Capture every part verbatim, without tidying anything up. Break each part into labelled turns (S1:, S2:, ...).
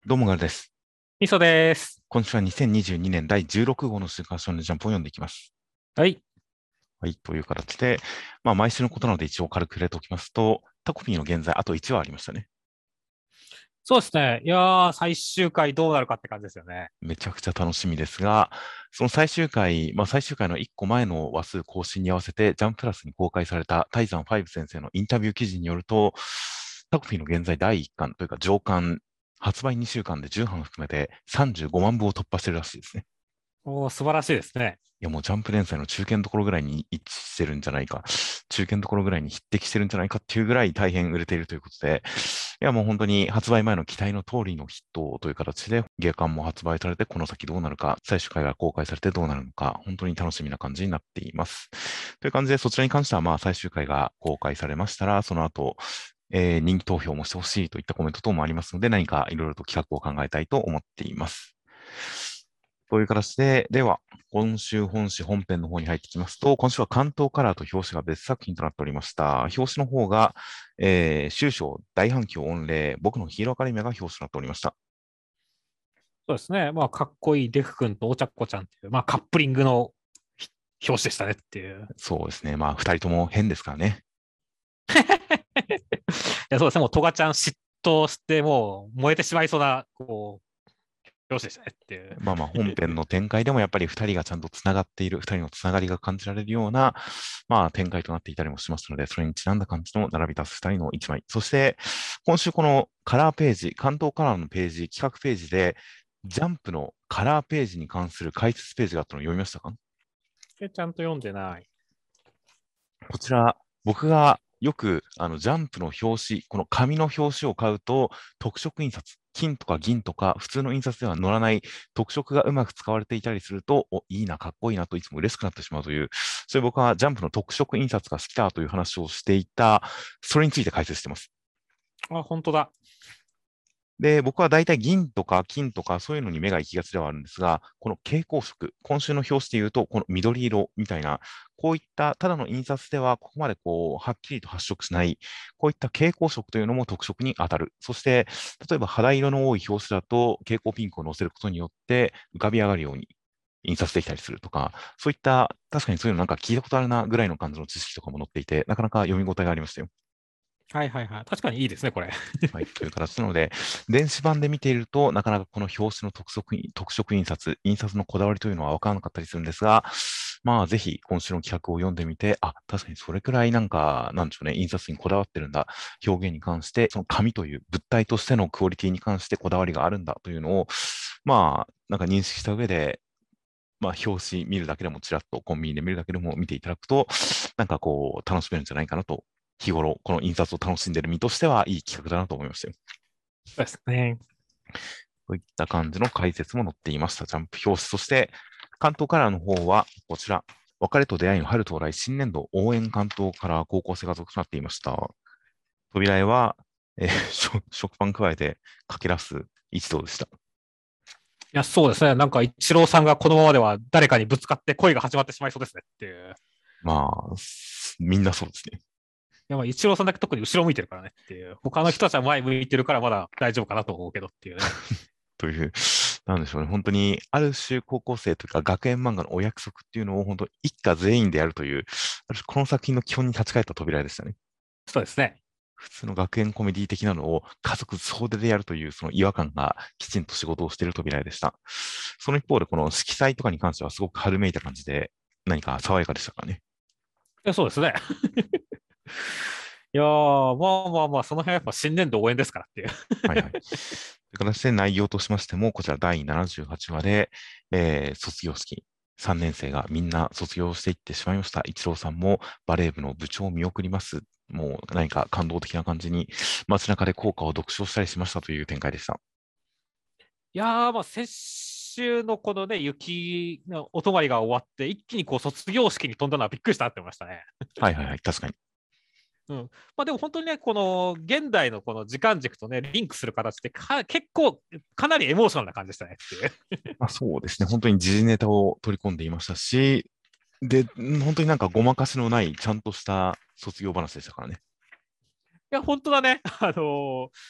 S1: どうもガルです。
S2: みそです。
S1: 今週はにせんにじゅうにねんだいじゅうろく号の週刊少年ジャンプを読んでいきます。
S2: はい。
S1: はい、という形で、まあ、毎週のことなので一応軽く触れておきますと、タコピーの現在、あといちわありましたね。
S2: そうですね。いやー、最終回どうなるかって感じですよね。
S1: めちゃくちゃ楽しみですが、その最終回、まあ、最終回のいっこまえの話数更新に合わせて、ジャンププラスに公開されたタイザンファイブ先生のインタビュー記事によると、タコピーの現在だいいっかんというか上巻、発売にしゅうかんでじゅうはん含めてさんじゅうごまんぶを突破してるらしいですね。
S2: おー、素晴らしいですね。
S1: いやもうジャンプ連載の中堅どころぐらいに一致してるんじゃないか、中堅どころぐらいに匹敵してるんじゃないかっていうぐらい大変売れているということで、いやもう本当に発売前の期待の通りのヒットという形で、月刊も発売されてこの先どうなるか、最終回が公開されてどうなるのか、本当に楽しみな感じになっています。という感じで、そちらに関してはまあ最終回が公開されましたら、その後、えー人気投票もしてほしいといったコメント等もありますので、何かいろいろと企画を考えたいと思っています。という形で、では、今週本誌本編の方に入ってきますと、今週は関東カラーと表紙が別作品となっておりました。表紙の方が、えー、終章大反響御礼、僕のヒーローアカデミアが表紙となっておりました。
S2: そうですね。まあ、かっこいいデフ君とお茶子ちゃんっていう、まあ、カップリングの表紙でしたねっていう。
S1: そうですね。まあ、二人とも変ですからね。
S2: いや、そうですね。もう、トガちゃん嫉妬して、もう、燃えてしまいそうな、こう、表紙でしたねっていう。
S1: まあまあ、本編の展開でもやっぱり二人がちゃんと繋がっている、二人の繋がりが感じられるような、まあ、展開となっていたりもしますので、それにちなんだ感じの並び立つ二人の一枚。そして、今週このカラーページ、関東カラーのページ、企画ページで、ジャンプのカラーページに関する解説ページがあったのを読みましたか？
S2: でちゃんと読んでない。
S1: こちら、僕がよくあのジャンプの表紙、この紙の表紙を買うと、特色印刷、金とか銀とか、普通の印刷では載らない特色がうまく使われていたりすると、お、いいな、かっこいいなといつも嬉しくなってしまうという、そういう僕はジャンプの特色印刷が好きだという話をしていた、それについて解説しています。
S2: あ、本当だ。
S1: で、僕は大体銀とか金とかそういうのに目が行きがちではあるんですが、この蛍光色、今週の表紙で言うと、この緑色みたいな、こういったただの印刷ではここまでこう、はっきりと発色しない、こういった蛍光色というのも特色に当たる。そして、例えば肌色の多い表紙だと蛍光ピンクを乗せることによって浮かび上がるように印刷できたりするとか、そういった、確かにそういうのなんか聞いたことあるなぐらいの感じの知識とかも載っていて、なかなか読み応えがありましたよ。
S2: はいはいはい。確かにいいですね、これ。
S1: はい、という形なので、電子版で見ていると、なかなかこの表紙の特色特色印刷、印刷のこだわりというのは分からなかったりするんですが、まあ、ぜひ今週の企画を読んでみて、あ、確かにそれくらいなんか、なんでしょうね、印刷にこだわってるんだ、表現に関して、その紙という物体としてのクオリティに関してこだわりがあるんだというのを、まあ、なんか認識した上で、まあ、表紙見るだけでもちらっとコンビニで見るだけでも見ていただくと、なんかこう、楽しめるんじゃないかなと、日頃、この印刷を楽しんでいる身としてはいい企画だなと思いましたよ。
S2: そうですね。
S1: といった感じの解説も載っていました。ジャンプ表紙。そして、関東カラーの方は、こちら。別れと出会いの春到来新年度応援関東カラー高校生が続となっていました。扉絵は、えー、食食パン加えてかけらす一同でした。
S2: いや、そうですね。なんか、イチローさんがこのままでは誰かにぶつかって恋が始まってしまいそうですねっていう。
S1: まあ、みんなそうですね。
S2: や、まあ、イチローさんだけ特に後ろ向いてるからねっていう。他の人たちは前向いてるからまだ大丈夫かなと思うけどっていうね。
S1: という、なんでしょうね。本当に、ある種高校生というか学園漫画のお約束っていうのを本当一家全員でやるという、ある種この作品の基本に立ち返った扉絵でしたね。
S2: そうですね。
S1: 普通の学園コメディ的なのを家族総出でやるというその違和感がきちんと仕事をしている扉絵でした。その一方でこの色彩とかに関してはすごく春めいた感じで何か爽やかでしたからね。
S2: いや、そうですね。いやー、まあまあまあ、その辺はやっぱ新年度応援ですからっていう。
S1: はいはい。という形で内容としましても、こちらだいななじゅうはちわで、えー卒業式、さんねん生がみんな卒業していってしまいました。一郎さんもバレー部の部長を見送ります。もう何か感動的な感じに街中で校歌を読唱したりしましたという展開でした。
S2: いやー、まあ先週のこのね、雪のお泊まりが終わって、一気にこう卒業式に飛んだのはびっくりしたって思いましたね。
S1: はいはいはい、確かに。
S2: うん。まあでも本当にね、この現代のこの時間軸とね、リンクする形ってか結構、かなりエモーショナルな感じでしたねっていう。
S1: まあ、そうですね。本当に時事ネタを取り込んでいましたし、で、本当になんかごまかしのない、ちゃんとした卒業話でしたからね。
S2: いや、本当だね。あのー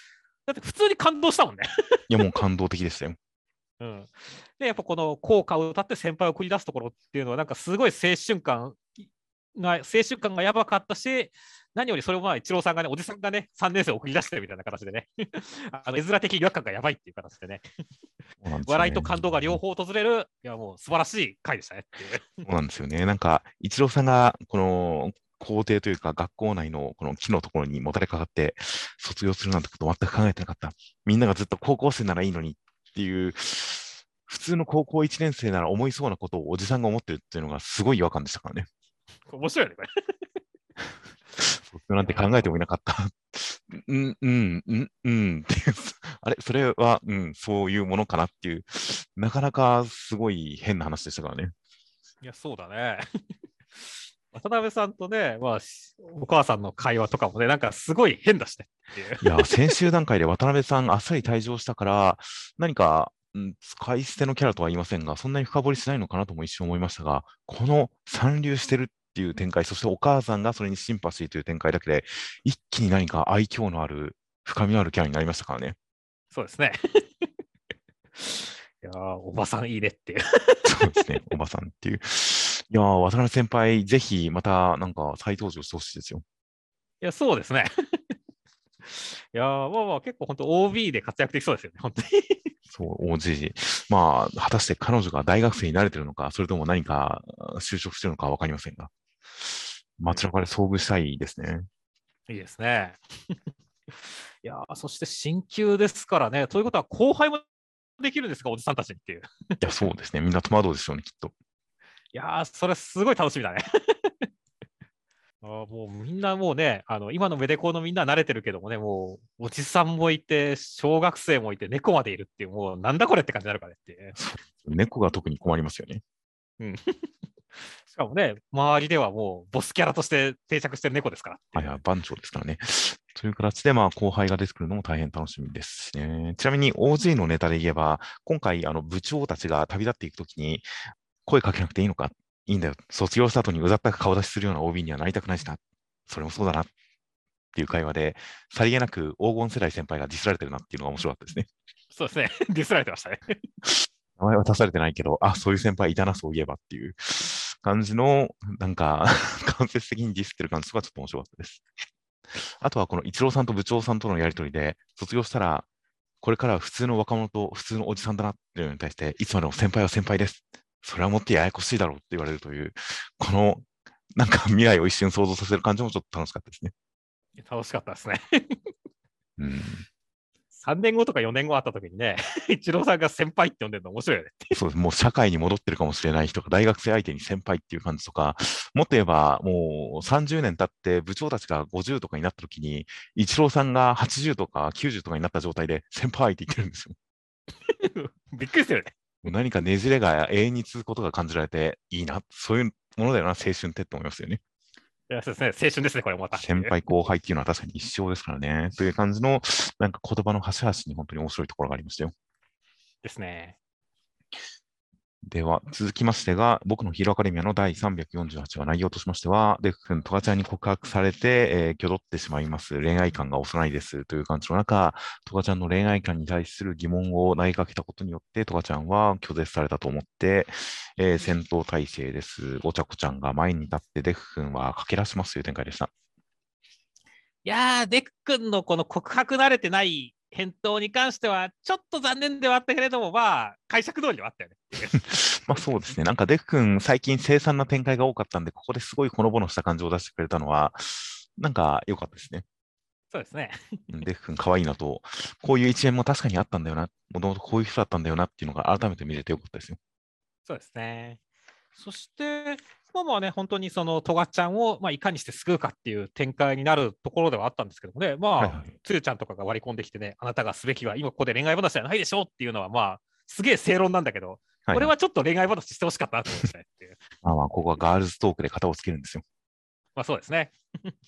S2: だって普通に感動したもんね。
S1: いや、もう感動的でしたよ。
S2: うん、で、やっぱこの校歌を歌って先輩を繰り出すところっていうのは、なんかすごい青春感が、青春感がやばかったし、何よりそれをまあ、イチローさんがね、おじさんがね、さんねん生を送り出してるみたいな形でね、あの絵面的違和感がやばいっていう形でね、
S1: そうなんですよね。
S2: 笑いと感動が両方訪れる、いやもう素晴らしい回でしたねっていう。
S1: そうなんですよね。なんか、イチローさんが、この、校庭というか学校内のこの木のところにもたれかかって卒業するなんてこと全く考えてなかった。みんながずっと高校生ならいいのにっていう、普通の高校いちねん生なら思いそうなことをおじさんが思ってるっていうのがすごい違和感でしたからね。
S2: 面白いよね、これ。
S1: 卒業なんて考えてもいなかった。うん、うん、うん、うんっていう、あれ、それは、うん、そういうものかなっていう、なかなかすごい変な話でしたからね。
S2: いや、そうだね。渡辺さんとね、まあ、お母さんの会話とかもね、なんかすごい変だしねっていう。
S1: いや、先週段階で渡辺さんあっさり退場したから、何か、うん、使い捨てのキャラとは言いませんが、そんなに深掘りしないのかなとも一瞬思いましたが、この三流してるっていう展開、そしてお母さんがそれにシンパシーという展開だけで、一気に何か愛嬌のある、深みのあるキャラになりましたからね。
S2: そうですね。いやー、おばさんいいねっていう。
S1: そうですね、おばさんっていう。いやー、渡辺先輩、ぜひまたなんか再登場してほしいですよ。
S2: いや、そうですね。いやー、まあまあ、結構本当 オービー で活躍できそうですよね、本当に。
S1: そう、オージー。まあ、果たして彼女が大学生になれてるのか、それとも何か就職してるのかはわかりませんが、街中で遭遇したいですね。
S2: いいですね。いやー、そして進級ですからね。ということは、後輩もできるんですか、おじさんたちにっていう。
S1: いや、そうですね。みんな戸惑うでしょうね、きっと。
S2: いやー、それすごい楽しみだね。あーもうみんなもうね、あの今のメデコのみんな慣れてるけどもね、もうおじさんもいて、小学生もいて、猫までいるっていう、もうなんだこれって感じになるからねっていう。
S1: そう猫が特に困りますよね。
S2: うん、しかもね、周りではもうボスキャラとして定着してる猫ですからっていう。
S1: はいはい、番長ですからね。という形で、まあ、後輩が出てくるのも大変楽しみですしね。ちなみに オージー のネタで言えば、今回、あの、部長たちが旅立っていくときに、声かけなくていいのか、いいんだよ。卒業した後にうざったく顔出しするような オービー にはなりたくないしな。それもそうだなっていう会話で、さりげなく黄金世代先輩がディスられてるなっていうのが面白かったですね。
S2: そうですね、ディスられてましたね。
S1: 名前は出されてないけど、あ、そういう先輩いたな、そういえばっていう感じの、なんか間接的にディスってる感じがちょっと面白かったです。あとはこのイチローさんと部長さんとのやりとりで、卒業したら、これからは普通の若者と普通のおじさんだなっていうのに対して、いつまでも先輩は先輩です。それはもってややこしいだろうって言われるという、この、なんか未来を一瞬想像させる感じもちょっと楽しかったですね。
S2: 楽しかったですね。
S1: うん。
S2: さんねんごとかよねんごあった時にね、イチローさんが先輩って呼んでるの面白いよね。
S1: そうです。もう社会に戻ってるかもしれない人が大学生相手に先輩っていう感じとか、もっと言えばもうさんじゅうねん経って部長たちがごじゅうとかになった時に、イチローさんがはちじゅうとかきゅうじゅうとかになった状態で先輩って言ってるんですよ。
S2: びっくりするよね。
S1: もう何かねじれが永遠に続くことが感じられていいな。そういうものだよな、青春ってって思いますよね。
S2: いやそうですね、青春ですね、これまたっていう。
S1: 先輩後輩っていうのは確かに一生ですからね。という感じの、なんか言葉の端々に本当に面白いところがありましたよ。
S2: ですね。
S1: では、続きましてが、僕のヒーローアカデミアのだいさんびゃくよんじゅうはち話内容としましては、デク君、トガちゃんに告白されて、えー、挙動ってしまいます。恋愛感が幼いですという感じの中、トガちゃんの恋愛感に対する疑問を投げかけたことによって、トガちゃんは拒絶されたと思って、えー、戦闘態勢です。お茶子ちゃんが前に立って、デク君は駆け出しますという展開でした。
S2: いやー、デク君のこの告白慣れてない返答に関しては、ちょっと残念ではあったけれども、まあ、解釈通りではあったよね。
S1: まあそうですね。なんかデク君、最近凄惨な展開が多かったんで、ここですごいほのぼのした感じを出してくれたのは、なんか良かったですね。
S2: そうですね。
S1: デク君可愛いなと、こういう一面も確かにあったんだよな、もともとこういう人だったんだよなっていうのが改めて見れてよかったですよ。
S2: そうですね。そして、まあまあね、本当にそのトガちゃんを、まあ、いかにして救うかっていう展開になるところではあったんですけどもね、まあ、
S1: はいはい。
S2: つゆちゃんとかが割り込んできてね、あなたがすべきは今ここで恋愛話じゃないでしょっていうのは、まあ、すげえ正論なんだけど、
S1: はいはい。
S2: これはちょっと恋愛話してほしかったなと思いましたねっていう。
S1: まあまあ、ここはガールズトークで型をつけるんですよ。
S2: まあそうですね。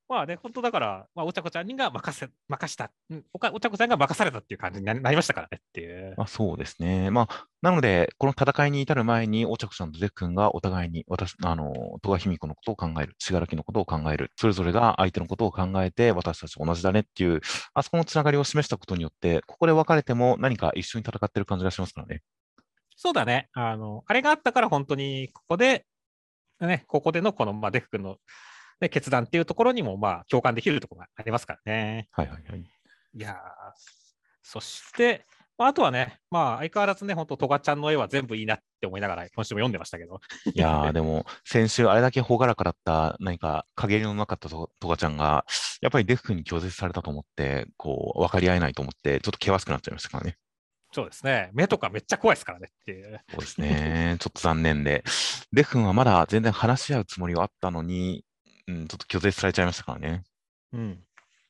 S2: まあね、本当だから、まあ、お茶子ちゃんにが任せ、任した、うん、おかお茶子ちゃんが任されたっていう感じになりなりましたからねっていう。
S1: まあ、そうですね。まあ、なので、この戦いに至る前に、お茶子さんとデク君がお互いに、私、あの、戸賀卑弥呼のことを考える、信楽のことを考える、それぞれが相手のことを考えて、私たち同じだねっていう、あそこのつながりを示したことによって、ここで別れても何か一緒に戦ってる感じがしますからね。
S2: そうだね。あの、あれがあったから本当にここで、ね、ここでのこの、まあ、デフ君の、ね、決断っていうところにも、まあ、共感できるところがありますからね。
S1: はいはいはい。
S2: いやー、そして、まあ、あとはね、まあ、相変わらずね、本当、トガちゃんの絵は全部いいなって思いながら、今週も読んでましたけど。
S1: いやー、でも、先週あれだけ朗らかだった、何か、陰りのなかったとトガちゃんが、やっぱりデフ君に拒絶されたと思って、こう、分かり合えないと思って、ちょっと険しくなっちゃいましたからね。
S2: そうですね。目とかめっちゃ怖いですからねっていう。
S1: そうですね。ちょっと残念で。デフ君はまだ全然話し合うつもりはあったのに、うん、ちょっと拒絶されちゃいましたからね。
S2: うん。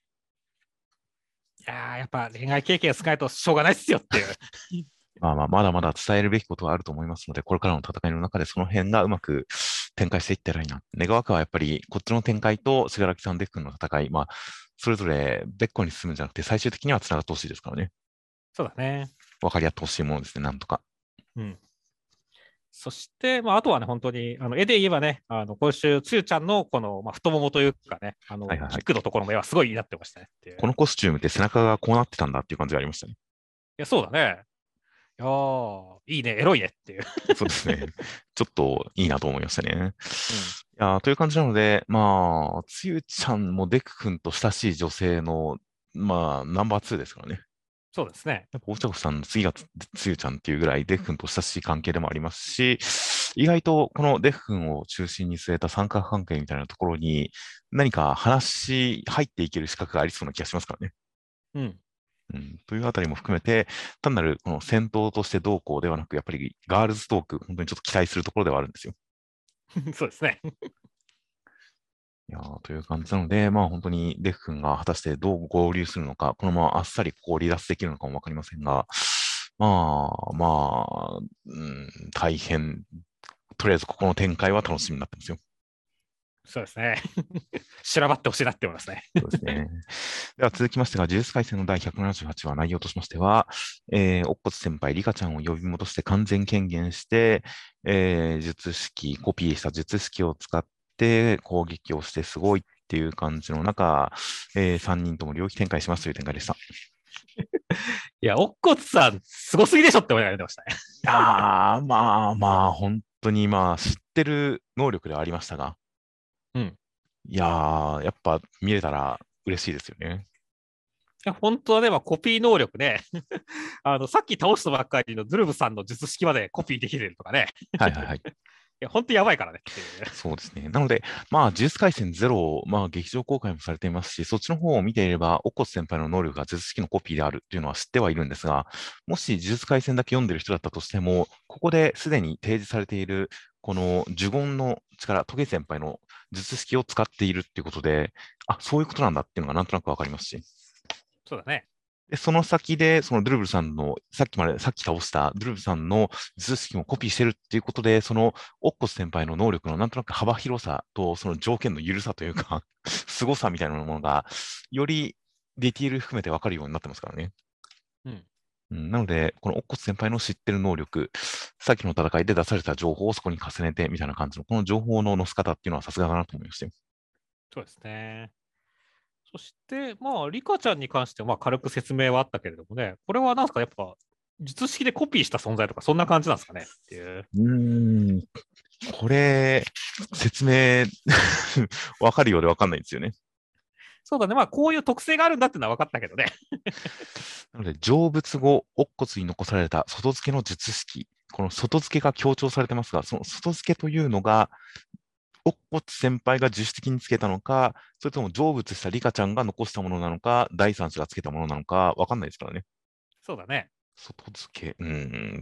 S2: いやー、やっぱ恋愛経験少ないとしょうがないっすよっていう。
S1: まあまあ、まだまだ伝えるべきことはあると思いますので、これからの戦いの中でその辺がうまく展開していったらいいな。願わくはやっぱり、こっちの展開と、信楽さんデフ君の戦い、まあ、それぞれ別個に進むんじゃなくて、最終的には繋がってほしいですからね。
S2: そうだね。
S1: 分かり合ってほしいものですね、なんとか。
S2: うん。そして、まあ、あとはね、本当に、あの絵で言えばね、あの今週、つゆちゃんのこの、まあ、太ももというかね、あの
S1: はいはいはい。
S2: キックのところの絵はすごいいいなってましたねっていう。い
S1: このコスチュームって背中がこうなってたんだっていう感じがありましたね。
S2: や、そうだね。いやー、いいね、エロいねっていう。
S1: そうですね。ちょっといいなと思いましたね。
S2: うん。
S1: いやーという感じなので、まあ、つゆちゃんもデク君と親しい女性の、まあ、ナンバーツーですからね。
S2: そうですね。
S1: やっぱ、お茶子さんの次がつつゆちゃんっていうぐらい、デフ君と親しい関係でもありますし、意外とこのデフ君を中心に据えた三角関係みたいなところに、何か話、入っていける資格がありそうな気がしますからね。
S2: うん。
S1: うん、というあたりも含めて、単なるこの戦闘としてどうこうではなく、やっぱりガールズトーク、本当にちょっと期待するところではあるんですよ。
S2: そうですね。
S1: いやーという感じなので、まあ本当にデフ君が果たしてどう合流するのか、このままあっさりここを離脱できるのかもわかりませんが、まあまあ、うん、大変、とりあえずここの展開は楽しみになってますよ。
S2: そうですね。修羅場ってほしいなって思いますね。
S1: そうですね。では続きましてが、呪術廻戦の第ひゃくななじゅうはち話内容としましては、えー、おっこつ先輩、リカちゃんを呼び戻して完全権限して、えー、術式、コピーした術式を使って攻撃をしてすごいっていう感じの中、えー、さんにんとも領域展開しますという展開でした。
S2: いや、おっこつさん、すごすぎでしょって思いながら見てましたね。
S1: いやー、まあまあ、本当にまあ、知ってる能力ではありましたが、
S2: うん。
S1: いやー、やっぱ見れたら嬉しいですよね。
S2: いや本当はね、まあ、コピー能力で、あのさっき倒したばっかりのズルブさんの術式までコピーできるとかね。
S1: はいはいはい。
S2: いや、本当やばいからねっていう。
S1: そうですね。なので、まあ、呪術廻戦ゼロ、まあ、劇場公開もされていますし、そっちの方を見ていれば、おこつ先輩の能力が術式のコピーであるというのは知ってはいるんですが、もし呪術廻戦だけ読んでる人だったとしても、ここですでに提示されている、この呪言の力、トゲ先輩の術式を使っているっていうことで、あ、そういうことなんだっていうのがなんとなくわかりますし、
S2: そうだね。
S1: で、その先で、そのドゥルブルさんの、さっきまで、さっき倒したドゥルブルさんの術式もコピーしてるっていうことで、その、オッコス先輩の能力のなんとなく幅広さと、その条件の緩さというか凄さみたいなものが、よりディティール含めてわかるようになってますからね。
S2: うん。
S1: うん、なので、このオッコス先輩の知ってる能力、さっきの戦いで出された情報をそこに重ねてみたいな感じの、この情報の載せ方っていうのはさすがだなと思いましたよ。
S2: そうですね。そして、まあ、リカちゃんに関しては、まあ、軽く説明はあったけれどもね、これはなんですか、やっぱ、術式でコピーした存在とか、そんな感じなんですかねっていう。
S1: うーん、これ、説明わかるようでわかんないんですよね。
S2: そうだね、まあ、こういう特性があるんだっていうのは分かったけどね。
S1: なので、成仏後、乙骨に残された外付けの術式、この外付けが強調されてますが、その外付けというのが、乙骨先輩が自主的につけたのか、それとも成仏したリカちゃんが残したものなのか、第三者がつけたものなのか、わかんないですからね。
S2: そうだね。
S1: 外付け、うん、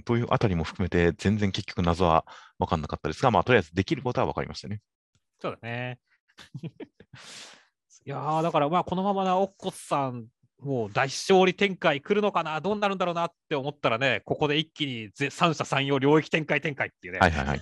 S1: というあたりも含めて、全然結局謎はわかんなかったですが、まあ、とりあえずできることはわかりましたね。
S2: そうだね。いやー、だから、まあ、このままな、おっこさん、もう大勝利展開来るのかな、どうなるんだろうなって思ったらね、ここで一気にぜ三者三様領域展開展開っていうね。
S1: はいはいはい。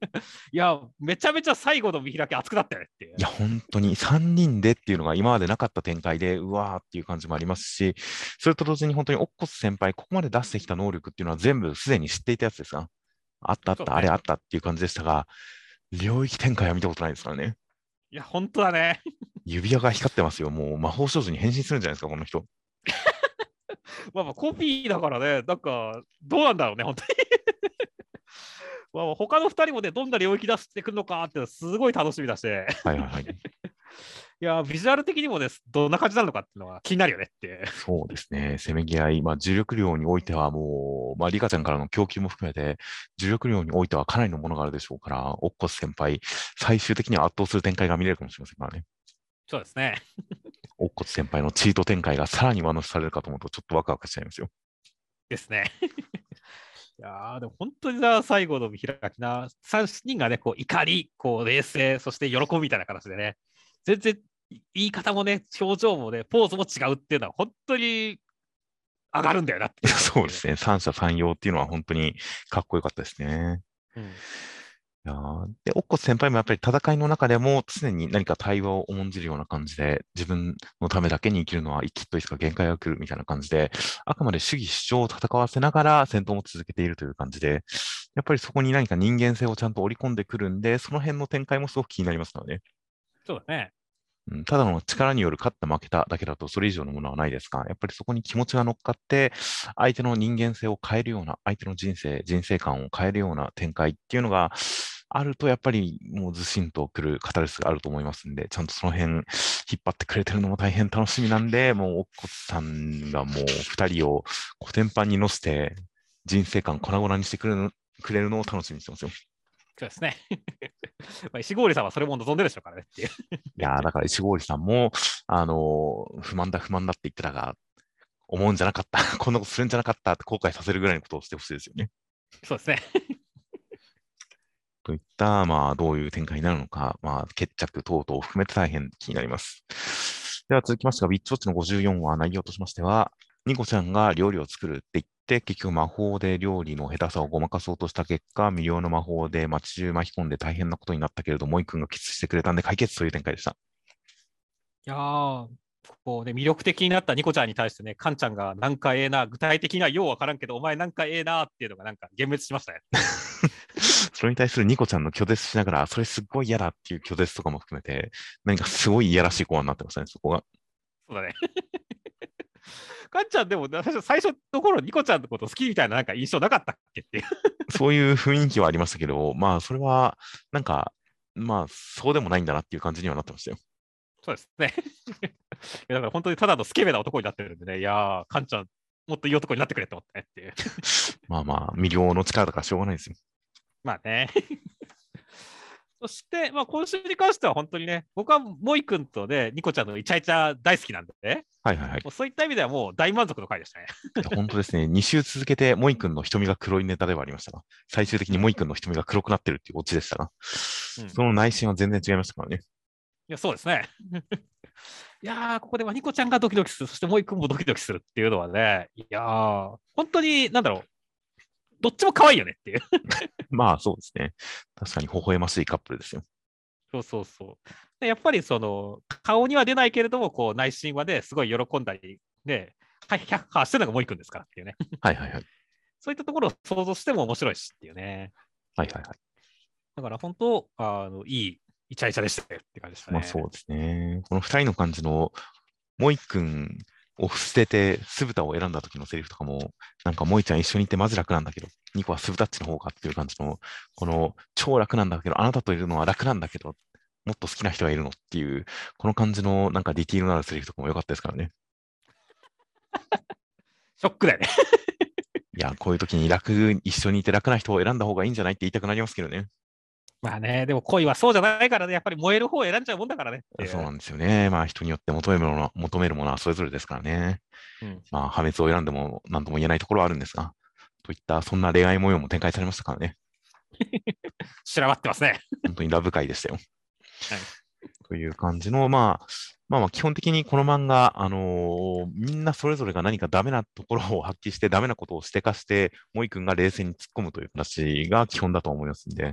S2: いや、めちゃめちゃ最後の見開き熱くなったよねっていう。
S1: いや、本当にさんにんでっていうのが今までなかった展開で、うわーっていう感じもありますし、それと同時に本当にオッコス先輩、ここまで出してきた能力っていうのは全部すでに知っていたやつですが、あったあった、あれ
S2: そうね。
S1: あったっていう感じでしたが、領域展開は見たことないですからね。
S2: いや、本当だね。
S1: 指輪が光ってますよ。もう魔法少女に変身するんじゃないですか、この人。
S2: まあまあ、コピーだからね、なんか、どうなんだろうね、本当に。まあ、他のふたりもね、どんな領域出してくるのかってすごい楽しみだし、い
S1: はいはいはい。
S2: や、ビジュアル的にもね、どんな感じなのかっていうのは気になるよねって。
S1: そうですね。せめぎ合い、まあ、重力量においてはもう、まあ、リカちゃんからの供給も含めて、重力量においてはかなりのものがあるでしょうから、オッコス先輩、最終的には圧倒する展開が見れるかもしれませんからね。
S2: そうですね。
S1: オッコス先輩のチート展開がさらに上乗せされるかと思うと、ちょっとワクワクしちゃいますよ。
S2: ですね。いやーでも本当にな、最後の見開きな、さんにんがね、こう怒り、こう冷静、そして喜ぶみたいな形でね、全然言い方もね、表情もね、ポーズも違うっていうのは、本当に上がるんだよなっていうのが、
S1: そうですね。三者三様っていうのは本当にかっこよかったですね。
S2: うん、
S1: いやーで、オッコス先輩もやっぱり戦いの中でも常に何か対話を重んじるような感じで、自分のためだけに生きるのはきっといつか限界が来るみたいな感じで、あくまで主義主張を戦わせながら戦闘も続けているという感じで、やっぱりそこに何か人間性をちゃんと織り込んでくるんで、その辺の展開もすごく気になりますので、
S2: そうだね。
S1: うん、ただの力による勝った負けただけだとそれ以上のものはないですが、やっぱりそこに気持ちが乗っかって、相手の人間性を変えるような、相手の人生、人生観を変えるような展開っていうのがあると、やっぱりもうずしんとくるカタルシスがあると思いますんで、ちゃんとその辺引っ張ってくれてるのも大変楽しみなんで、もう、おっこさんがもう二人をコテンパンに乗せて、人生観粉々にしてくれるくれるのを楽しみにしてますよ。
S2: そうですね。まあ石郡さんはそれも望んでるでしょうからねっていう。
S1: いやー、だから石郡さんも、あのー不満だ不満だって言ってたが、思うんじゃなかった、こんなことするんじゃなかったって後悔させるぐらいのことをしてほしいですよね。
S2: そうですね。
S1: といった、まあ、どういう展開になるのか、まあ、決着等々を含めて大変気になります。では続きましてが、ウィッチウォッチのごじゅうよんわ内容としましては、ニコちゃんが料理を作るって言って、結局魔法で料理の下手さをごまかそうとした結果、無料の魔法で街中巻き込んで大変なことになったけれども、モイ君がキスしてくれたんで解決という展開でした。
S2: いやー、こうね、魅力的になったニコちゃんに対してね、カンちゃんがなんかええな、具体的にはようわからんけど、お前なんかええなっていうのがなんか幻滅しましたね。
S1: それに対するニコちゃんの拒絶しながら、それすっごい嫌だっていう拒絶とかも含めて、何かすごいいやらしい子になってましたね、そこが。
S2: そうだね。カンちゃんでも最初の頃ニコちゃんのこと好きみたいななんか印象なかったっけっていう。
S1: そういう雰囲気はありましたけど、まあ、それは、なんか、まあ、そうでもないんだなっていう感じにはなってましたよ。
S2: そうですね。だから本当にただのスケベな男になってるんでね、いやー、カンちゃん、もっといい男になってくれって思ったねっていう。
S1: まあまあ、魅了の力だからしょうがないですよ。
S2: まあね。そして、まあ、今週に関しては本当にね、僕はモイ君とね、ニコちゃんのイチャイチャ大好きなんでね、
S1: はいはいはい。い
S2: もうそういった意味ではもう大満足の回でしたね。
S1: や本当ですね。に週続けて、モイ君の瞳が黒いネタではありましたが、最終的にモイ君の瞳が黒くなってるっていうオチでしたが、
S2: うん。
S1: その内心は全然違いましたからね。
S2: いや、そうですね。いやー、ここではニコちゃんがドキドキする、そしてモイ君もドキドキするっていうのはね、いやー、本当に、なんだろう、どっちも可愛いよねっていう。
S1: まあそうですね。確かに微笑ましいカップルですよ。
S2: そうそうそう。でやっぱりその、顔には出ないけれども、こう内心はね、すごい喜んだり、ね、はいひゃっはしてるのがモイ君ですからっていうね。
S1: はいはいはい。
S2: そういったところを想像しても面白いしっていうね。
S1: はいはいはい。
S2: だから本当、あのいいイチャイチャでしたよって感じでしたね。
S1: まあそうですね。この二人の感じの、モイ君を捨てて酢豚を選んだ時のセリフとかも、なんかモイちゃん一緒にいてまず楽なんだけど、ニコは酢豚っちの方かっていう感じの、この超楽なんだけど、あなたといるのは楽なんだけど、もっと好きな人がいるのっていう、この感じのなんかディティールのあるセリフとかも良かったですからね。
S2: ショックだよね。
S1: いや、こういう時に楽、一緒にいて楽な人を選んだ方がいいんじゃないって言いたくなりますけどね。
S2: まあね、でも恋はそうじゃないからね、やっぱり燃える方を選んじゃうもんだからねっていう。
S1: そうなんですよね。まあ人によって求めるものは、求めるものはそれぞれですからね。
S2: うん、
S1: まあ破滅を選んでも何とも言えないところはあるんですが、といったそんな恋愛模様も展開されましたからね。
S2: 修羅場ってますね。
S1: 本当にラブ回でしたよ。
S2: はい。
S1: という感じの、まあ、まあまあ基本的にこの漫画、あのーみんなそれぞれが何かダメなところを発揮して、ダメなことをしてかして、モイ君が冷静に突っ込むという形が基本だと思いますんで、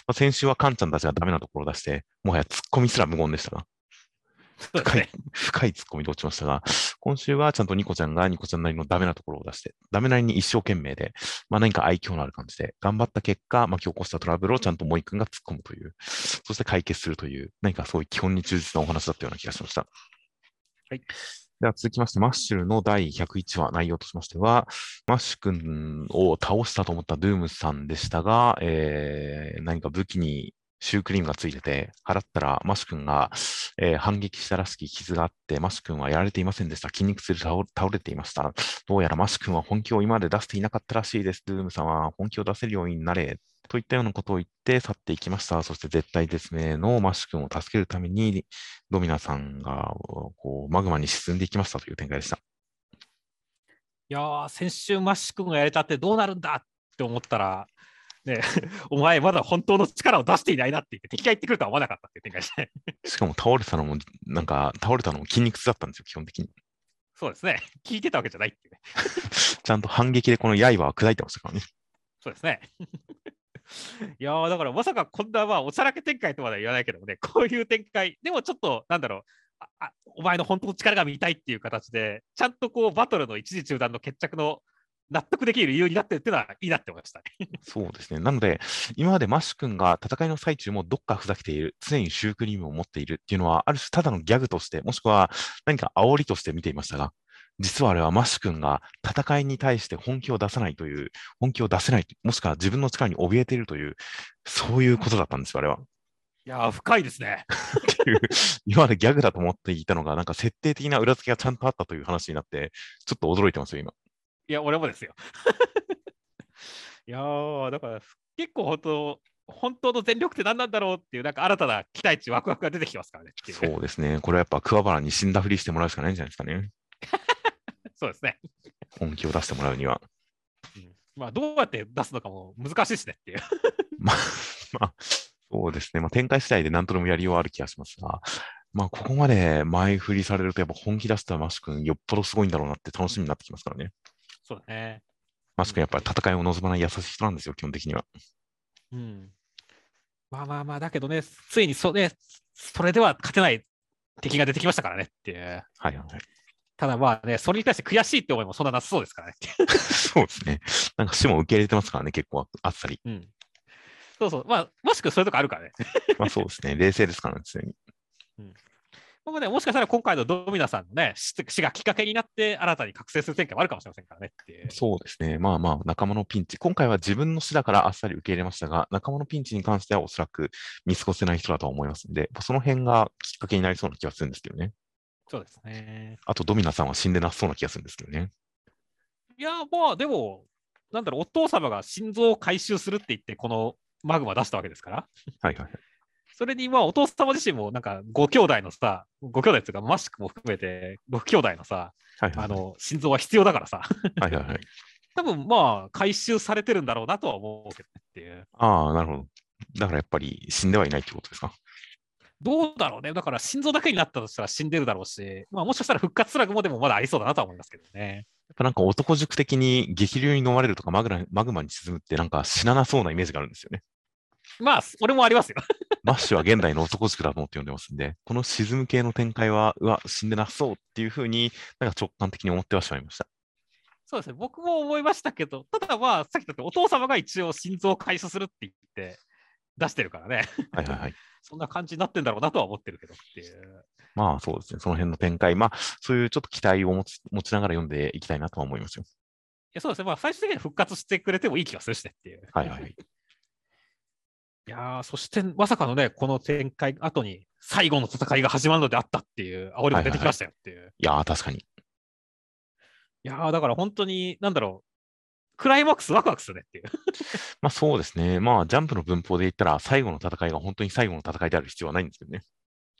S1: あ、先週はカンちゃんたちがダメなところを出して、もはや突っ込みすら無言でしたが、深い、
S2: そうですね。
S1: 深い突っ込みで落ちましたが、今週はちゃんとニコちゃんがニコちゃんなりのダメなところを出して、ダメなりに一生懸命で、まあ何か愛嬌のある感じで、頑張った結果、巻き起こしたトラブルをちゃんとモイ君が突っ込むという、そして解決するという、何かそういう基本に忠実なお話だったような気がしました。
S2: はい。
S1: では続きまして、マッシュルのだいひゃくいちわ、内容としましては、マッシュ君を倒したと思ったドゥームさんでしたが、えー、何か武器にシュークリームがついてて、払ったらマッシュ君が、えー反撃したらしき傷があって、マッシュ君はやられていませんでした。筋肉痛で倒倒れていました。どうやらマッシュ君は本気を今まで出していなかったらしいです。ドゥームさんは本気を出せるようになれ。といったようなことを言って去っていきました。そして絶対絶命のマッシュ君を助けるために、ドミナさんがこうマグマに沈んでいきましたという展開でした。
S2: いやー、先週マッシュ君がやれたってどうなるんだって思ったら、ね、お前まだ本当の力を出していないなって言って敵が言ってくるとは思わなかったっていう展開して。
S1: しかも倒れたのも、なんか倒れたのも筋肉痛だったんですよ、基本的に。
S2: そうですね。聞いてたわけじゃないっていうね。
S1: ちゃんと反撃でこの刃は砕いてましたからね。
S2: そうですね。いやーだからまさかこんなまあおちゃらけ展開とまでは言わないけどもね、こういう展開、でもちょっとなんだろう、ああお前の本当の力が見たいっていう形で、ちゃんとこうバトルの一時中断の決着の納得できる理由になってるっていうのはいいなって思いましたね。
S1: そうですね。なので、今までマッシュ君が戦いの最中もどっかふざけている、常にシュークリームを持っているっていうのは、ある種ただのギャグとして、もしくは何か煽りとして見ていましたが、実はあれはマッシュ君が戦いに対して本気を出さないという、本気を出せない、もしくは自分の力に怯えているという、そういうことだったんですよ、あれは。
S2: いやー深いですね。
S1: っていう、今までギャグだと思っていたのが、なんか設定的な裏付けがちゃんとあったという話になって、ちょっと驚いてますよ、今。
S2: いや、俺もですよ。いやーだから結構本当、本当の全力って何なんだろうっていう、なんか新たな期待値、ワクワクが出てきますからねっていう。
S1: そうですね。これはやっぱ桑原に死んだふりしてもらうしかないんじゃないですかね。
S2: そうですね。
S1: 本気を出してもらうには。
S2: うん、まあ、どうやって出すのかも難しいですねっていう。
S1: まあ、まあ、そうですね。まあ、展開次第で何とでもやりようはある気がしますが、まあ、ここまで前振りされると、やっぱ本気出したマシ君、よっぽどすごいんだろうなって楽しみになってきますからね。
S2: そうだね。
S1: マシ君、
S2: うん。
S1: やっぱり戦いを望まない優しい人なんですよ、基本的には。
S2: うん、まあまあまあ、だけどね、ついにそ,、ね、それでは勝てない敵が出てきましたからねっていう。
S1: はいはいはい。
S2: ただまあね、それに対して悔しいって思いもそんななさそうですからねっていう。
S1: そうですね。なんか死も受け入れてますからね、結構あっさり。
S2: うん。そうそう。まあ、もしくはそういうとこあるからね。
S1: まあそうですね。冷静ですからね、常に。
S2: うん。僕ね、もしかしたら今回のドミナさんのね、死死がきっかけになって新たに覚醒する展開もあるかもしれませんからねっていう。
S1: そうですね。まあまあ、仲間のピンチ。今回は自分の死だからあっさり受け入れましたが、仲間のピンチに関してはおそらく見過ごせない人だと思いますので、その辺がきっかけになりそうな気がするんですけどね。
S2: そうですね。
S1: あと、ドミナさんは死んでなさそうな気がするんですけどね。
S2: いや、まあでも、なんだろう、お父様が心臓を回収するって言って、このマグマ出したわけですから。
S1: はいはいはい。
S2: それに、まあ、お父様自身も、なんか、ご兄弟のさ、ご兄弟っていうか、マシックも含めて、ろく兄弟のさ、
S1: はいはいはい。
S2: あの、心臓は必要だからさ、
S1: はいはいはい。
S2: 多分まあ、回収されてるんだろうなとは思うけどねっていう。
S1: ああ、なるほど。だからやっぱり死んではいないってことですか。
S2: どうだろうね。だから、心臓だけになったとしたら死んでるだろうし、まあ、もしかしたら復活スラグもでもまだありそうだなとは思いますけどね。
S1: やっぱなんか男塾的に激流に飲まれるとかマグラマグマに沈むってなんか死ななそうなイメージがあるんですよね。
S2: まあ、俺もありますよ。
S1: マッシュは現代の男塾だと思って呼んでますんで、この沈む系の展開は、うわ、死んでなさそうっていうふうに、なんか直感的に思ってはしまいました。
S2: そうですね。僕も思いましたけど、ただまあ、さっきだってお父様が一応心臓を回収するって言って出してるからね。
S1: はいはいはい。
S2: そんな感じになってんだろうなとは思ってるけどっていう。
S1: まあそうですね。その辺の展開、まあそういうちょっと期待を持ち持ちながら読んでいきたいなとは思いますよ。
S2: やそうですね。まあ、最終的には復活してくれてもいい気がするしねっていう。
S1: はいはいはい。
S2: いやーそしてまさかのね、この展開後に最後の戦いが始まるのであったっていう煽りも出てきましたよっていう。はいはいはい、
S1: いやー、確かに。
S2: いやーだから本当に、なんだろう、クライマックスワクワクするねっていう。
S1: まあそうですね。まあジャンプの文法で言ったら、最後の戦いが本当に最後の戦いである必要はないんですけどね。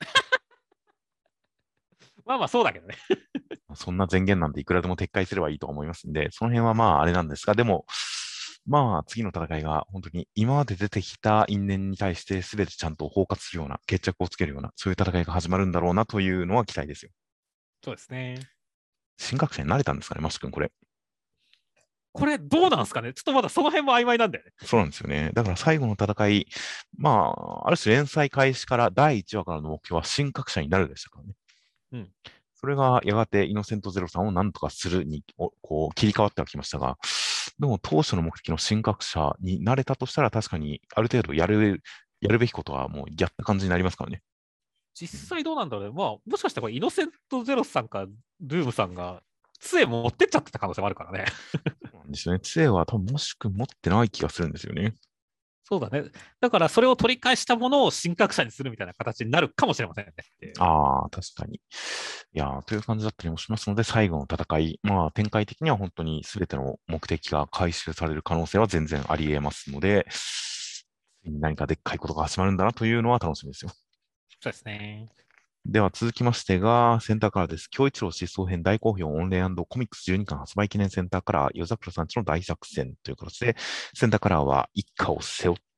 S2: まあまあそうだけどね。
S1: そんな前言なんていくらでも撤回すればいいと思いますんで、その辺はまああれなんですが、でも、まあ次の戦いが本当に今まで出てきた因縁に対して全てちゃんと包括するような、決着をつけるような、そういう戦いが始まるんだろうなというのは期待ですよ。
S2: そうですね。
S1: 新学生に慣れたんですかね、マシ君これ。
S2: これどうなんですかね、ちょっとまだその辺も曖昧なんだよね。
S1: そうなんですよね。だから最後の戦い、まあ、ある種連載開始からだいいちわからの目標は神格者になるでしたからね。
S2: うん。
S1: それがやがてイノセントゼロさんを何とかするに、おこう切り替わってはきましたが、でも当初の目的の神格者になれたとしたら確かにある程度やる、やるべきことはもうやった感じになりますからね。うん
S2: 実際どうなんだろうね。まあ、もしかしたらこれイノセントゼロさんかドゥームさんが杖持ってっちゃってた可能性もあるからね。
S1: そうなんですよね。杖は多分もしく持ってない気がするんですよね。
S2: そうだね。だからそれを取り返したものを神格者にするみたいな形になるかもしれませんねっていう。
S1: ああ、確かに。いやー、という感じだったりもしますので、最後の戦い、まあ展開的には本当に全ての目的が回収される可能性は全然あり得ますので、ついに何かでっかいことが始まるんだなというのは楽しみですよ。
S2: そうですね。
S1: では続きましてが、センターカラーです。京一郎失踪編大好評オンレイ&コミックスじゅうにかん発売記念センターカラー、夜桜さんちの大作戦という形で、センターカラーは一家を背負った、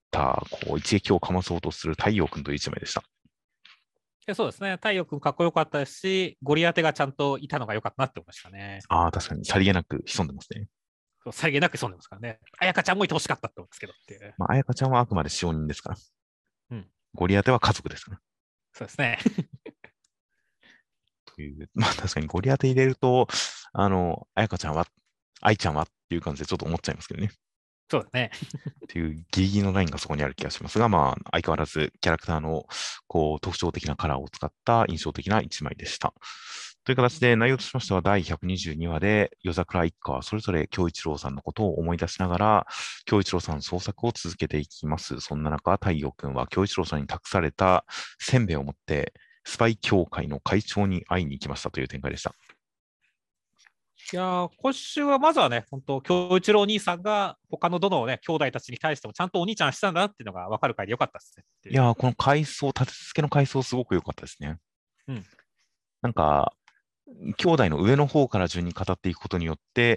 S1: こう、一撃をかまそうとする太陽君という一枚でした。
S2: でそうですね。太陽君かっこよかったですし、ゴリアテがちゃんといたのが良かったなって思いましたね。
S1: ああ、確かに、さりげなく潜んでますね。
S2: そうさりげなく潜んでますからね。彩香ちゃんもいてほしかったって思うんですけどっていう。
S1: まあ、彩香ちゃんはあくまで使用人ですから。
S2: うん。
S1: ゴリアテは家族ですから。
S2: そうですね。
S1: という、まあ確かにゴリアテ入れると、あの、彩香ちゃんは、愛ちゃんはっていう感じでちょっと思っちゃいますけどね。
S2: そうですね。
S1: っていうギリギリのラインがそこにある気がしますが、まあ相変わらずキャラクターのこう特徴的なカラーを使った印象的な一枚でした。という形で内容としましてはだいひゃくにじゅうにわで夜桜一家はそれぞれ京一郎さんのことを思い出しながら京一郎さん創作を続けていきます。そんな中、太陽くんは京一郎さんに託されたせんべいを持ってスパイ協会の会長に会いに行きましたという展開でした。
S2: いやー今週はまずはね、本当、京一郎兄さんが他のどのね、兄弟たちに対してもちゃんとお兄ちゃんしたんだなっていうのが分かる回でよかったですねっていう。
S1: いやー、この回想、立て付けの回想すごく良かったですね。
S2: うん。
S1: なんか、兄弟の上の方から順に語っていくことによって、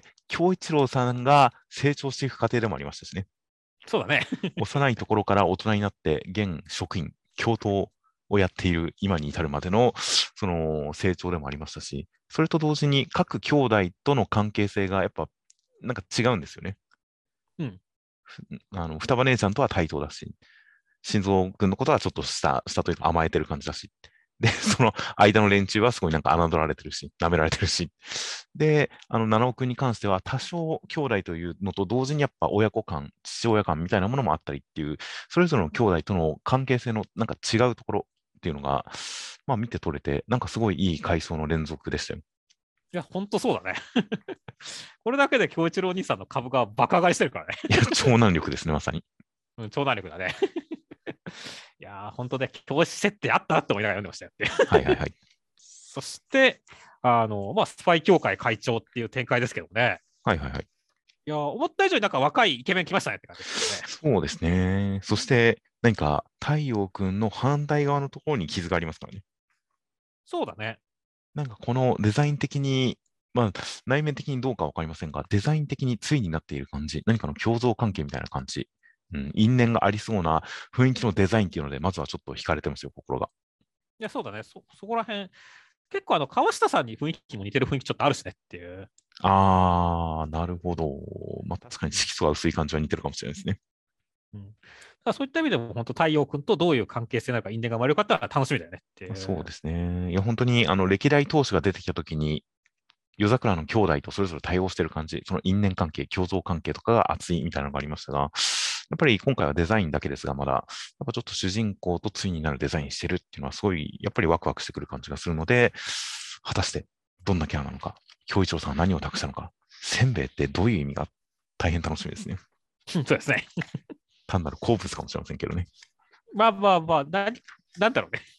S1: 京一郎さんが成長していく過程でもありましたしね。
S2: そうだね。
S1: 幼いところから大人になって、現職員、教頭をやっている今に至るまでの、その成長でもありましたし、それと同時に各兄弟との関係性がやっぱ、なんか違うんですよね。
S2: うん。
S1: あの、双葉姉ちゃんとは対等だし、心臓君のことはちょっと下、下というか甘えてる感じだし。で、その間の連中はすごいなんか侮られてるし、舐められてるし。で、あの、七尾君に関しては多少兄弟というのと同時にやっぱ親子感、父親感みたいなものもあったりっていう、それぞれの兄弟との関係性のなんか違うところっていうのが、まあ見て取れて、なんかすごいいい回想の連続でしたよ。
S2: いや、本当そうだね。これだけで京一郎兄さんの株がバカ上がりしてるからね。
S1: いや、超難力ですね、まさに。
S2: うん、超能力だね。いやー、本当ね、教師設定あったなって思いながら読んでましたよって。
S1: はいはいはい。
S2: そして、あの、まあ、スパイ協会会長っていう展開ですけどね。
S1: はいはいはい。
S2: いやー、思った以上になんか若いイケメン来ましたねって感じですね。
S1: そうですね。そして、何か太陽君の反対側のところに傷がありますからね。
S2: そうだね。
S1: なんかこのデザイン的に、まあ内面的にどうかわかりませんが、デザイン的に対になっている感じ、何かの共造関係みたいな感じ、うん、因縁がありそうな雰囲気のデザインっていうので、まずはちょっと惹かれてますよ、心が。
S2: いや、そうだね。そ、そこら辺、結構あの、川下さんに雰囲気も似てる雰囲気ちょっとあるしねっていう。
S1: あー、なるほど。まあ確かに色素が薄い感じは似てるかもしれないですね。
S2: うん。だからそういった意味でも、本当太陽君とどういう関係性なのか、因縁が生まれるかってのは楽しみだよねってい
S1: まあそう
S2: う。
S1: ですね。いや、本当にあの歴代当主が出てきたときに、夜桜の兄弟とそれぞれ対応してる感じ、その因縁関係、共造関係とかが熱いみたいなのがありましたが、やっぱり今回はデザインだけですが、まだ、やっぱちょっと主人公と対になるデザインしてるっていうのは、すごい、やっぱりワクワクしてくる感じがするので、果たしてどんなキャラなのか、京一郎さんは何を託したのか、せんべいってどういう意味が大変楽しみですね。
S2: そうですね。
S1: 単なる好物かもしれませんけどね。
S2: まあまあまあ、な、なんだろうね。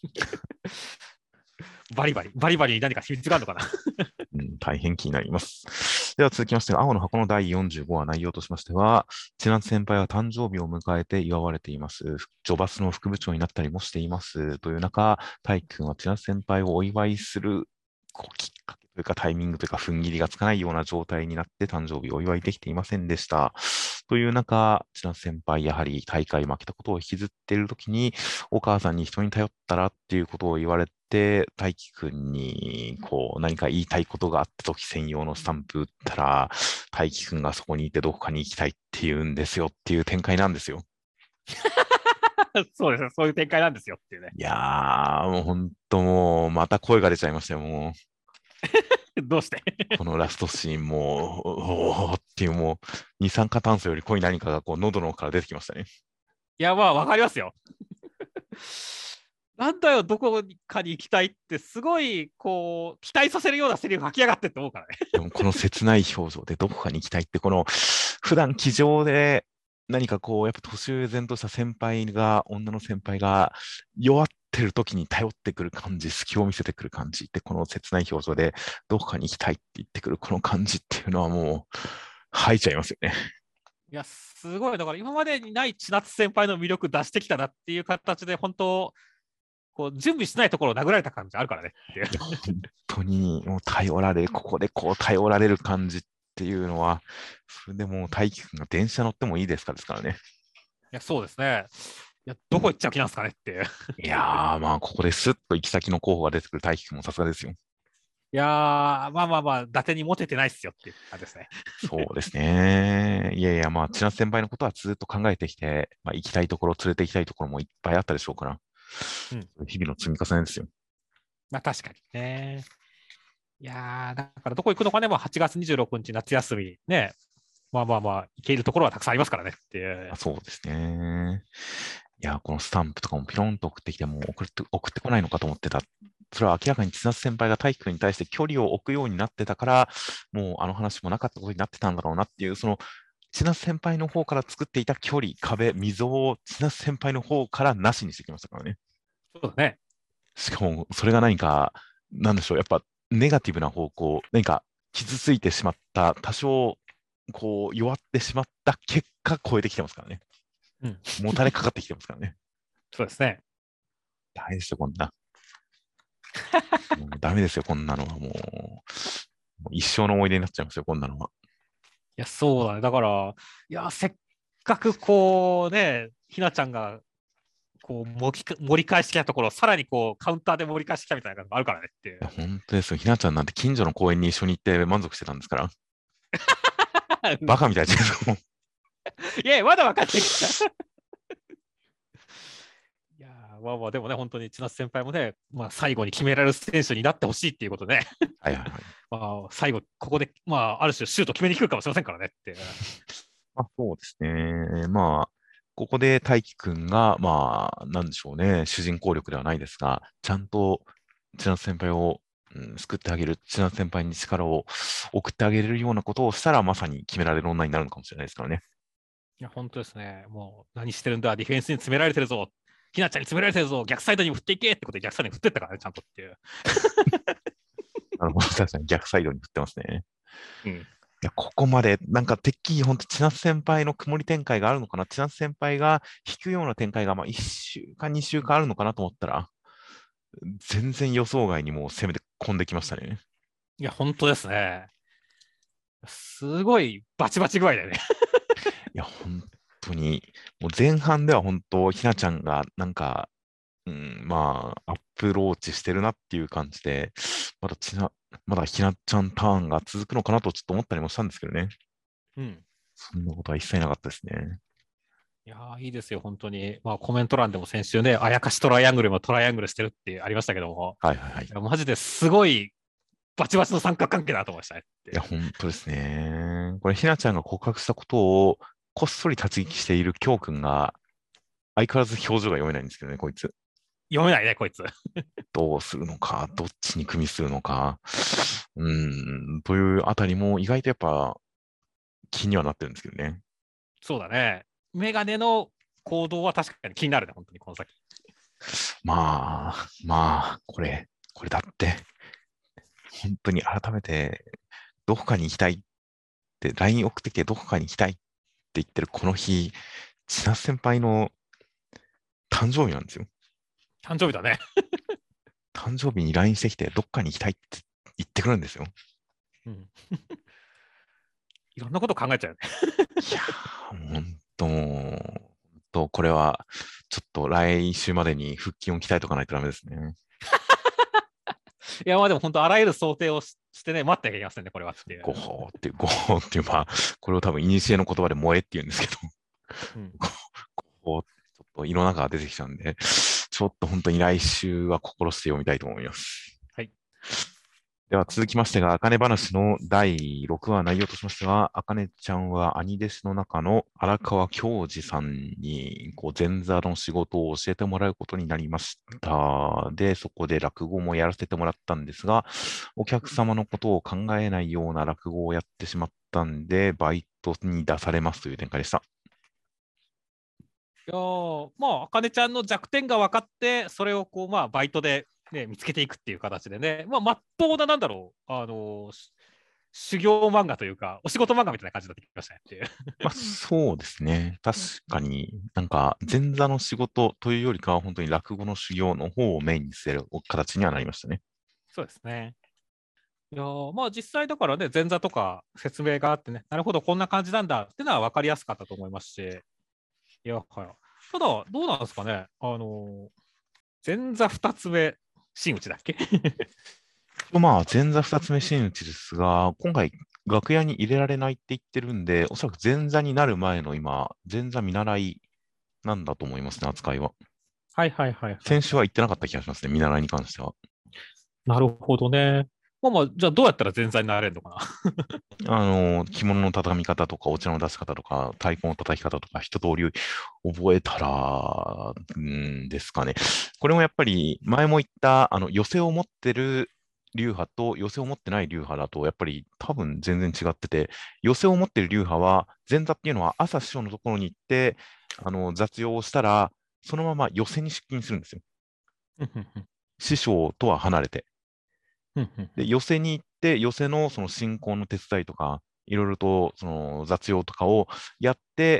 S2: バリバリ、バリバリに何か秘密があるのかな。
S1: うん、大変気になります。では続きまして、青の箱のだいよんじゅうごわ内容としましては、千夏先輩は誕生日を迎えて祝われています。ジョバスの副部長になったりもしています。という中、大輝くんは千夏先輩をお祝いするこうきっかけというかタイミングというか踏ん切りがつかないような状態になって誕生日をお祝いできていませんでした。という中、千夏先輩、やはり大会負けたことを引きずっているときに、お母さんに人に頼ったらっていうことを言われて、 て大輝くんにこう何か言いたいことがあった時専用のスタンプ打ったら、大輝くんがそこにいてどこかに行きたいって言うんですよっていう展開なんですよ。
S2: そうですね、そういう展開なんですよっていうね。
S1: いやー、もう本当もう、また声が出ちゃいましたよ、もう。
S2: どうして
S1: このラストシーンも、おーっていうもう、二酸化炭素より濃い何かがこう喉の奥から出てきましたね。
S2: いや、まあ、わかりますよ。なんだよ、どこかに行きたいって、すごい、こう、期待させるようなセリフ吐きやがってって思うからね。
S1: でもこの切ない表情でどこかに行きたいって、この普段机上で何かこう、やっぱ年上然とした先輩が、女の先輩が弱ってる時に頼ってくる感じ、隙を見せてくる感じで、この切ない表情でどこかに行きたいって言ってくるこの感じっていうのはもう吐いちゃいますよね。
S2: いや、すごい、だから今までにない千夏先輩の魅力出してきたなっていう形で、本当、こう準備しないところを殴られた感じあるからねっていう。
S1: いや、本当にもう頼られる、ここでこう頼られる感じっていうのは、それでもう大輝くんが電車乗ってもいいですかですからね。
S2: いや、そうですね。いや、どこ行っちゃう気なんですかねっていう。
S1: いやー、まあ、ここですっと行き先の候補が出てくる大輝くんもさすがですよ。
S2: いやー、まあまあまあ、伊達にモテてないっすよっていう感じですね。
S1: そうですね。いやいや、まあ、千夏先輩のことはずっと考えてきて、まあ、行きたいところ、連れて行きたいところもいっぱいあったでしょうから、
S2: うん。
S1: 日々の積み重ねですよ。
S2: まあ確かにね。いやー、だからどこ行くのかね、まあ、はちがつにじゅうろくにち夏休みね、まあまあまあ、行けるところはたくさんありますからねっていう。
S1: あ、そうですね。いや、このスタンプとかもピロンと送ってきても送って送ってこないのかと思ってた。それは明らかに千夏先輩が大輝くんに対して距離を置くようになってたから、もうあの話もなかったことになってたんだろうなっていう、その千夏先輩の方から作っていた距離、壁、溝を千夏先輩の方からなしにしてきましたからね。
S2: そうだね。
S1: しかも、それが何か、なんでしょう、やっぱネガティブな方向、何か傷ついてしまった、多少こう弱ってしまった結果、超えてきてますからね。
S2: うん。
S1: もたれかかってきてますからね。
S2: そうですね。
S1: 大変ですよ、こんな。もうダメですよ、こんなのはもう。もう一生の思い出になっちゃいますよ、こんなのは。
S2: いや、そうだね。だから、いや、せっかくこうね、ひなちゃんがこう盛りか盛り返してきたところ、さらにこうカウンターで盛り返してきたみたいなのがあるからねっていう。
S1: いや、本当ですよ。ひなちゃんなんて近所の公園に一緒に行って満足してたんですから。バカみたいですよ。
S2: いや、まだ分かってきた。いやー、まあまあ、でもね、本当に千夏先輩もね、まあ、最後に決められる選手になってほしいっていうことで、ね、
S1: はいはいはい。
S2: まあ、最後、ここで、まあ、ある種、シュート決めに来るかもしれませんからねっていう。
S1: まあ、そうですね。まあ、ここで大輝くんが、まあ、なんでしょうね、主人公力ではないですが、ちゃんと千夏先輩を、うん、救ってあげる、千夏先輩に力を送ってあげれるようなことをしたら、まさに決められる女になるのかもしれないですからね。
S2: いや、本当ですね。もう、何してるんだ、ディフェンスに詰められてるぞ、ひなちゃんに詰められてるぞ、逆サイドに振っていけってことで逆サイドに振ってったからね、ちゃんとっていう。
S1: なるほど、確かに逆サイドに振ってますね。
S2: うん。
S1: いや、ここまで、なんか、てっきり本当、千夏先輩の曇り展開があるのかな、千夏先輩が引くような展開が、まあ、いっしゅうかん、にしゅうかんあるのかなと思ったら、全然予想外にもう攻めて込んできましたね。
S2: いや、本当ですね。すごいバチバチ具合だよね。
S1: いや、本当に、もう前半では本当、ひなちゃんがなんか、うん、まあ、アプローチしてるなっていう感じで、まだちな、まだひなちゃんターンが続くのかなとちょっと思ったりもしたんですけどね。
S2: うん。
S1: そんなことは一切なかったですね。
S2: いやー、いいですよ、本当に。まあ、コメント欄でも先週ね、あやかしトライアングルもトライアングルしてるってありましたけども、
S1: はいはいはい。い
S2: いやマジですごいバチバチの三角関係だと思いましたねって。
S1: や、本当ですね。これ、ひなちゃんが告白したことをこっそり立ち聞きしているきょうくんが、相変わらず表情が読めないんですけどね、こいつ。
S2: 読めないね、こいつ。
S1: どうするのか、どっちに組みするのか、うーん、というあたりも意外とやっぱ気にはなってるんですけどね。
S2: そうだね。メガネの行動は確かに気になるね、本当にこの先。
S1: まあ、まあ、これ、これだって、本当に改めて、どこかに行きたいって、ライン 送ってきて、どこかに行きたいって言ってるこの日、千夏先輩の誕生日なんですよ。
S2: 誕生日だね。
S1: 誕生日に ライン してきて、どっかに行きたいって言ってくるんですよ。
S2: うん、いろんなこと考えちゃうよね。
S1: いやー、本当もう、本当これは、ちょっと来週までに腹筋を鍛えとかないとダメですね。
S2: いや、まあでも本当、あらゆる想定をししてね、待ってはいけませんね、これはっていう。
S1: ごほーっていう、ごほーっていう、まあ、これを多分、古の言葉で萌えって言うんですけど、
S2: うん、
S1: ごほーってちょっと胃の中が出てきちゃうんで、ちょっと本当に来週は心して読みたいと思います。
S2: はい。
S1: では続きましてが、あかね話のだいろくわ内容としましては、あかねちゃんは兄弟子の中の荒川京二さんにこう前座の仕事を教えてもらうことになりました。で、そこで落語もやらせてもらったんですが、お客様のことを考えないような落語をやってしまったんで、バイトに出されますという展開でした。
S2: いやーまあ、あかねちゃんの弱点が分かって、それをこう、まあ、バイトで、ね、見つけていくっていう形でね、まあ、まっとうな、なんだろう、あのーし修行漫画というか、お仕事漫画みたいな感じになってきましたねっていう。
S1: まあ、そうですね。確かになんか前座の仕事というよりかは本当に落語の修行の方をメインにする形にはなりましたね。
S2: そうですね。いやーまあ実際だからね、前座とか説明があってね、なるほど、こんな感じなんだっていうのは分かりやすかったと思いますし、いや、はい。ただ、どうなんですかね、あのー前座二つ目、真打ちだっけ？
S1: まあ、前座二つ目真打ちですが、今回楽屋に入れられないって言ってるんで、おそらく前座になる前の今、前座見習いなんだと思いますね、扱いは。
S2: はいはいはいはい。
S1: 先週は言ってなかった気がしますね、見習いに関しては。
S2: なるほどね。まあまあ、じゃあどうやったら前座になれるのかな。
S1: あの、着物の畳み方とか、お茶の出し方とか、太鼓の叩き方とか、一通り覚えたら、んですかね。これもやっぱり、前も言った、あの、寄せを持ってる流派と寄せを持ってない流派だと、やっぱり多分全然違ってて、寄せを持ってる流派は、前座っていうのは朝師匠のところに行って、あの、雑用をしたら、そのまま寄せに出勤するんですよ。師匠とは離れて。で、寄せに行って、寄せのその進行の手伝いとか、いろいろとその雑用とかをやって、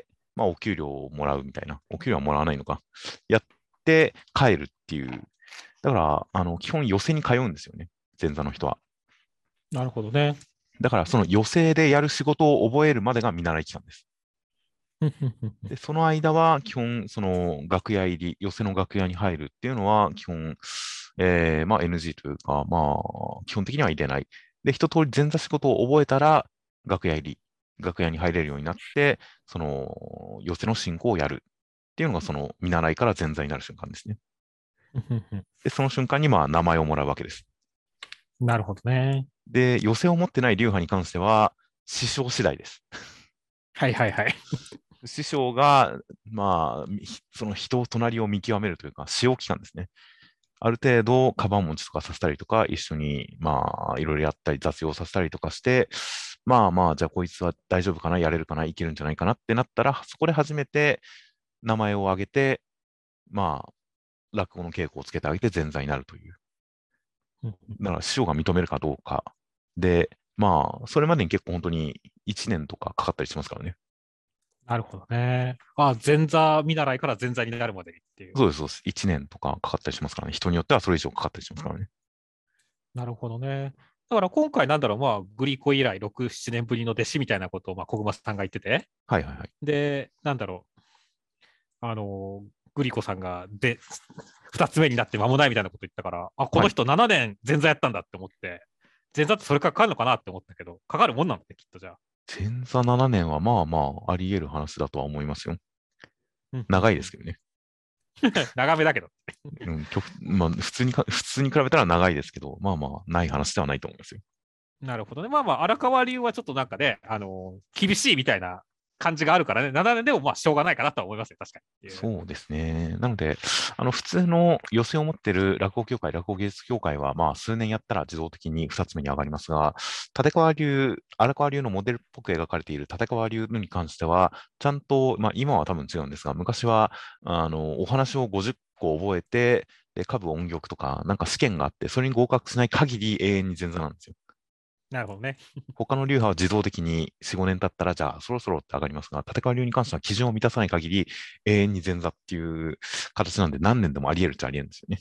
S1: まあ、お給料をもらうみたいな。お給料はもらわないのか。やって帰るっていう。だから、あの、基本寄せに通うんですよね。前座の人は。
S2: なるほどね。
S1: だから、その寄せでやる仕事を覚えるまでが見習い期間です。で、その間は基本、その楽屋入り、寄せの楽屋に入るっていうのは、基本、えーまあ エヌジー というか、まあ、基本的には入れない。で、一通り前座仕事を覚えたら、楽屋入り、楽屋に入れるようになって、その、寄せの進行をやるっていうのが、その見習いから前座になる瞬間ですね。で、その瞬間に、まあ、名前をもらうわけです。
S2: なるほどね。
S1: で、寄せを持ってない流派に関しては、師匠次第です。
S2: はいはいはい。
S1: 師匠が、まあ、みその人、隣を見極めるというか、使用期間ですね。ある程度、カバン持ちとかさせたりとか、一緒に、まあ、いろいろやったり、雑用させたりとかして、まあまあ、じゃあこいつは大丈夫かな、やれるかな、いけるんじゃないかなってなったら、そこで初めて名前を挙げて、まあ、落語の稽古をつけてあげて前座になるという。だから、師匠が認めるかどうか。で、まあ、それまでに結構本当にいちねんとかかかったりしますからね。
S2: なるほどね。あ、前座見習いから前座になるまでにっていう。
S1: そうです、そうです。いちねんとかかかったりしますからね。人によってはそれ以上かかったりしますからね。
S2: なるほどね。だから今回なんだろう、まあ、グリコ以来ろく、ななねんぶりの弟子みたいなことを、まあ、小熊さんが言ってて、
S1: はいはいはい。
S2: で、なんだろう、あの、グリコさんがで、二つ目になって間もないみたいなこと言ったから、あ、こ
S1: はい。
S2: の人ななねん前座やったんだって思って、前座ってそれからかかるのかなって思ったけど、かかるもんなんだね、きっとじゃあ。
S1: 前座ななねんはまあまああり得る話だとは思いますよ。
S2: うんうんうん。
S1: 長いですけどね。
S2: 長めだけど。
S1: うん、極まあ、普通にか、普通に比べたら長いですけど、まあまあ、ない話ではないと思いますよ。
S2: なるほどね。まあまあ、荒川流はちょっとなんかね、あのー厳しいみたいな感じがあるからね、ななねんでもまあしょうがないかなとは思いますよ、確かにっていう。
S1: そうですね。なので、あの、普通の予選を持っている落語協会、落語芸術協会は、まあ、数年やったら自動的に二つ目に上がりますが、立川流、荒川流のモデルっぽく描かれている立川流に関しては、ちゃんと、まあ、今は多分違うんですが、昔は、あの、お話をごじゅっこ覚えて、で、各音曲とか、なんか試験があって、それに合格しない限り永遠に前座なんですよ。
S2: なるほどね。
S1: 他の流派は自動的によん、ごねん経ったら、じゃあそろそろって上がりますが、立川流に関しては基準を満たさない限り永遠に前座っていう形なんで何年でもあり得るっちゃあり得るんですよね。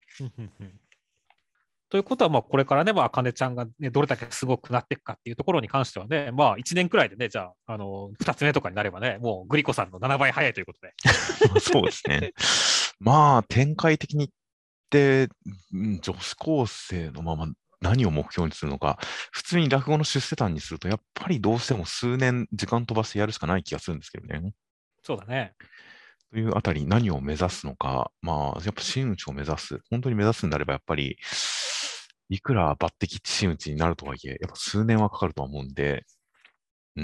S2: ということは、まあ、これからね、まあ、かねちゃんが、ね、どれだけすごくなっていくかっていうところに関してはね、まあ、いちねんくらいでね、じゃあ、あの、ふたつめとかになればね、もうグリコさんのななばい早いということで。
S1: そうですね。まあ、展開的にで、うん女子高生のまま何を目標にするのか、普通に落語の出世単にすると、やっぱりどうしても数年時間飛ばしてやるしかない気がするんですけどね。
S2: そうだね。
S1: というあたり、何を目指すのか、まあ、やっぱ真打ちを目指す。本当に目指すんであれば、やっぱり、いくら抜擢真打ちになるとはいえ、やっぱ数年はかかるとは思うんで、うん、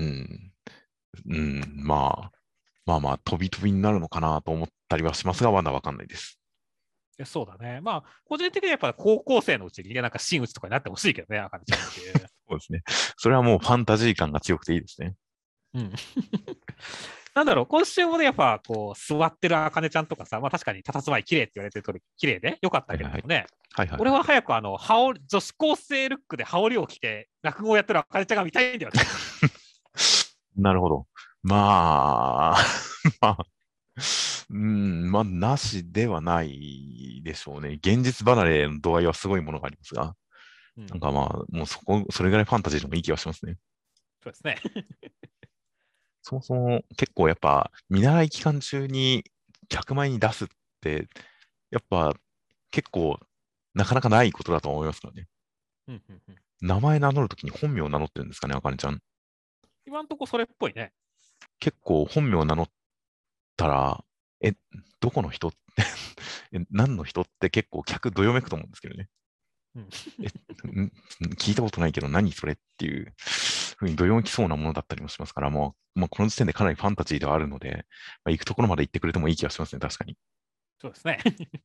S1: うん、まあ、まあまあ、飛び飛びになるのかなと思ったりはしますが、まだわかんないです。
S2: えそうだね。まあ、個人的にはやっぱ高校生のうちにね、なんか真打ちとかになってほしいけどね、あかねちゃんっていう。
S1: そうですね。それはもうファンタジー感が強くていいですね。
S2: うん。なんだろう、今週もね、やっぱこう、座ってるあかねちゃんとかさ、まあ確かに佇まい綺麗って言われてる通り、綺麗でよかった
S1: はいはいはい。
S2: けれどもね、
S1: はいはいはい。
S2: 俺は早くあの、羽織女子高生ルックで羽織を着て、落語をやってるあかねちゃんが見たいんだよね。
S1: なるほど。まあ、まあ、うん、まあ、なしではないでしょうね。現実離れの度合いはすごいものがありますが、
S2: うん、
S1: なんかまあ、もうそこ、それぐらいファンタジーでもいい気がしますね。
S2: そうですね。
S1: そもそも結構やっぱ、見習い期間中に客前に出すって、やっぱ結構なかなかないことだと思いますからね。
S2: うんうんうん、
S1: 名前名乗るときに本名を名乗ってるんですかね、あかねちゃん。
S2: 今んとこそれっぽいね。
S1: 結構本名を名乗ったら、え、どこの人ってえ、何の人って結構客どよめくと思うんですけどね。
S2: うん、
S1: え、ん聞いたことないけど何それっていうふうにどよめきそうなものだったりもしますから、もう、まあ、この時点でかなりファンタジーではあるので、まあ、行くところまで行ってくれてもいい気がしますね、確かに。
S2: そうですね。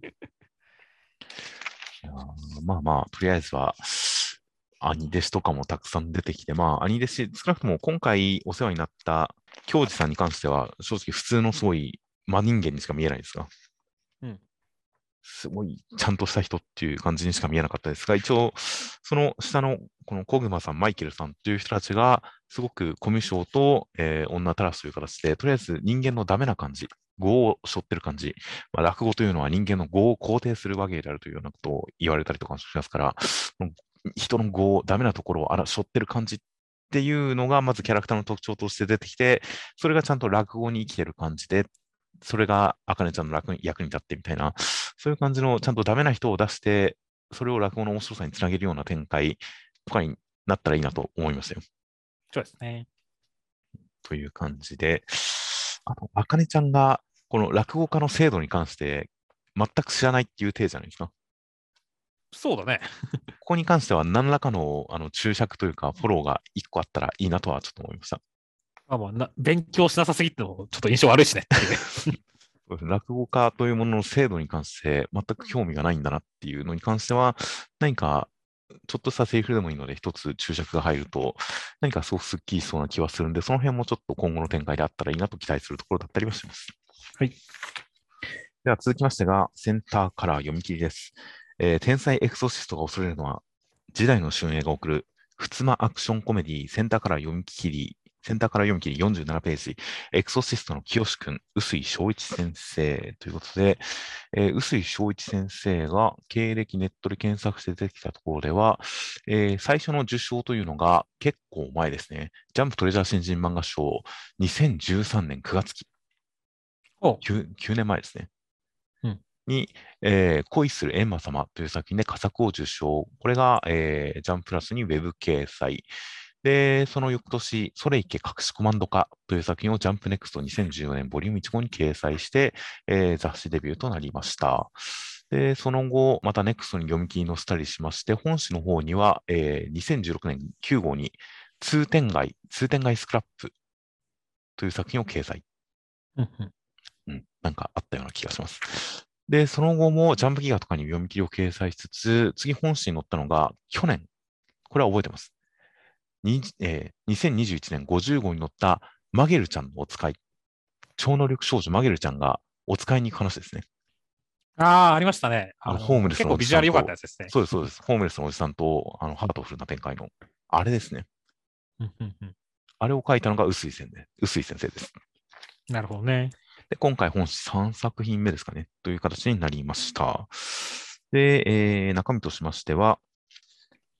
S1: いやーまあまあ、とりあえずは、兄弟子とかもたくさん出てきて、まあ、兄弟子、少なくとも今回お世話になった教授さんに関しては、正直普通のすごい真人間にしか見えないですが、
S2: うん、
S1: すごいちゃんとした人っていう感じにしか見えなかったですが、一応、その下のこのコグマさん、マイケルさんという人たちが、すごくコミュ障と、えー女たらしという形で、とりあえず人間のダメな感じ、業を背負ってる感じ、まあ、落語というのは人間の業を肯定するわけであるというようなことを言われたりとかしますから、人の業、ダメなところをあら背負ってる感じっていうのが、まずキャラクターの特徴として出てきて、それがちゃんと落語に生きてる感じで、それがあかねちゃんの楽に役に立ってみたいな、そういう感じのちゃんとダメな人を出して、それを落語の面白さにつなげるような展開とかになったらいいなと思いましたよ。
S2: そうですね。
S1: という感じで、あと、あかねちゃんが、この落語家の制度に関して全く知らないっていう体じゃないですか。
S2: そうだね。
S1: ここに関しては何らかの、あの注釈というか、フォローがいっこあったらいいなとはちょっと思いました。
S2: まあまあな、勉強しなさすぎってのもちょっと印象悪いしねっていう。
S1: そうですね落語家というものの制度に関して全く興味がないんだなっていうのに関しては、何かちょっとしたセリフでもいいので一つ注釈が入ると、何かすごくスッキリしそうな気はするんで、その辺もちょっと今後の展開であったらいいなと期待するところだったりはします。
S2: はい。
S1: では続きましてが、センターカラー読み切りです。えー天才エクソシストが恐れるのは、時代の春英が送る、ふつまアクションコメディセンターカラー読み切り、センターカラー読み切りよんじゅうななページ、エクソシストの清志くん、臼井正一先生ということで、えー、臼井正一先生が経歴ネットで検索して出てきたところでは、えー最初の受賞というのが結構前ですね。ジャンプトレジャー新人漫画賞にせんじゅうさんねんくがつ期、
S2: お
S1: きゅう、きゅうねんまえですね。
S2: うん。
S1: に、えー恋する閻魔様という作品で佳作を受賞。これが、えージャンププラスにウェブ掲載。で、その翌年、ソレイケ隠しコマンド化という作品をジャンプネクストにせんじゅうよねんボリュームいち号に掲載して、えー雑誌デビューとなりました。で、その後、またネクストに読み切り載せたりしまして、本誌の方には、えーにせんじゅうろくねんきゅう号に通天街、通天街スクラップという作品を掲載。
S2: うんうん。
S1: うん、なんかあったような気がします。で、その後もジャンプギガとかに読み切りを掲載しつつ、次本誌に載ったのが去年、これは覚えてます。にえーにせんにじゅういちねんごじゅう号に載ったマゲルちゃんのお使い、超能力少女マゲルちゃんがお使いに行く話ですね。
S2: ああ、ありましたね。
S1: あの、
S2: あの、
S1: ホームレスのお
S2: 結構ビジュアル良かった
S1: じさんと、
S2: やつですね。
S1: そうです、そうです。ホームレスのおじさんと、あの、ハートフルな展開の、あれですね。
S2: うんうんうん。
S1: あれを書いたのが臼井先生、臼井先生です。
S2: なるほどね。
S1: で、今回本誌さんさく品目ですかね、という形になりました。で、えー中身としましては、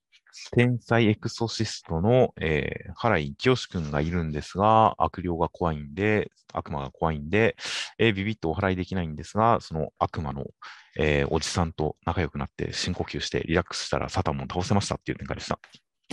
S1: 天才エクソシストの、えー、原井清君がいるんですが、悪霊が怖いんで、悪魔が怖いんで、えービビッとお祓いできないんですが、その悪魔の、えーおじさんと仲良くなって深呼吸してリラックスしたらサタンも倒せましたっていう展開でした。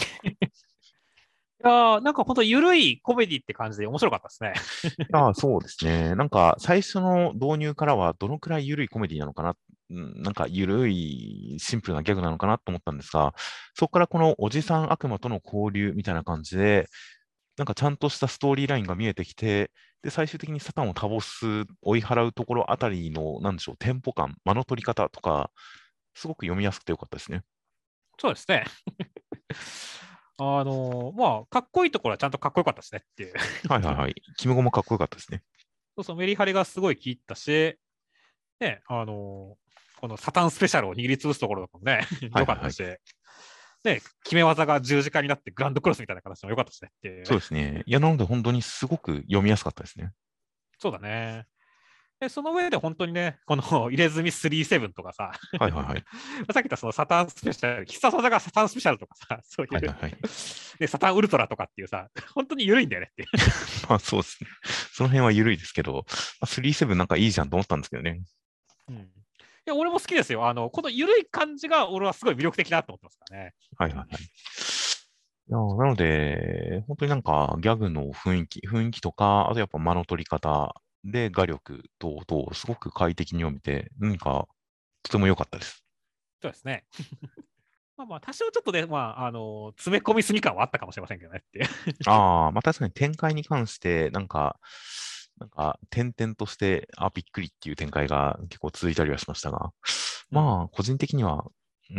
S2: いやーなんか本当緩いコメディって感じで面白かったですね。
S1: ああ、そうですね。なんか、最初の導入からは、どのくらい緩いコメディなのかな、うん、なんか、緩い、シンプルなギャグなのかなと思ったんですが、そこからこのおじさん悪魔との交流みたいな感じで、なんかちゃんとしたストーリーラインが見えてきて、で、最終的にサタンを倒す、追い払うところあたりの、なんでしょう、テンポ感、間の取り方とか、すごく読みやすくてよかったですね。
S2: そうですね。あのーまあ、かっこいいところはちゃんとかっこよかったですねっていう。
S1: はいはいはい。キムゴもかっこよかったですね。
S2: そうそう、メリハリがすごい効いたし、ね、あのーこのサタンスペシャルを握りつぶすところとかもね、
S1: はいはいはい。
S2: よかったし、ね、決め技が十字架になってグランドクロスみたいな形もよかったですねっていう。
S1: そうですね。いや、なので本当にすごく読みやすかったですね。
S2: そうだね。で、その上で本当にね、この入れ墨スリーセブンとかさ、
S1: はいはいはい。
S2: さっき言ったそのサタンスペシャル、必殺技がサタンスペシャルとかさ、そういう、
S1: はいはいはい。
S2: で、サタンウルトラとかっていうさ、本当に緩いんだよねっていう。
S1: まあそうですね。その辺は緩いですけど、まあ、スリーセブンなんかいいじゃんと思ったんですけどね。
S2: うん、いや、俺も好きですよ。あの、この緩い感じが俺はすごい魅力的だと思ってますからね。
S1: はいはいはい。いやなので、本当になんかギャグの雰囲気、雰囲気とか、あとやっぱ間の取り方で画力等々、すごく快適に読めて、何かとても良かったです。
S2: そうですね。まあまあ、多少ちょっとね、まあ、あの、詰め込みすぎ感はあったかもしれませんけどねっていう。
S1: ああ、まあ確かに展開に関して、なんか、なんか、点々として、あ、びっくりっていう展開が結構続いたりはしましたが、
S2: うん。
S1: まあ、個人的には、うん、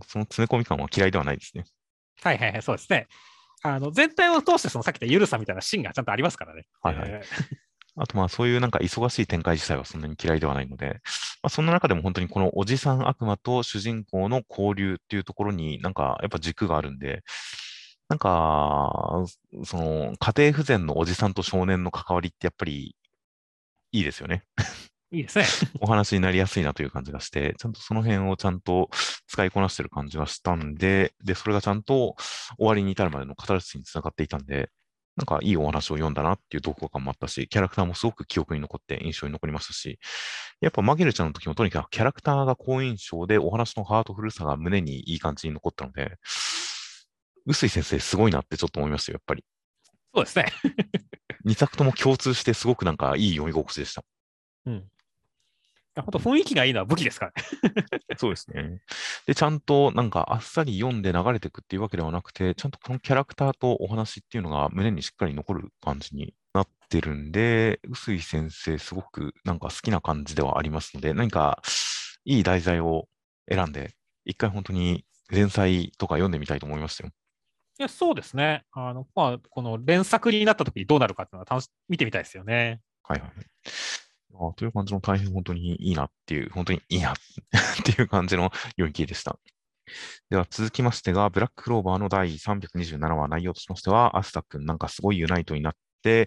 S1: その詰め込み感は嫌いではないですね。
S2: はいはいはい、そうですね。あの、全体を通して、そのさっき言ったゆるさみたいなシーンがちゃんとありますからね。
S1: はいはい。
S2: で、
S1: あとまあそういうなんか忙しい展開自体はそんなに嫌いではないので、まあそんな中でも本当にこのおじさん悪魔と主人公の交流っていうところになんかやっぱ軸があるんで、なんか、その家庭不全のおじさんと少年の関わりってやっぱりいいですよね。
S2: いいですね。
S1: お話になりやすいなという感じがして、ちゃんとその辺をちゃんと使いこなしてる感じがしたんで、で、それがちゃんと終わりに至るまでのカタルシスにつながっていたんで、なんかいいお話を読んだなっていう同好感もあったし、キャラクターもすごく記憶に残って印象に残りましたし、やっぱマゲルちゃんの時もとにかくキャラクターが好印象でお話のハートフルさが胸にいい感じに残ったので、臼井先生すごいなってちょっと思いましたよ、やっぱり。
S2: そうですね。
S1: にさくとも共通してすごくなんかいい読み心地でした。
S2: うん。本当雰囲気がいいのは武器ですからね。
S1: そうですね。で、ちゃんとなんかあっさり読んで流れていくっていうわけではなくて、ちゃんとこのキャラクターとお話っていうのが胸にしっかり残る感じになってるんで、臼井先生すごくなんか好きな感じではありますので、何かいい題材を選んで、一回本当に連載とか読んでみたいと思いましたよ。
S2: いや、そうですね。あの、まあ、この連作になった時にどうなるかっていうのは楽し見てみたいですよね。
S1: はいはい。あという感じの大変本当にいいなっていう、本当にいいなっていう感じの読み切りでした。では続きましてが、ブラッククローバーのだいさんびゃくにじゅうななわ、内容としましては、アスタ君なんかすごいユナイトになって、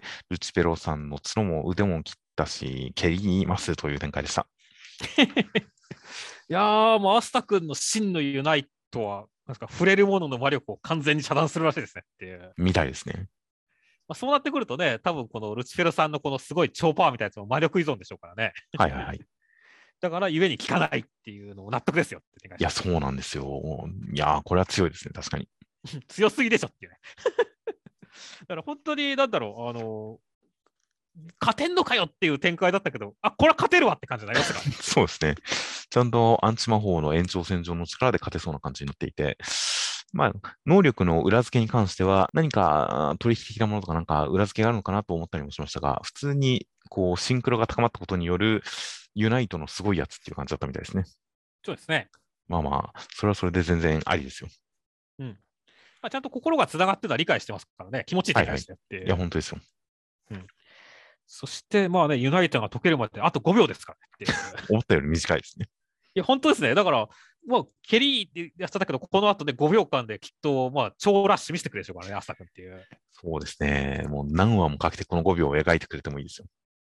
S1: ルチペロさんの角も腕も切ったし、蹴りますという展開でした。
S2: いやー、もうアスタ君の真のユナイトは、なんか触れるものの魔力を完全に遮断するらしいですねっていう。
S1: みたいですね。
S2: まあ、そうなってくるとね、多分このルチフェロさんのこのすごい超パワーみたいなやつも魔力依存でしょうからね。
S1: はいはいはい。
S2: だからゆえに効かないっていうのも納得ですよって展開
S1: いや、
S2: でした。
S1: そうなんですよ。いやー、これは強いですね、確かに。
S2: 強すぎでしょっていうね。だから本当に、なんだろう、あの、勝てんのかよっていう展開だったけど、あ、これは勝てるわって感じになりましたからね。
S1: そうですね。ちゃんとアンチ魔法の延長線上の力で勝てそうな感じになっていて、まあ、能力の裏付けに関しては、何か取引的なものとかなんか裏付けがあるのかなと思ったりもしましたが、普通にこうシンクロが高まったことによるユナイトのすごいやつっていう感じだったみたいですね。
S2: そうですね。
S1: まあまあ、それはそれで全然ありですよ。
S2: うん。まあ、ちゃんと心がつながってるのは理解してますからね、気持ちいい
S1: はいはい。
S2: 展開してやっ
S1: いや、
S2: て。
S1: 本当ですよ。
S2: うん。そして、まあね、ユナイトが解けるまであとごびょうですからねっていう。
S1: 思ったより短いですね。
S2: いや、本当ですね。だから、もう、蹴りってやってたけど、この後でごびょうかんできっと、まあ、超ラッシュ見せてくれるでしょうからね、アスタ君っていう。
S1: そうですね。もう何話もかけてこのごびょうを描いてくれてもいいですよ。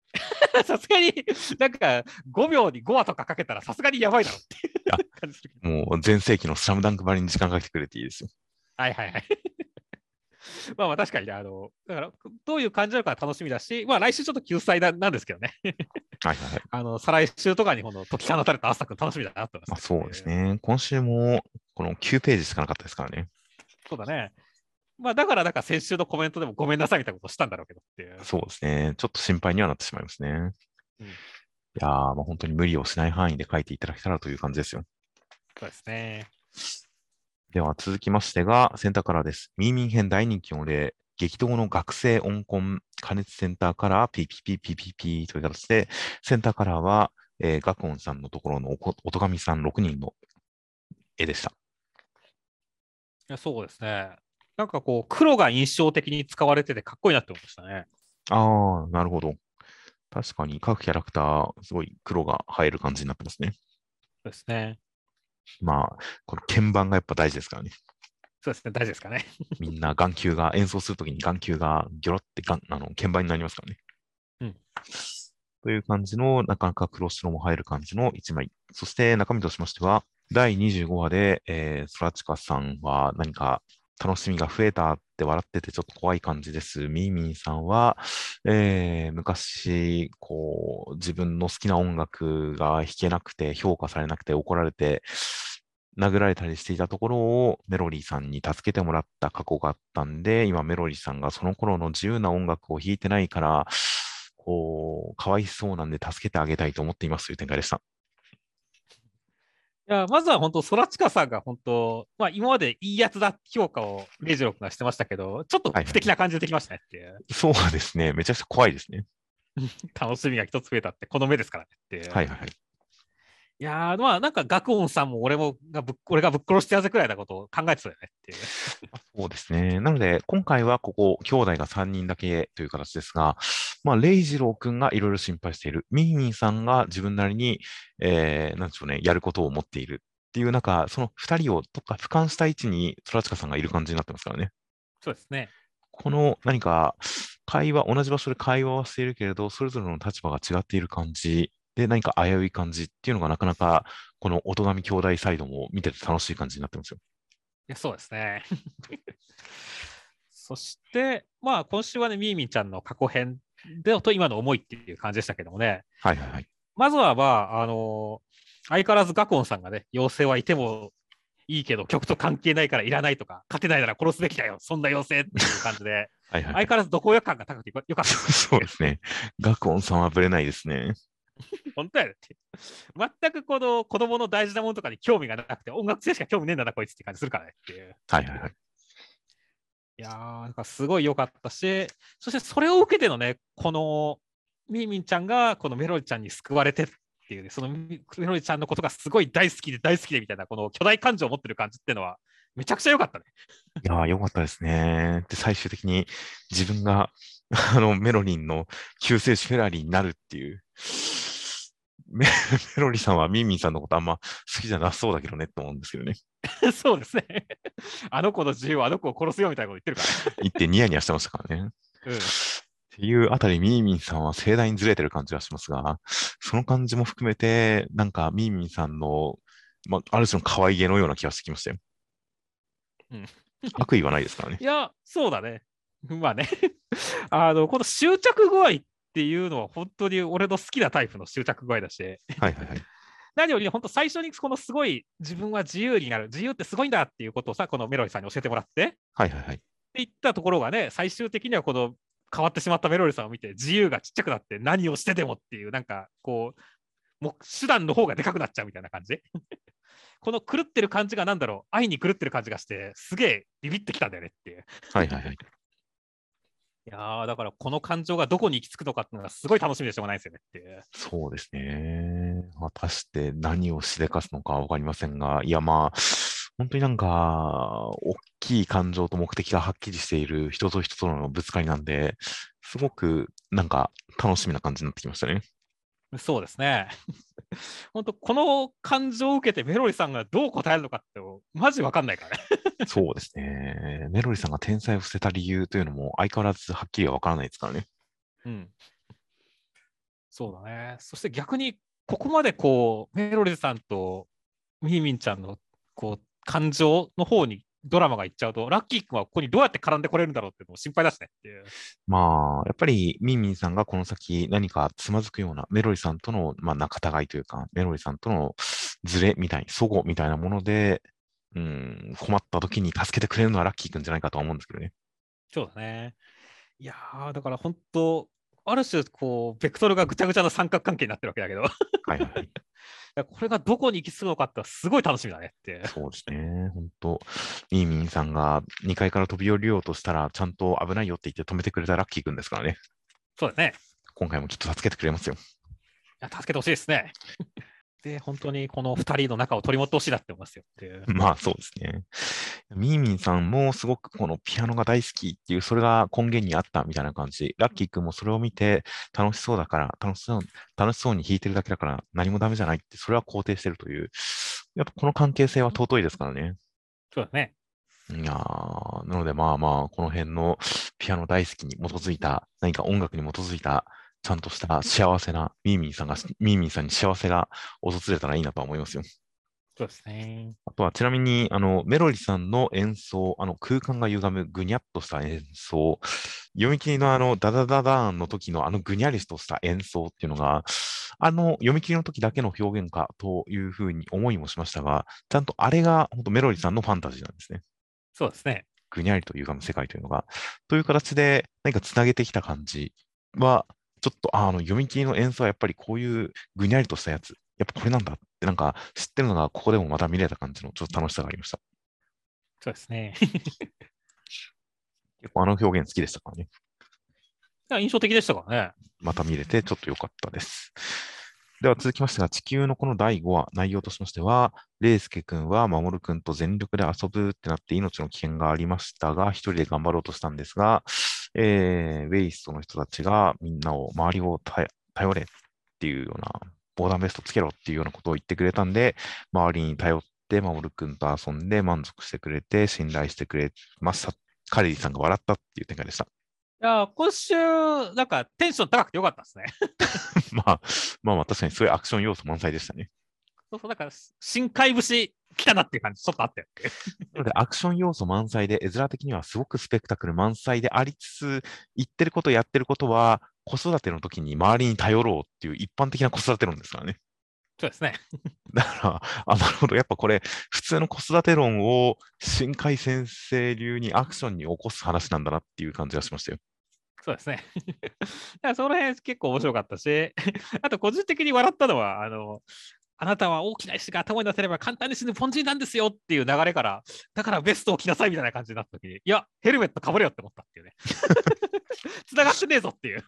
S2: さすがに、なんかごびょうにごわとかかけたらさすがにやばいだろっていう
S1: いや、
S2: 感じするけど。
S1: もう全盛期のスラムダンクばりに時間かけてくれていいですよ。
S2: はいはいはい。まあまあ確かにね、あの、だからどういう感じなのか楽しみだし、まあ来週ちょっと救済ななんですけどね。
S1: はいはいはい。
S2: あの、再来週とかにこの解き放たれたアスタ君楽しみだなと思います
S1: まあそうです
S2: ね。
S1: ね。今週もこのきゅうページしかなかったですからね。
S2: そうだね。まあだからなんか先週のコメントでもごめんなさいみたいなことをしたんだろうけどっていう。
S1: そうですね。ちょっと心配にはなってしまいますね。
S2: うん、
S1: いやー、まあ、本当に無理をしない範囲で書いていただけたらという感じですよ。
S2: そうですね。
S1: では続きましてが、センターカラーです。ミーミン編大人気の例、激動の学生温婚加熱センターカラー ピーピーピーピーピーピー という形で、センターカラーは、えー、ガクオンさんのところのおこおとがみさんろくにんの絵でした。
S2: いやそうですね。なんかこう、黒が印象的に使われててかっこいいなって思いましたね。
S1: ああ、なるほど。確かに各キャラクター、すごい黒が映える感じになってますね。
S2: そうですね。
S1: まあ、この鍵盤がやっぱ大事ですからね。
S2: そうですね。大事ですかね。
S1: みんな眼球が、演奏するときに眼球がギョロってがんあの鍵盤になりますからね。
S2: うん。
S1: という感じの、なかなか黒白も入る感じのいちまい。そして中身としましては、だいにじゅうごわで、えー、ソラチカさんは何か楽しみが増えたって笑っててちょっと怖い感じです。ミーミーさんは、えー、昔、こう、自分の好きな音楽が弾けなくて、評価されなくて怒られて、殴られたりしていたところをメロリーさんに助けてもらった過去があったんで、今メロリーさんがその頃の自由な音楽を弾いてないから、こう、かわいそうなんで助けてあげたいと思っていますという展開でした。
S2: いや、まずは本当、ソラチカさんが本当、まあ今までいいやつだ評価をレイジロー君がしてましたけど、ちょっと不
S1: はいはい。
S2: 敵な感じでできましたねっていう。
S1: そうですね。めちゃくちゃ怖いですね。
S2: 楽しみが一つ増えたって、この目ですからねっていう。
S1: はいはいはい。
S2: いやー、まあなんか学音さんも俺もがぶっ、俺がぶっ殺してやるくらいなことを考えてたよねっていう。
S1: そうですね。なので、今回はここ、兄弟がさんにんだけという形ですが、まあ、レイジロー君がいろいろ心配している。ミーミーさんが自分なりに、えー、なんでしょうね、やることを持っているっていう、なんか、そのふたりをどっか俯瞰した位置に、トラチカさんがいる感じになってますからね。
S2: そうですね。
S1: この何か、会話、同じ場所で会話はしているけれど、それぞれの立場が違っている感じで、何か危うい感じっていうのがなかなか、この音上兄弟サイドも見てて楽しい感じになってますよ。
S2: いやそうですね。そして、まあ今週はね、ミーミーちゃんの過去編でと今の思いっていう感じでしたけどもね、
S1: はいはいはい。
S2: まずはまあ、あのー相変わらずガコンさんがね、妖精はいてもいいけど、曲と関係ないからいらないとか、勝てないなら殺すべきだよ、そんな妖精っていう感じで、
S1: はいはいはい。
S2: 相変わらずどこよ感が高くてよかったですよね。
S1: そうですね。ガクオンさんはぶれないですね。
S2: 本当やねって。全くこの子供の大事なものとかに興味がなくて、音楽性しか興味ねえんだな、こいつって感じするからねっていう。
S1: はいはいはい。
S2: いやー、なんかすごい良かったし、そしてそれを受けてのね、このみーみんちゃんがこのメロディちゃんに救われてっていう、ね、そのメロディちゃんのことがすごい大好きで大好きでみたいな、この巨大感情を持ってる感じっていうのは、めちゃくちゃ良かったね。
S1: いやー、よかったですね。で、最終的に自分が、あの、メロリンの救世主フェラーリになるっていう。メ、メロリさんはミンミンさんのことあんま好きじゃなさそうだけどねって思うんですけどね。
S2: そうですね。あの子の自由はあの子を殺すよみたいなこと言ってるからね。
S1: 言ってニヤニヤしてましたからね。っ
S2: うん。
S1: ていうあたり、ミーミンさんは盛大にずれてる感じがしますが、その感じも含めて、なんかミーミンさんの、まあ、ある種の可愛げのような気がしてきましたよ。
S2: うん、
S1: 悪意はないですからね。
S2: いや、そうだね。まあね。あの、この執着具合っていうのは本当に俺の好きなタイプの執着具合だし、
S1: はいはいはい。
S2: 何より本当最初にこのすごい自分は自由になる、自由ってすごいんだっていうことをさ、このメロディさんに教えてもらって、って
S1: はいはいはい。
S2: 言ったところがね、最終的にはこの変わってしまったメロディさんを見て、自由がちっちゃくなって何をしてでもっていう、なんかこう、もう手段の方がでかくなっちゃうみたいな感じ。この狂ってる感じがなんだろう、愛に狂ってる感じがして、すげえビビってきたんだよねっていう。
S1: はいはいはい。
S2: いやー、だからこの感情がどこに行き着くのかっていうのがすごい楽しみでしょうがないですよねっていう。
S1: そうですね。果たして何をしでかすのかわかりませんが、いやまあ、本当になんか、大きい感情と目的がはっきりしている人と人とのぶつかりなんで、すごくなんか楽しみな感じになってきましたね。
S2: そうですね。本当この感情を受けてメロリさんがどう答えるのかってマジわかんないからね。
S1: そうですね。メロリさんが天才を捨てた理由というのも相変わらずはっきりはわからないですからね。
S2: うん。 そうだね。そして逆に、ここまでこう、メロリさんとミーミンちゃんのこう感情の方にドラマがいっちゃうと、ラッキー君はここにどうやって絡んでこれるんだろうっていうのも心配だしねっていう。
S1: まあ、やっぱりミンミンさんがこの先何かつまずくような、メロリさんとの、まあ、仲違いというか、メロリさんとのズレみたい、齟齬みたいなもので、うん、困った時に助けてくれるのはラッキーくんじゃないかとは思うんですけどね。
S2: そうだね。いやー、だから本当、ある種、こう、ベクトルがぐちゃぐちゃな三角関係になってるわけだけど、
S1: はいはい。
S2: これがどこに行き着くのかってすごい楽しみだねって。
S1: そうですね。本当ミーミンさんがにかいから飛び降りようとしたら、ちゃんと危ないよって言って止めてくれたラッキーくんですからね。
S2: そうだね。
S1: 今回もきっと助けてくれますよ。
S2: いや助けてほしいですね。で、本当にこのふたりの仲を取り持ってほしいなって思いますよっていう。
S1: まあそうですね。ミーミンさんもすごくこのピアノが大好きっていう、それが根源にあったみたいな感じ。ラッキー君もそれを見て楽しそうだから、楽しそう、楽しそうに弾いてるだけだから何もダメじゃないって、それは肯定してるという。やっぱこの関係性は尊いですからね。
S2: そうだね。
S1: いやーなのでまあまあ、この辺のピアノ大好きに基づいた、何か音楽に基づいた、ちゃんとした幸せなミーミンさんが、ミーミンさんに幸せが訪れたらいいなとは思いますよ。
S2: そうですね。
S1: あとは、ちなみに、あの、メロリさんの演奏、あの、空間が歪むぐにゃっとした演奏、読み切りのあの、ダダダダーンの時のあのぐにゃりとした演奏っていうのが、あの、読み切りの時だけの表現かというふうに思いもしましたが、ちゃんとあれが、本当メロリさんのファンタジーなんですね。
S2: そうですね。
S1: ぐにゃりと歪む世界というのが、という形で何かつなげてきた感じは、ちょっと、ああの、読み切りの演奏はやっぱりこういうぐにゃりとしたやつ、やっぱこれなんだってなんか知ってるのがここでもまた見れた感じのちょっと楽しさがありました。
S2: そうですね。
S1: 結構あの表現好きでしたからね。
S2: いや印象的でしたからね。
S1: また見れてちょっと良かったです。では続きましてが、地球のこのだいごわ、内容としましては、レイスケ君は守君と全力で遊ぶってなって命の危険がありましたが、一人で頑張ろうとしたんですが、えー、ウェイストの人たちがみんなを、周りを頼頼れっていうような、防弾ベストつけろっていうようなことを言ってくれたんで、周りに頼って守君と遊んで満足してくれて、信頼してくれました。カレリさんが笑ったっていう展開でした。
S2: いや今週、なんかテンション高くてよかったですね。
S1: まあ、まあまあ、確かにそういうアクション要素満載でしたね。
S2: そうそう、だから深海節来たなっていう感じ、ちょっとあったよって。
S1: なので、アクション要素満載で、絵面的にはすごくスペクタクル満載でありつつ、言ってること、やってることは、子育ての時に周りに頼ろうっていう一般的な子育て論ですからね。
S2: そうですね。
S1: だから、あ、なるほど。やっぱこれ、普通の子育て論を新海先生流にアクションに起こす話なんだなっていう感じがしましたよ。
S2: そうですね。だからその辺結構面白かったし、あと個人的に笑ったのは、あの、あなたは大きな石が頭に出せれば簡単に死ぬ凡人なんですよっていう流れから、だからベストを着なさいみたいな感じになった時に、いや、ヘルメットかぶれよって思ったっていうね。繋がってねえぞっていう。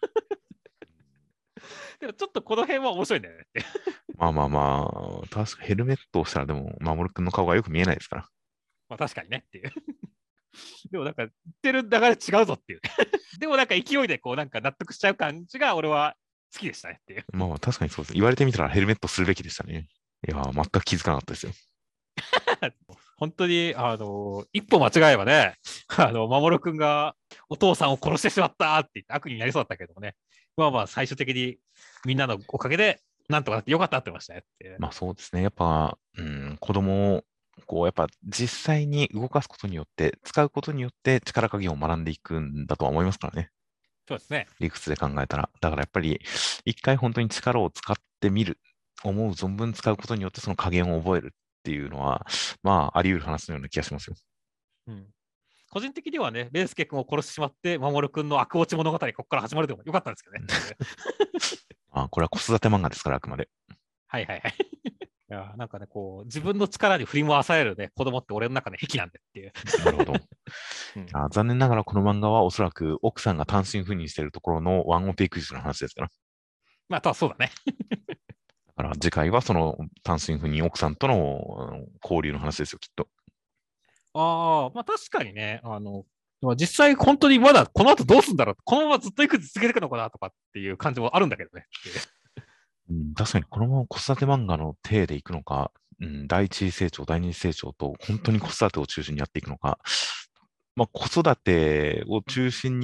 S2: でもちょっとこの辺は面白いんだよねって。
S1: まあまあまあ、確かヘルメットをしたらでも、守君の顔がよく見えないですから。
S2: まあ確かにねっていう。でもなんか言ってる流れ違うぞっていう。でもなんか勢いでこうなんか納得しちゃう感じが俺は好きでしたねっていう。
S1: まあまあ、確かにそうです。言われてみたらヘルメットするべきでしたね。いやー、全く気づかなかったですよ。
S2: 本当に、あの、一歩間違えばね、あの、守君がお父さんを殺してしまったって言って悪になりそうだったけどもね、まあまあ最終的にみんなのおかげでなんとかなってよかったって言ってましたねって。
S1: まあそうですね。やっぱ、うん、子供を、こう、やっぱ実際に動かすことによって、使うことによって力加減を学んでいくんだとは思いますからね。
S2: そうですね。
S1: 理屈で考えたら。だからやっぱり、一回本当に力を使ってみる。思う存分使うことによってその加減を覚えるっていうのは、まあ、あり得る話のような気がしますよ。
S2: うん。個人的にはね、レイスケ君を殺してしまって、守君の悪落ち物語、ここから始まるでもよかったんですけどね。
S1: まあ、これは子育て漫画ですから、あくまで。
S2: はいはいはい。いやなんかね、こう、自分の力に振り回されるね、子供って俺の中で癖なんでっていう。
S1: なるほど。
S2: うん、
S1: あ残念ながらこの漫画はおそらく奥さんが単身赴任しているところのワンオペ育児の話ですから。
S2: まあ、ただそうだね。
S1: だから次回はその単身赴任奥さんとのあの交流の話ですよ、きっと。
S2: ああ、まあ確かにね、あの、実際本当にまだこの後どうするんだろう、このままずっと育児続けていくのかなとかっていう感じもあるんだけどね。
S1: うん、確かにこのまま子育て漫画の体でいくのか、うん、第一次成長、第二次成長と本当に子育てを中心にやっていくのか、まあ、子育てを中心にやっ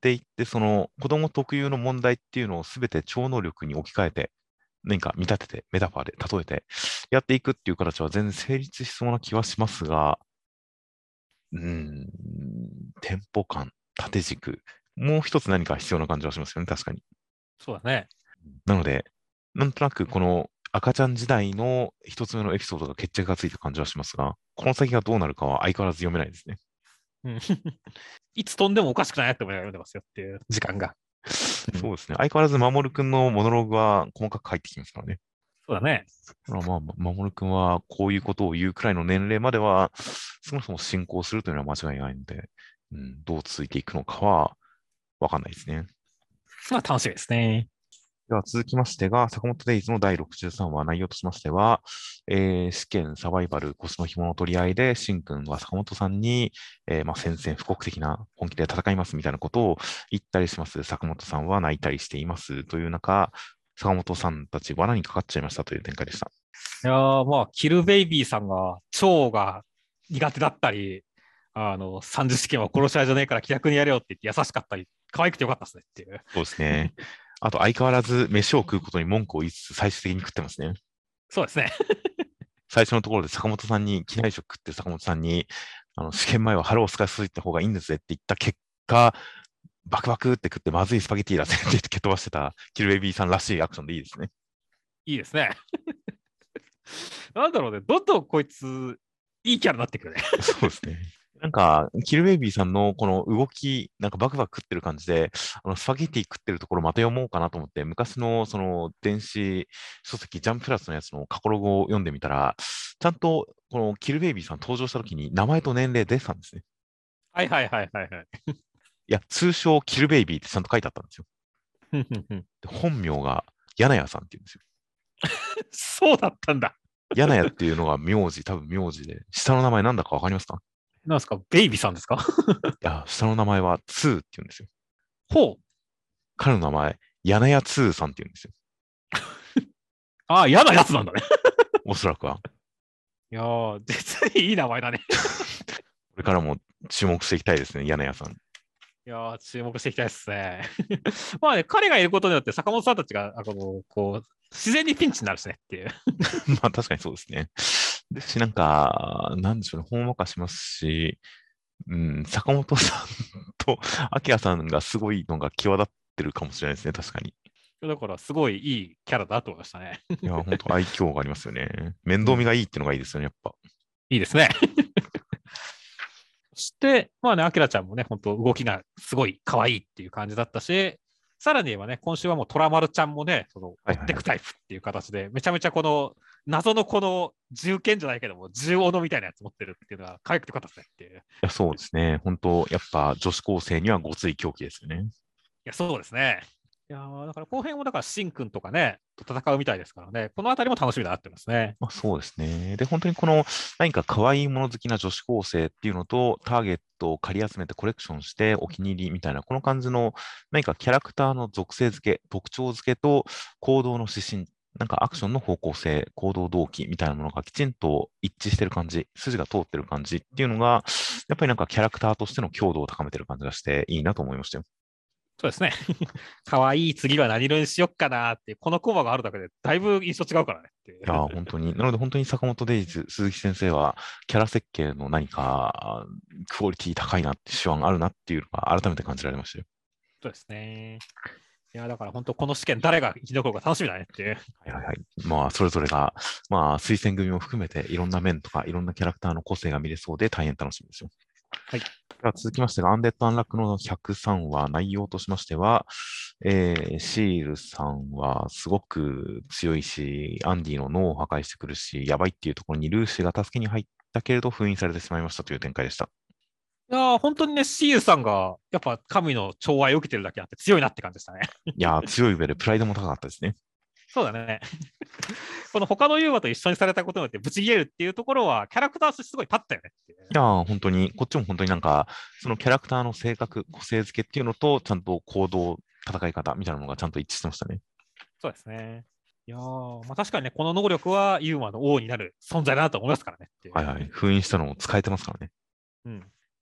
S1: っていって、その子供特有の問題っていうのをすべて超能力に置き換えて、何か見立てて、メタファーで例えてやっていくっていう形は全然成立しそうな気はしますが、うーん、テンポ感、縦軸、もう一つ何か必要な感じはしますよね、確かに。
S2: そうだね。
S1: なので、なんとなくこの赤ちゃん時代の一つ目のエピソードが決着がついた感じはしますが、この先がどうなるかは相変わらず読めないですね。
S2: うん、いつ飛んでもおかしくないなって思いながら読んでますよっていう時間が。うん、
S1: そうですね。相変わらず守くんのモノローグは細かく入ってきますからね。
S2: そうだね。
S1: まあまあ、守くんはこういうことを言うくらいの年齢までは、そもそも進行するというのは間違いないので、うん、どう続いていくのかはわかんないですね。
S2: まあ楽しみですね。
S1: では続きましてが、坂本デイズのだいろくじゅうさんわ、内容としましては、えー試験、サバイバル、腰の紐の取り合いで、しんくんは坂本さんに、えーまあ、宣戦布告的な本気で戦いますみたいなことを言ったりします。坂本さんは泣いたりしていますという中、坂本さんたち罠にかかっちゃいましたという展開でした。
S2: いやーまあ、キルベイビーさんが腸が苦手だったり、あの、三次試験は殺し合いじゃねえから気楽にやれよって言って優しかったり、可愛くてよかったですねっていう。
S1: そうですね。あと、相変わらず飯を食うことに文句を言いつつ、最終的に食ってますね。
S2: そうですね。
S1: 最初のところで坂本さんに、機内食食ってる坂本さんに、あの試験前は腹をすかしといた方がいいんですぜって言った結果、バクバクって食ってまずいスパゲティだぜって言って蹴飛ばしてたキルベイビーさんらしいアクションでいいですね。
S2: いいですね。なんだろうね。どんどんこいつ、いいキャラになってくるね。
S1: そうですね。なんか、キルベイビーさんのこの動き、なんかバクバク食ってる感じで、あのスパゲティ食ってるところまた読もうかなと思って、昔のその電子書籍、ジャンププラスのやつの過去ログを読んでみたら、ちゃんとこのキルベイビーさん登場した時に名前と年齢出てたんですね。
S2: はいはいはいはいはい。
S1: いや、通称キルベイビーってちゃんと書いてあったんですよ。で本名が柳谷さんって言うんですよ。
S2: そうだったんだ。
S1: 柳谷っていうのが名字、多分名字で、下の名前なんだかわかりますか？
S2: なんですか、ベイビーさんですか？
S1: いや、下の名前はツーって言うんですよ。
S2: ほう。
S1: 彼の名前、柳谷ツーさんって言うんですよ。
S2: ああ、嫌なやつなんだね。
S1: おそらくは。
S2: いやー、実にいい名前だね。
S1: これからも注目していきたいですね、柳谷さん。
S2: いやー、注目していきたいですね。まあね、彼がいることによって坂本さんたちが、あこの、こう、自然にピンチになるしねっていう。
S1: まあ確かにそうですね。ですし、なんか、なんでしょうね、ほんわかしますし、うん、坂本さんと明さんがすごいのが際立ってるかもしれないですね、確かに。
S2: だから、すごいいいキャラだと思いましたね。
S1: いや、本当愛嬌がありますよね。面
S2: うん、
S1: 倒見がいいっていうのがいいですよね、やっぱ。
S2: いいですね。そして、まあね、アキラちゃんもね、本当動きがすごい可愛いっていう感じだったし、さらに言えばね、今週はもうトラマルちゃんもね、その追
S1: はいはいはい。い
S2: ってくタイプっていう形で、めちゃめちゃこの謎のこの銃剣じゃないけども、銃斧みたいなやつ持ってるっていうのが可愛くてよかったですねっていう。い
S1: や、そうですね。本当、やっぱ女子高生にはごつい狂気ですよね。
S2: や、そうですね。いやだから後編もだから、シンくんとかね、と戦うみたいですからね、このあたりも楽しみだなってますね。
S1: まあ、そうですね。で、本当にこの何か可愛いもの好きな女子高生っていうのと、ターゲットを借り集めてコレクションしてお気に入りみたいな、この感じの何かキャラクターの属性付け、特徴付けと行動の指針、なんかアクションの方向性、行動動機みたいなものがきちんと一致してる感じ、筋が通ってる感じっていうのが、やっぱりなんかキャラクターとしての強度を高めてる感じがしていいなと思いましたよ。
S2: そうですね。可愛い次は何色にしよっかなって、このコマがあるだけでだいぶ印象違うからねっていう。
S1: いやー、本当に。なので本当に坂本デイズ、鈴木先生は、キャラ設計の何か、クオリティ高いなって手腕あるなっていうのが改めて感じられましたよ。
S2: そうですね。いや、だから本当この試験誰が生き残るか楽しみだねっていう。
S1: はいはいはい。まあ、それぞれが、まあ、推薦組も含めて、いろんな面とか、いろんなキャラクターの個性が見れそうで、大変楽しみですよ。
S2: はい。
S1: では続きましてが、アンデッド・アンラックのひゃくさんわ、内容としましては、えーシールさんはすごく強いし、アンディの脳を破壊してくるし、やばいっていうところにルーシーが助けに入ったけれど封印されてしまいましたという展開でした。
S2: いやー、本当にね、シーユさんが、やっぱ神の寵愛を受けてるだけあって強いなって感じでしたね。
S1: いやー、強い上でプライドも高かったですね。
S2: そうだね。この他のユーマと一緒にされたことによってブチギレるっていうところは、キャラクターとしてすごい立ったよねっていう。
S1: いやー、本当に、こっちも本当になんか、そのキャラクターの性格、個性付けっていうのと、ちゃんと行動、戦い方みたいなのがちゃんと一致してましたね。
S2: そうですね。いやー、まあ確かにね、この能力はユーマの王になる存在だなと思いますからねっていう。
S1: はいはい。封印したのも使えてますからね。
S2: うん。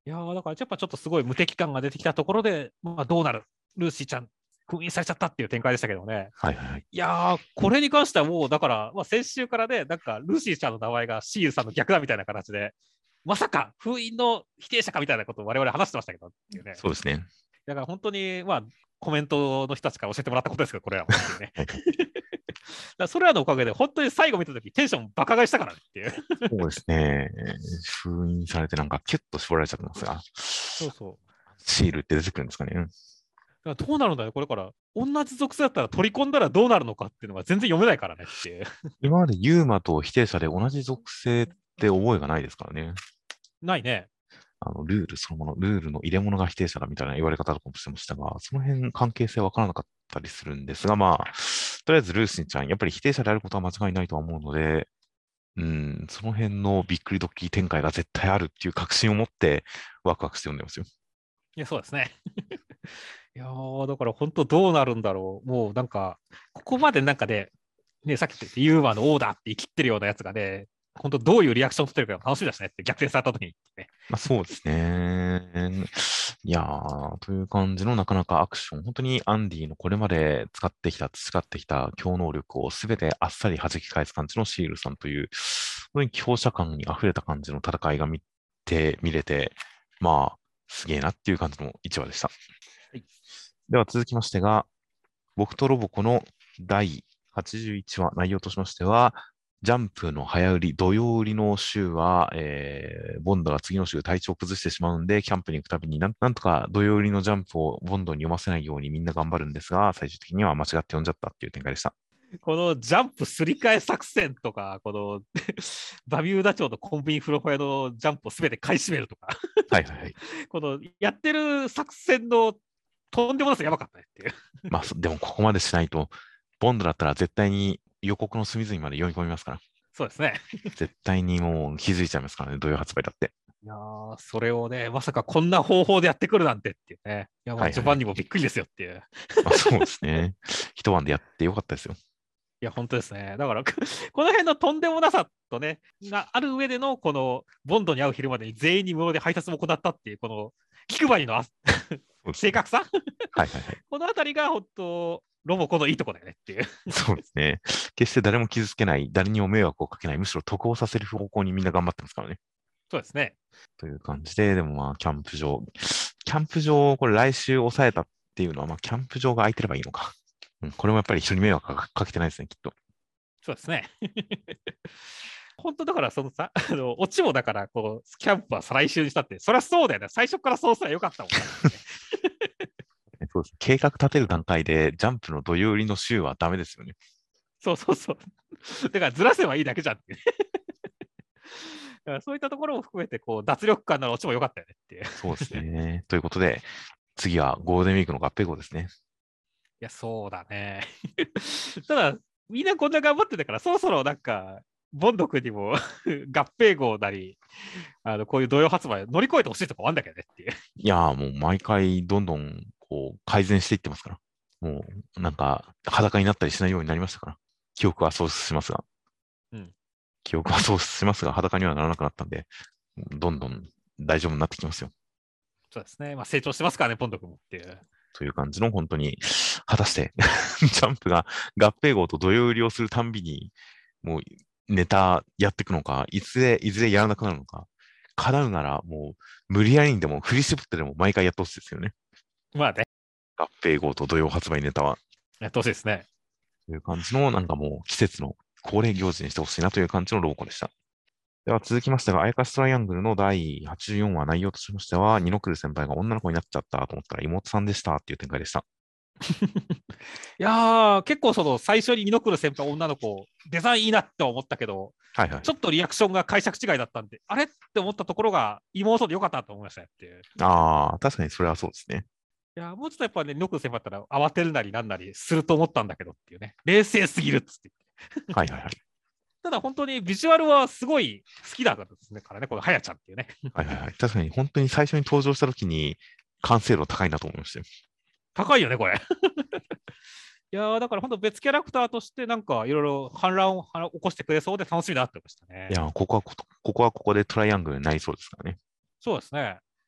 S2: いやーだからやっぱちょっとすごい無敵感が出てきたところで、まあ、どうなるルーシーちゃん、封印されちゃったっていう展開でしたけどね。
S1: はいはいはい。
S2: いやー、これに関してはもう、だから、まあ、先週からね、なんか、ルーシーちゃんの名前がシーユさんの逆だみたいな形で、まさか封印の否定者かみたいなことを我々話してましたけどっていうね。
S1: そうですね。
S2: だから本当に、まあ、コメントの人たちから教えてもらったことですけど、これらもっていうね。
S1: はいはい。
S2: だそれらのおかげで、本当に最後見たとき、テンションバカ買いしたからねっていう。
S1: そうですね。封印されてなんかキュッと絞られちゃってますが、
S2: そうそう。
S1: シールって出てくるんですかね。
S2: だからどうなるんだよ、これから。同じ属性だったら取り込んだらどうなるのかっていうのが全然読めないからねっていう。
S1: 今までユーマと否定者で同じ属性って覚えがないですからね。
S2: ないね。
S1: あの、ルールそのもの、ルールの入れ物が否定者だみたいな言われ方とかもしてましたが、その辺関係性わからなかったりするんですが、まあ、とりあえずルーシンちゃん、やっぱり否定者であることは間違いないとは思うので、うん、その辺のびっくりドッキリ展開が絶対あるっていう確信を持ってワクワクして読んでますよ。
S2: いや、そうですね。いやー、だから本当どうなるんだろう。もうなんか、ここまでなんかね、ね、さっき言ったユーマのオーダーって言い切ってるようなやつがね、本当どういうリアクションを取ってるか楽しみだしねって逆転された時に、ね。
S1: まあそうですね。いやー、という感じのなかなかアクション、本当にアンディのこれまで使ってきた、培ってきた強能力をすべてあっさり弾き返す感じのシールさんという、本当に強者感に溢れた感じの戦いが見て、見れて、まあ、すげえなっていう感じのいちわでした。
S2: はい、
S1: では続きましてが、僕とロボコのだいはちじゅういちわ、内容としましては、ジャンプの早売り、土曜売りの週は、えー、ボンドが次の週体調を崩してしまうんで、キャンプに行くたびになんなんとか土曜売りのジャンプをボンドに読ませないようにみんな頑張るんですが、最終的には間違って読んじゃったっていう展開でした。
S2: このジャンプすり替え作戦とか、このバミューダ町のコンビニフロフェのジャンプをすべて買い占めるとか、
S1: はいはいはい。
S2: このやってる作戦のとんでもなさやばかったねっていう。
S1: まあ、そでもここまでしないと、ボンドだったら絶対に予告の隅々まで読み込みますから。
S2: そうですね。
S1: 絶対にもう気づいちゃいますからね、土曜発売だって。
S2: いやーそれをね、まさかこんな方法でやってくるなんてっていうね。いや、まあ、
S1: はいはいはい。
S2: 序盤にもびっくりですよっていう。
S1: まあそうですね。一晩でやってよかったですよ。
S2: いや、本当ですね。だから、この辺のとんでもなさとね、がある上での、この、ボンドに会う昼までに全員に無料で配達も行ったっていう、この、気配りのあ
S1: そうですね。
S2: 正確さ
S1: はいはいはい。
S2: このあたりが、本当、ロボコのいいとこだよねっていう。
S1: そうですね。決して誰も傷つけない、誰にも迷惑をかけない、むしろ得をさせる方向にみんな頑張ってますからね。
S2: そうですね。
S1: という感じで、でもまあ、キャンプ場。キャンプ場、これ来週抑えたっていうのは、まあ、キャンプ場が空いてればいいのか。うん、これもやっぱり人に迷惑かかけてないですね、きっと。
S2: そうですね。本当だからそのさ、あの、オチもだから、こう、キャンプは再来週にしたって、そりゃそうだよね。最初からそうすればよかったもんなってね。
S1: そうです。計画立てる段階で、ジャンプの土曜売りの週はダメですよね。
S2: そうそうそう。だからずらせばいいだけじゃんっていうね。だからそういったところも含めて、こう、脱力感のあるオチも良かったよねっていう。い
S1: そうですね。ということで、次はゴールデンウィークの合併号ですね。
S2: や、そうだね。ただ、みんなこんな頑張ってたから、そろそろなんか、ボンド君にも合併号なり、あのこういう土曜発売乗り越えてほしいとこあるんだけどねっていう。
S1: いやーもう毎回どんどんこう改善していってますから。もうなんか裸になったりしないようになりましたから。記憶は喪失しますが。
S2: うん。
S1: 記憶は喪失しますが、裸にはならなくなったんで、どんどん大丈夫になってきますよ。
S2: そうですね。まあ成長してますからね、ボンド君もっていう。
S1: という感じの本当に、果たしてジャンプが合併号と土曜売りをするたんびに、もうネタやっていくのか、いずれ、いずれやらなくなるのか、叶うならもう無理やりにでも振り絞ってでも毎回やってほしいですよね。
S2: まあね、
S1: 合併号と土曜発売ネタは。
S2: やってほしいですね。
S1: という感じの、なんかもう季節の恒例行事にしてほしいなという感じのローコでした。では続きましてが、アヤカストライアングルのだいはちじゅうよんわ内容としましては、ニノクル先輩が女の子になっちゃったと思ったら妹さんでしたっていう展開でした。
S2: いやー、結構その最初にニノクル先輩女の子、デザインいいなって思ったけど、
S1: はいはい。
S2: ちょっとリアクションが解釈違いだったんで、あれって思ったところが妹でよかったと思いましたよっていう。
S1: ああ、確かにそれはそうですね。
S2: いやー、もうちょっとやっぱね、ニノクル先輩だったら慌てるなりなんなりすると思ったんだけどっていうね。冷静すぎるっつって。
S1: はいはいはい。
S2: ただ本当にビジュアルはすごい好きだからですね、からね、このはやちゃんっていうね。
S1: はいはいはい。確かに本当に最初に登場した時に完成度高いなと思いましたよ。
S2: 高いよね、これ。いやーだから本当別キャラクターとしてなんかいろいろ反乱を起こしてくれそうで楽しみだってましたね。
S1: いや、ここはこ、ここはここでトライアングルになりそうですからね。
S2: そうですね。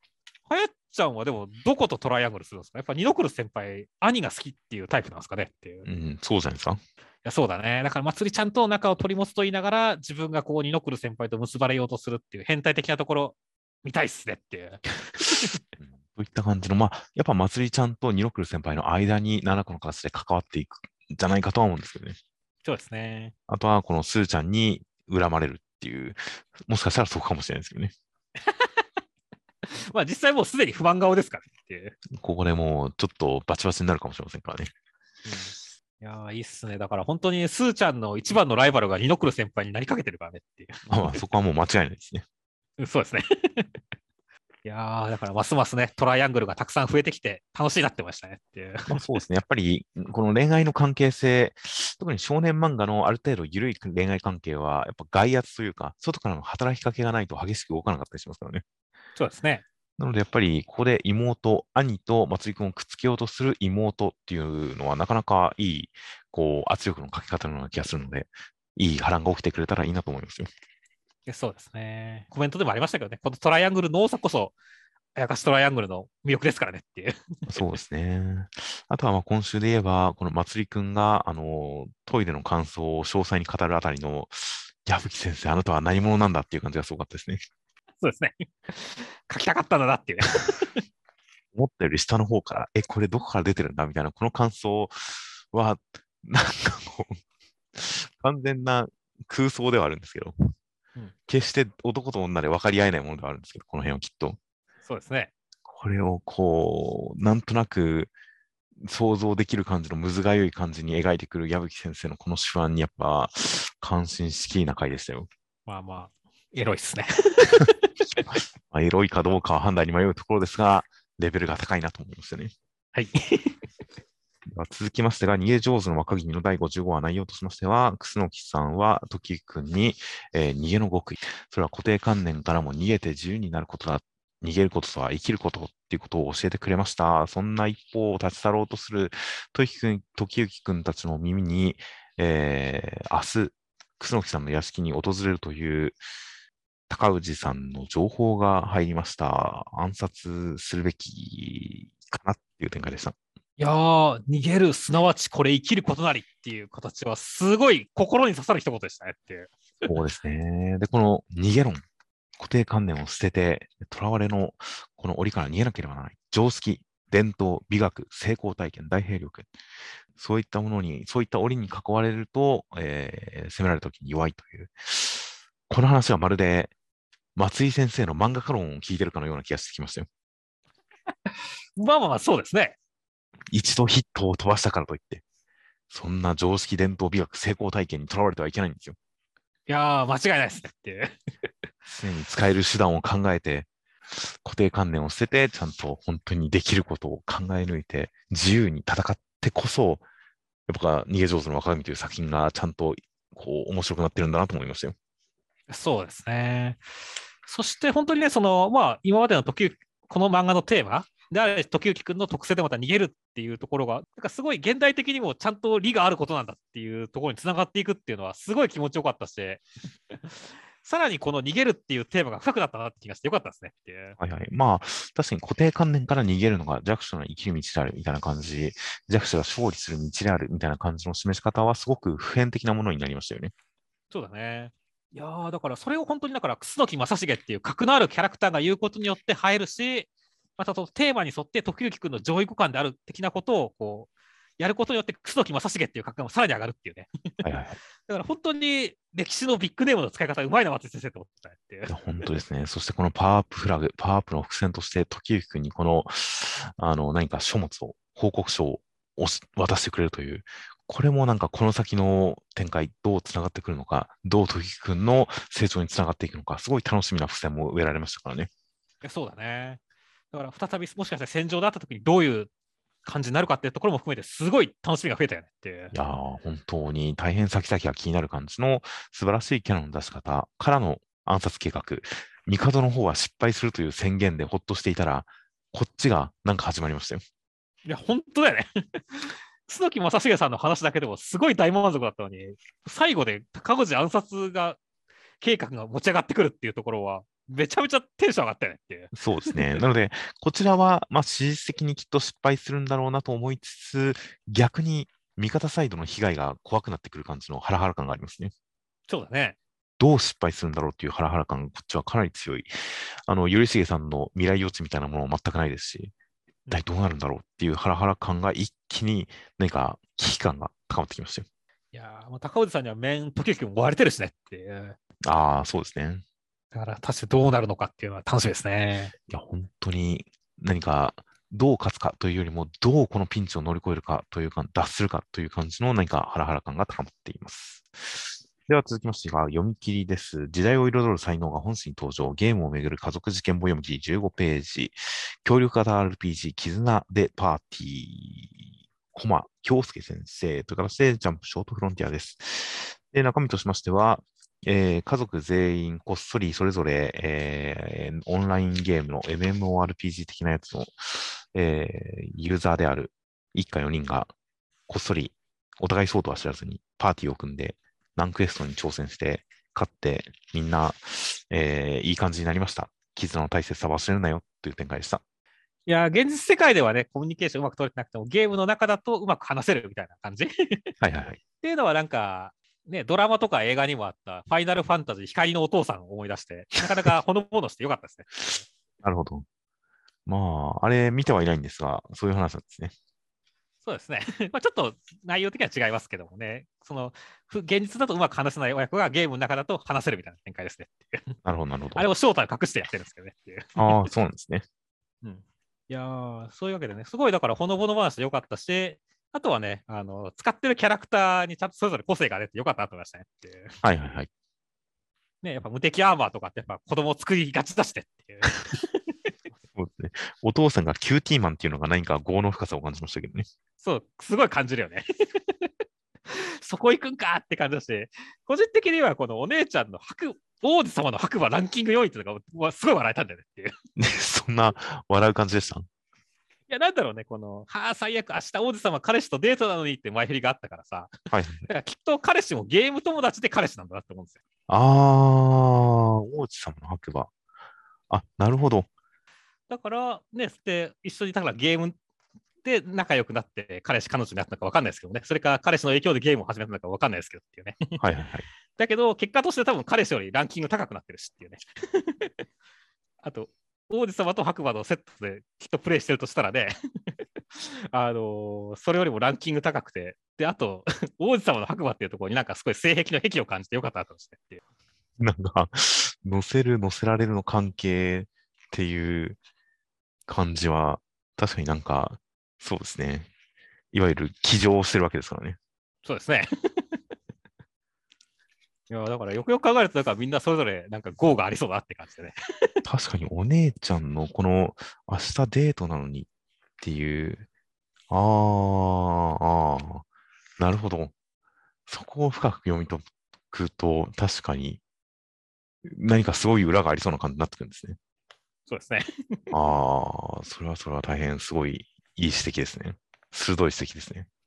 S2: はやっちゃんはでも、どことトライアングルするんですか？やっぱ、ニノクル先輩、兄が好きっていうタイプなんですかねっていう。い
S1: うん、そうじゃないですか。
S2: や、そうだね。だから、まつりちゃんと仲を取り持つと言いながら、自分がこう、ニノクル先輩と結ばれようとするっていう変態的なところ、見たいっすねっていう。
S1: うんといった感じの、まあ、やっぱまつりちゃんとニロクル先輩の間に何らかの形で関わっていくんじゃないかとは思うんですけどね。
S2: そうですね。
S1: あとは、このスーちゃんに恨まれるっていう、もしかしたらそうかもしれないですけどね。
S2: まあ、実際もうすでに不満顔ですからねっていう。
S1: ここでもうちょっとバチバチになるかもしれませんからね。
S2: うん、いやー、いいっすね。だから本当にスーちゃんの一番のライバルがニノクル先輩になりかけてるからねっていう。
S1: まあまあ、そこはもう間違いないですね。
S2: うんそうですね。いやー、だからますますね、トライアングルがたくさん増えてきて楽しいなってましたねっていう。
S1: まあそうですね。やっぱり、この恋愛の関係性、特に少年漫画のある程度緩い恋愛関係は、やっぱ外圧というか、外からの働きかけがないと激しく動かなかったりしますからね。
S2: そうですね。
S1: なのでやっぱり、ここで妹、兄とまつりくんをくっつけようとする妹っていうのは、なかなかいい、こう、圧力のかけ方のような気がするので、いい波乱が起きてくれたらいいなと思いますよ。
S2: いやそうですね。コメントでもありましたけどね、このトライアングルの多さこそ、あやかしトライアングルの魅力ですからねっていう。
S1: そうですね。あとはまあ今週で言えば、このまつりくんが、あの、トイレの感想を詳細に語るあたりの、矢吹先生、あなたは何者なんだっていう感じがすごかったですね。
S2: そうですね。書きたかったんだなっていうね。
S1: 思ったより下の方から、え、これどこから出てるんだみたいな、この感想は、なんかこう、完全な空想ではあるんですけど、
S2: うん、
S1: 決して男と女で分かり合えないものではあるんですけど、この辺はきっと。
S2: そうですね。
S1: これをこう、なんとなく想像できる感じのむずがゆい感じに描いてくる矢吹先生のこの手腕にやっぱ感心しきりな回でしたよ。
S2: まあまあ、エロいっすね。
S1: まあ、エロいかどうかは判断に迷うところですが、レベルが高いなと思いましたね。
S2: はい。
S1: では続きましてが、逃げ上手の若君のだいごじゅうごわ内容としましては、楠木さんは時君に、えー逃げの極意。それは固定観念からも逃げて自由になることだ。逃げることとは生きることっていうことを教えてくれました。そんな一方を立ち去ろうとする時君、時行君たちの耳に、えー明日、楠木さんの屋敷に訪れるという高氏さんの情報が入りました。暗殺するべきかなっていう展開でした。
S2: いやー、逃げる、すなわちこれ生きることなりっていう形は、すごい心に刺さる一言でしたねっていう。
S1: そうですね。で、この逃げ論、固定観念を捨てて、囚われのこの檻から逃げなければならない。常識、伝統、美学、成功体験、大兵力。そういったものに、そういった檻に囲われると、えー攻められた時に弱いという。この話はまるで松井先生の漫画家論を聞いてるかのような気がしてきましたよ。
S2: まあまあまあ、そうですね。
S1: 一度ヒットを飛ばしたからといって、そんな常識、伝統、美学、成功体験にとらわれてはいけないんですよ。
S2: いやー、間違いないですねっていう。
S1: 常に使える手段を考えて、固定観念を捨てて、ちゃんと本当にできることを考え抜いて、自由に戦ってこそ、僕は逃げ上手の若神という作品がちゃんとこう面白くなってるんだなと思いましたよ。
S2: そうですね。そして本当にね、その、まあ、今までの時行、この漫画のテーマであれ、時行くんの特性でまた逃げるっていうところが、なんかすごい現代的にもちゃんと理があることなんだっていうところにつながっていくっていうのは、すごい気持ちよかったし、さらにこの逃げるっていうテーマが深くなったなって気がしてよかったですねっていう。
S1: はいはい。まあ、確かに固定観念から逃げるのが弱者の生きる道であるみたいな感じ、弱者が勝利する道であるみたいな感じの示し方はすごく普遍的なものになりましたよね。
S2: そうだね。いやーだからそれを本当にだから楠木正成っていう格のあるキャラクターが言うことによって映えるし、またそのテーマに沿って時行くんの上位互換である的なことをこうやることによって楠木正成っていう格がさらに上がるっていうね。
S1: はいはいはい。
S2: だから本当に歴史のビッグネームの使い方うまいな松井先生と思ってたっていう。
S1: いや、本当ですね。そしてこのパワーアップフラグ、パワーアップの伏線として、時行くんにこの、あの、何か書物を、報告書を押し渡してくれるという、これもなんかこの先の展開、どうつながってくるのか、どう時行くんの成長につながっていくのか、すごい楽しみな付箋も植えられましたからね。
S2: いやそうだね。だから再びもしかしたら戦場であった時にどういう感じになるかっていうところも含めてすごい楽しみが増えたよねっていう。
S1: いやー、本当に大変先々が気になる感じの素晴らしいキャラの出し方からの暗殺計画。帝の方は失敗するという宣言でほっとしていたら、こっちがなんか始まりましたよ。
S2: いや本当だよね。楠木正成さんの話だけでもすごい大満足だったのに、最後で高氏暗殺が計画が持ち上がってくるっていうところは、 めちゃめちゃテンション上がったよねっていう。
S1: そうですね。なので、こちらは、まあ、史実的にきっと失敗するんだろうなと思いつつ、逆に味方サイドの被害が怖くなってくる感じのハラハラ感がありますね。
S2: そうだね。
S1: どう失敗するんだろうっていうハラハラ感がこっちはかなり強い。あの、頼重さんの未来予知みたいなものも全くないですし、一体どうなるんだろうっていうハラハラ感が一気に何か危機感が高まってきましたよ。
S2: いやー、もう高尾さんには面、時々も追われてるしねっていう。
S1: ああ、そうですね。
S2: だから、確かどうなるのかっていうのは楽しみですね。
S1: いや、本当に何かどう勝つかというよりも、どうこのピンチを乗り越えるかというか、脱するかという感じの何かハラハラ感が高まっています。では続きましてが、読み切りです。時代を彩る才能が本誌に登場。ゲームをめぐる家族事件簿読み切りじゅうごページ。協力型 アールピージー、絆でパーティー。コマ、京介先生という形でジャンプショートフロンティアです。で、中身としましては、えー家族全員こっそりそれぞれ、えーオンラインゲームの エムエムオーアールピージー 的なやつの、えーユーザーである一家よにんがこっそりお互いそうとは知らずにパーティーを組んでランクエストに挑戦して勝ってみんな、えーいい感じになりました。絆の大切さを忘れるなよという展開でした。
S2: いやー、現実世界ではね、コミュニケーションうまく取れてなくても、ゲームの中だとうまく話せるみたいな感じっ
S1: はいはいはい。
S2: ていうのはなんか、ね、ドラマとか映画にもあった、ファイナルファンタジー光のお父さんを思い出して、なかなかほのぼのしてよかったですね。
S1: なるほど。まあ、あれ見てはいないんですが、そういう話なんですね。
S2: そうですね。まあちょっと内容的には違いますけどもね、その、ふ現実だとうまく話せない親子がゲームの中だと話せるみたいな展開ですねっていう。
S1: なるほど、なるほど。
S2: あれを正体を隠してやってるんですけどねっていう。
S1: ああ、そうなんですね。
S2: うん、いやー、そういうわけでね、すごいだからほのぼの話でよかったし、あとはね、あの、使ってるキャラクターにちゃんとそれぞれ個性が出てよかったなと思いましたねっていう。
S1: はいはいはい。
S2: ね、やっぱ無敵アーマーとかってやっぱ子供を作りがちだしてっていう。
S1: そうですね。お父さんがキューティーマンっていうのが何か業の深さを感じましたけどね。
S2: そう、すごい感じるよね。そこ行くんかって感じだし、個人的にはこのお姉ちゃんの白、王子様の白馬ランキングよんいっていうのがすごい笑えたんだよねっていう。い
S1: ね、そんな笑う感じでした。
S2: や、なんだろうね、この、はあ、最悪、明日王子様彼氏とデートなのにって前振りがあったからさ、
S1: はい。
S2: だからきっと彼氏もゲーム友達で彼氏なんだなって思うんですよ。
S1: あー、王子様の白馬。あ、なるほど。
S2: だから、ね、で一緒にだからゲームで仲良くなって彼氏、彼女になったのか分かんないですけどね、それから彼氏の影響でゲームを始めたのか分かんないですけどっていうね。
S1: はいはいはい。
S2: だけど、結果として多分彼氏よりランキング高くなってるしっていうね。あと、王子様と白馬のセットできっとプレイしてるとしたらね、あのーそれよりもランキング高くて、で、あと、王子様の白馬っていうところになんかすごい性癖の癖を感じてよかったなと思ってっていう。
S1: なんか、乗せる、乗せられるの関係っていう感じは、確かになんか、そうですね。いわゆる騎乗してるわけですからね。
S2: そうですね。いや、だからよくよく考えると、なんかみんなそれぞれなんか業がありそうだって感じでね。
S1: 確かにお姉ちゃんのこの明日デートなのにっていう、あー、あー、なるほど。そこを深く読み解くと、確かに何かすごい裏がありそうな感じになってくるんですね。
S2: そうですね。
S1: ああ、それはそれは大変すごいいい指摘ですね。鋭い指摘ですね。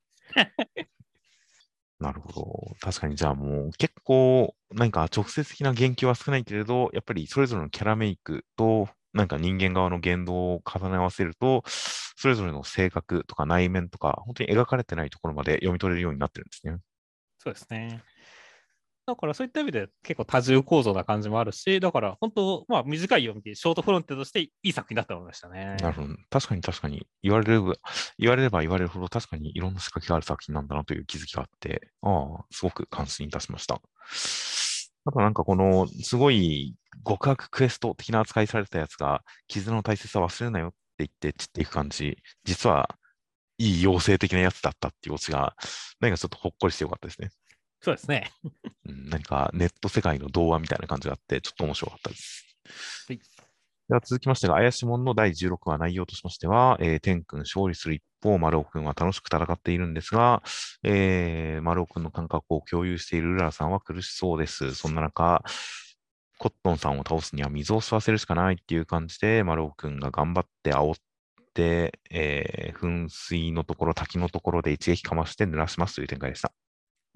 S1: なるほど。確かにじゃあもう結構何か直接的な言及は少ないけれど、やっぱりそれぞれのキャラメイクとなんか人間側の言動を重ね合わせると、それぞれの性格とか内面とか、本当に描かれてないところまで読み取れるようになってるんですね。
S2: そうですね。だからそういった意味で結構多重構造な感じもあるし、だから本当、まあ短い読み切り、ショートフロンテとしていい作品だと思いましたね。
S1: なるほど。確かに確かに言われれば、言われれば言われるほど確かにいろんな仕掛けがある作品なんだなという気づきがあって、ああ、すごく感心いたしました。あとなんかこの、すごい極悪クエスト的な扱いされてたやつが、絆の大切さ忘れるなよって言って散っていく感じ、実はいい妖精的なやつだったっていうオチが、何かちょっとほっこりしてよかったですね。
S2: そうですね。
S1: うん、何かネット世界の童話みたいな感じがあって、ちょっと面白かったです。
S2: はい。
S1: では続きましてが、怪しもんのだいじゅうろくわ内容としましては、えー、天君勝利する一方、丸尾君は楽しく戦っているんですが、えー、丸尾君の感覚を共有しているうららさんは苦しそうです。そんな中、コットンさんを倒すには水を吸わせるしかないっていう感じで、丸尾君が頑張って煽って、えー、噴水のところ、滝のところで一撃かまして濡らしますという展開でした。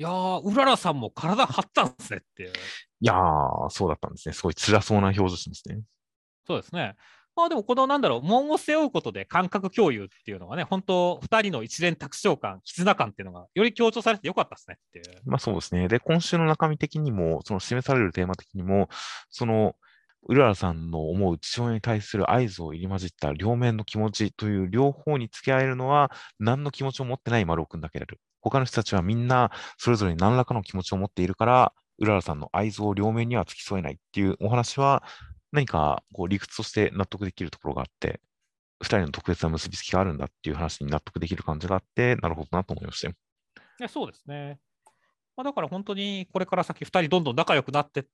S2: いやー、うららさんも体張ったんですねっていう。
S1: いやー、そうだったんですね。すごい辛そうな表情してますね。
S2: そうですね。まあでも、このなんだろう、門を背負うことで感覚共有っていうのがね、本当、ふたりの一連卓上感、絆感っていうのがより強調されてよかったですねっていう。
S1: まあそうですね。で、今週の中身的にも、その示されるテーマ的にも、その、うららさんの思う父親に対する合図を入り混じった両面の気持ちという両方に付き合えるのは、何の気持ちを持ってない丸尾くんだけである。他の人たちはみんな、それぞれ何らかの気持ちを持っているから、うららさんの愛憎を両面には付き添えないっていうお話は、何かこう理屈として納得できるところがあって、二人の特別な結びつきがあるんだっていう話に納得できる感じがあって、なるほどなと思いましたよ。
S2: いやそうですね。まあ、だから本当にこれから先ふたりどんどん仲良くなっていって、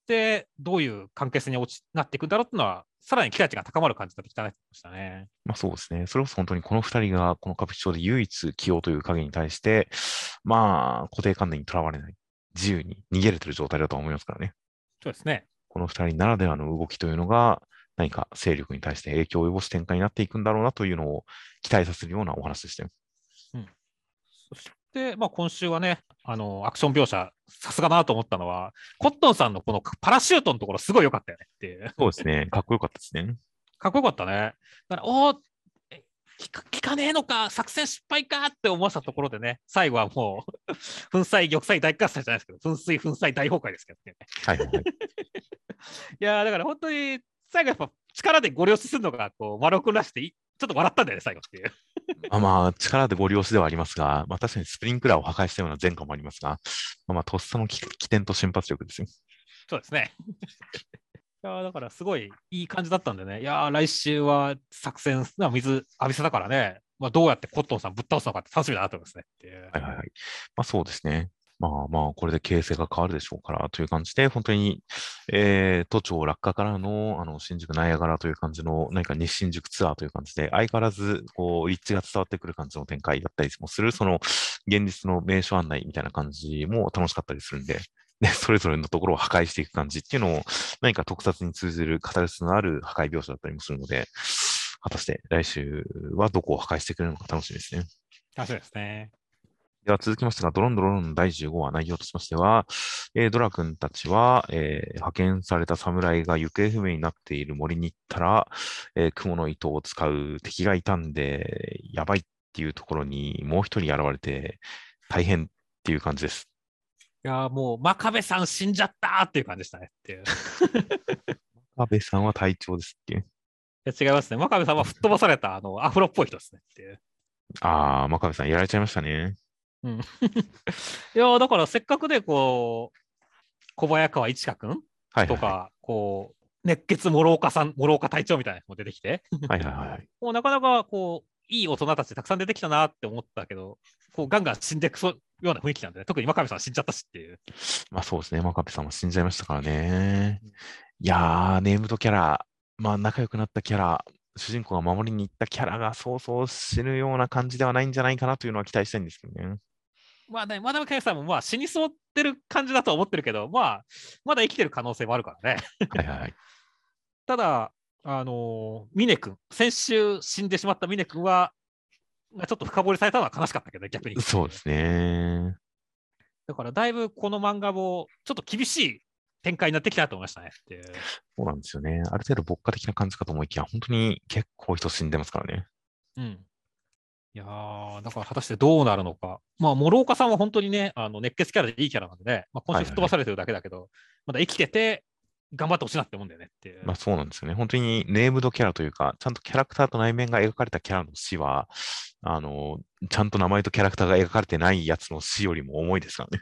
S2: どういう関係性に落ちなっていくんだろうっていうのは、さらに期待値が高まる感じになってきたねましたね。
S1: まあそうですね。それこそ本当にこの二人がこの歌舞伎町で唯一起用という影に対して、まあ固定観念にとらわれない、自由に逃げれてる状態だと思いますからね。
S2: そうですね。
S1: この二人ならではの動きというのが何か勢力に対して影響を及ぼす展開になっていくんだろうなというのを期待させるようなお話でしたよ。
S2: うん、そして、まあ、今週はね、あのアクション描写、さすがだなと思ったのは、コットンさんのこのパラシュートのところ、すごい良かったよねっていう。
S1: そうですね。かっこよかったですね。
S2: かっこよかったね。だからおー聞か聞かねえのか、作戦失敗かって思わせたところでね、最後はもう、粉砕、玉砕大喝采じゃないですけど、噴水、粉砕大崩壊ですけどね。
S1: はいはいはい。
S2: いやだから本当に、最後やっぱ力でご了承するのが、こう、丸尾君らしくて、ちょっと笑ったんだよね、最後っていう。
S1: まあまあ、力でご利用しではありますが、まあ確かにスプリンクラーを破壊したような前科もありますが、まあまあ、とっさの起起点と瞬発力ですよ。
S2: そうですね。いやだからすごいいい感じだったんでね、いや来週は作戦、水浴びせたからね、まあ、どうやってコットンさんぶっ倒すのかって楽しみだなと思いますねっていう。
S1: はいはいはい。まあそうですね。まあまあ、これで形勢が変わるでしょうからという感じで、本当に、えー、都庁落下からの、あの、新宿ナイアガラという感じの、何か西新宿ツアーという感じで、相変わらず、こう、立地が伝わってくる感じの展開だったりもする、その、現実の名所案内みたいな感じも楽しかったりするんで、で、それぞれのところを破壊していく感じっていうのを、何か特撮に通じるカタルシスのある破壊描写だったりもするので、果たして来週はどこを破壊してくれるのか楽しみですね。
S2: 楽しみですね。
S1: では続きましてが、ドロンドロンのだいじゅうごわ内容としましては、えードラ君たちは、えー派遣された侍が行方不明になっている森に行ったら、えー雲の糸を使う敵がいたんで、やばいっていうところにもう一人現れて、大変っていう感じです。
S2: いやもう真壁さん死んじゃったっていう感じでしたねっていう。
S1: 安倍さんは隊長ですっけ？
S2: いや違いますね。真壁さんは吹っ飛ばされたあのアフロっぽい人ですねっていう。
S1: あー、真壁さんやられちゃいましたね。
S2: うん、いやだからせっかくでこう小早川一華君
S1: はいはいはい。
S2: とか、こう熱血諸岡さん、諸岡隊長みたいなのも出てきて、
S1: はいはいはいはい。
S2: もうなかなかこういい大人たちたくさん出てきたなって思ったけど、こうガンガン死んでいくような雰囲気なんで、ね、特に真壁さん死んじゃったしっていう。
S1: まあそうですね。真壁さんも死んじゃいましたからね。いやー、ネームドキャラ、まあ仲良くなったキャラ、主人公が守りに行ったキャラがそうそう死ぬような感じではないんじゃないかなというのは期待したいんですけどね。
S2: まあね、真壁さんもまあ死にそうってる感じだと思ってるけど、まあ、まだ生きてる可能性もあるからね。
S1: はいはいはい。
S2: ただ、あのー、峰君、先週死んでしまった峰君は、ちょっと深掘りされたのは悲しかったけどね、逆に。
S1: そうですね。
S2: だから、だいぶこの漫画も、ちょっと厳しい展開になってきたと思いましたね。っていう。
S1: そうなんですよね。ある程度牧歌的な感じかと思いきや、本当に結構人死んでますからね。
S2: うん。いやー、だから果たしてどうなるのか。まあ、諸岡さんは本当にね、あの熱血キャラでいいキャラなんでね、まあ、今週吹っ飛ばされてるだけだけど、はいはいはい、まだ生きてて、頑張ってほしいなって思うんだよねっていう。
S1: まあそうなんですよね。本当にネームドキャラというか、ちゃんとキャラクターと内面が描かれたキャラの死は、あの、ちゃんと名前とキャラクターが描かれてないやつの死よりも重いですからね。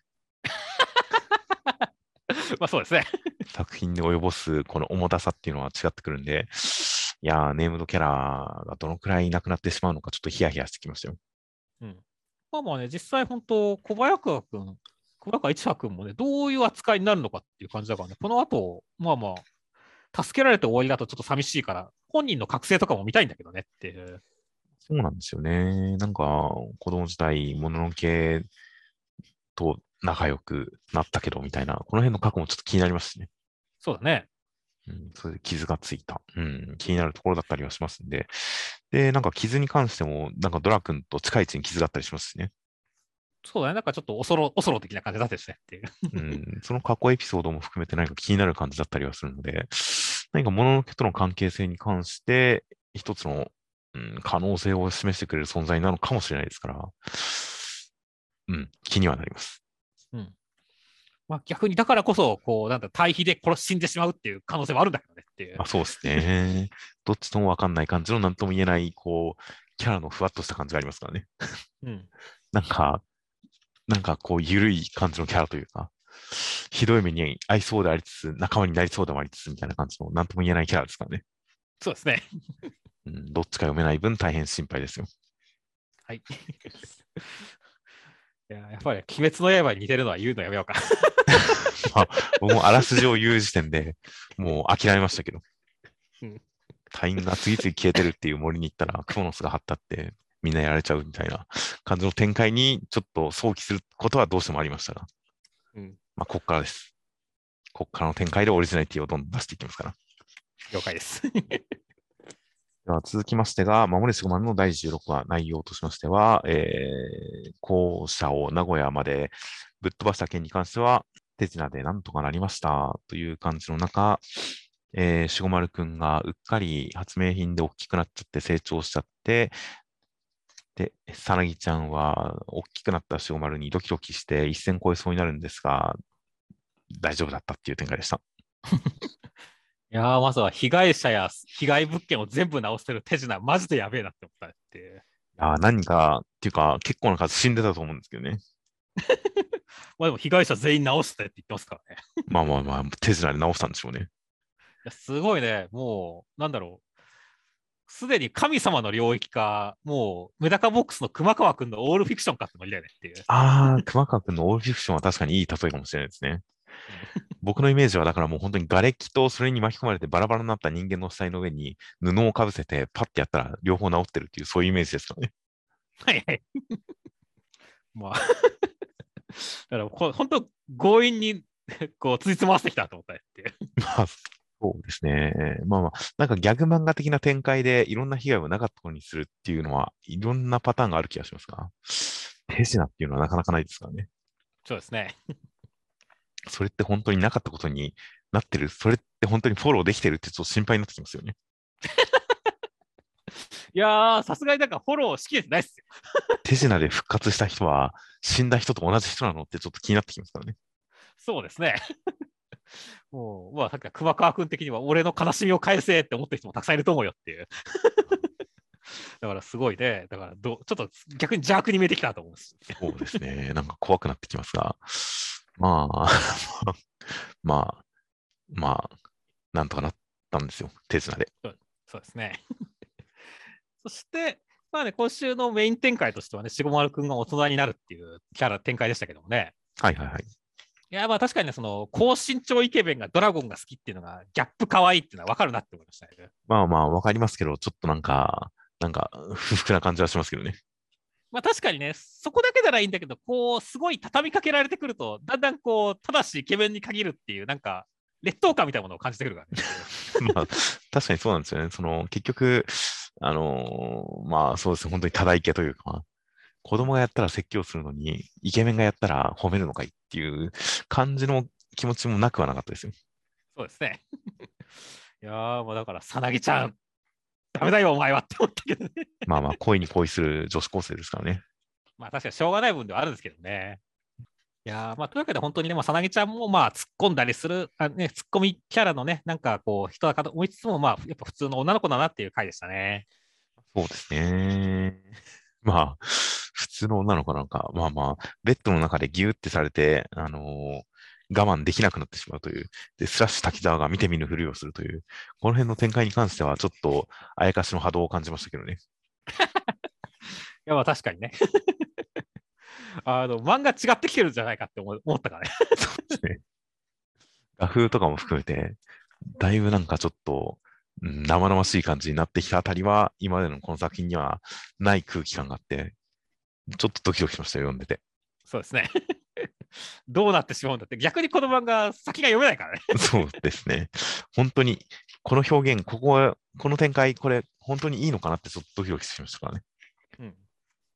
S2: まあそうですね。
S1: 作品で及ぼすこの重たさっていうのは違ってくるんで、いやー、ネームドキャラがどのくらいなくなってしまうのか、ちょっとヒヤヒヤしてきましたよ。
S2: うん。まあまあね、実際本当、小早川君、小早川一葉君もね、どういう扱いになるのかっていう感じだからね、この後、まあまあ、助けられて終わりだとちょっと寂しいから、本人の覚醒とかも見たいんだけどねっていう。
S1: そうなんですよね。なんか、子供時代、もののけと仲良くなったけど、みたいな、この辺の過去もちょっと気になりますしね。
S2: そうだね。
S1: うん、それで傷がついた。うん、気になるところだったりはしますんで。で、なんか傷に関しても、なんかドラ君と近い位置に傷があったりしますしね。
S2: そうだね、なんかちょっとおそろ、おそろ的な感じだったですねっていう。
S1: うん、その過去エピソードも含めて何か気になる感じだったりはするので、何か物のけとの関係性に関して、一つの、うん、可能性を示してくれる存在なのかもしれないですから、うん、気にはなります。
S2: うん。まあ逆にだからこそ、こう、なんだ、対比で殺し死んでしまうっていう可能性もあるんだけどねっていう。
S1: まあ、そうですね。どっちともわかんない感じの何とも言えない、こう、キャラのふわっとした感じがありますからね。
S2: うん。
S1: なんか、なんかこう、ゆるい感じのキャラというか、ひどい目に合いそうでありつつ、仲間になりそうでもありつつみたいな感じの、何とも言えないキャラですからね。
S2: そうですね。
S1: うん、どっちか読めない分大変心配ですよ。
S2: はい。いや、やっぱり、鬼滅の刃に似てるのは言うのやめようか。
S1: まあ、僕もあらすじを言う時点でもう諦めましたけど、
S2: うん、
S1: 隊員が次々消えてるっていう森に行ったら、クモの巣が張ったってみんなやられちゃうみたいな感じの展開にちょっと想起することはどうしてもありましたが、
S2: うん、
S1: まあ、こっからです。こっからの展開でオリジナリティをどんどん出していきますから。
S2: 了解です。
S1: では続きましてが、守りしごまんのだいじゅうろくわ、内容としましては、えー、校舎を名古屋までぶっ飛ばした件に関しては、手品でなんとかなりましたという感じの中、えー、しごまるくんがうっかり発明品で大きくなっちゃって成長しちゃって、で、さなぎちゃんは大きくなったしごまるにドキドキして一線超えそうになるんですが、大丈夫だったっていう展開でした。
S2: いやー、まずは被害者や被害物件を全部直せる手品、マジでやべえなって思ったっていう。
S1: あー何か、っていうか結構な数死んでたと思うんですけどね。
S2: まあでも被害者全員直してって言ってますからね。
S1: まあまあまあ、手品で直したんでしょうね。
S2: いやすごいね、もう、なんだろう。すでに神様の領域か、もう、メダカボックスの熊川くんのオールフィクションかってノリだよねっていう。
S1: ああ、熊川くんのオールフィクションは確かにいい例えかもしれないですね。僕のイメージはだからもう本当に瓦礫とそれに巻き込まれてバラバラになった人間の死体の上に布をかぶせてパッてやったら両方治ってるっていうそういうイメージですからね。
S2: はいはい。まあ、だからこ本当、強引にこう、ついつまわせてきたと思ったっていう。
S1: まあ、そうですね。まあまあ、なんかギャグ漫画的な展開でいろんな被害をなかったことにするっていうのはいろんなパターンがある気がしますが、手品っていうのはなかなかないですからね。
S2: そうですね。
S1: それって本当になかったことになってる。それって本当にフォローできてるってちょっと心配になってきますよね。
S2: いやー、さすがになんかフォローしきれてないっすよ。
S1: 手品で復活した人は死んだ人と同じ人なのってちょっと気になってきますからね。
S2: そうですね。もう、まあ、さっき熊川君的には俺の悲しみを返せって思ってる人もたくさんいると思うよっていう。だからすごいね。だからど、ちょっと逆に邪悪に見えてきたと思うんです。
S1: そうですね。なんか怖くなってきますが。まあ、まあ、まあ、なんとかなったんですよ。手品で。
S2: そうそうですね。そして、まあね、今週のメイン展開としてはね、しごまるくんが大人になるっていうキャラ展開でしたけどもね。
S1: はいはいはい。
S2: いや、まあ確かにね、その、高身長イケメンがドラゴンが好きっていうのが、ギャップ可愛いっていうのは分かるなって思いましたね。
S1: まあまあ、わかりますけど、ちょっとなんか、なんか、不服な感じはしますけどね。
S2: まあ確かにね、そこだけならいいんだけど、こう、すごい畳みかけられてくると、だんだんこう、ただしイケメンに限るっていう、なんか、劣等感みたいなものを感じてくるからね。
S1: まあ、確かにそうなんですよね。その、結局、あのーまあそうですね。本当に多大家というか、子供がやったら説教するのに、イケメンがやったら褒めるのかいっていう感じの気持ちもなくはなかったですよ。
S2: そうですね。いやー、もうだから、さなぎちゃん、ダメだよ、お前はって思ったけどね。
S1: まあまあ、恋に恋する女子高生ですからね。
S2: まあ確かにしょうがない部分ではあるんですけどね。いやーまあ、というわけで本当にね、まあ、さなぎちゃんもまあ突っ込んだりする、あね、突っ込みキャラのね、なんかこう、人だかと思いつつも、まあ、やっぱ普通の女の子だなっていう回でしたね。
S1: そうですね。まあ、普通の女の子なんか、まあまあ、ベッドの中でギューってされて、あのー我慢できなくなってしまうという。で、スラッシュ滝沢が見て見ぬふりをするという。この辺の展開に関しては、ちょっと、あやかしの波動を感じましたけどね。
S2: いや、まあ確かにね。あの、漫画違ってきてるんじゃないかって思思ったからね。
S1: そうですね。画風とかも含めて、だいぶなんかちょっと、うん、生々しい感じになってきたあたりは、今までのこの作品にはない空気感があって、ちょっとドキドキしましたよ、読んでて。
S2: そうですね。どうなってしまうんだって、逆にこの漫画、先が読めないからね。
S1: そうですね。本当に、この表現、ここは、この展開、これ、本当にいいのかなってちょっとドキドキしましたからね。
S2: うん。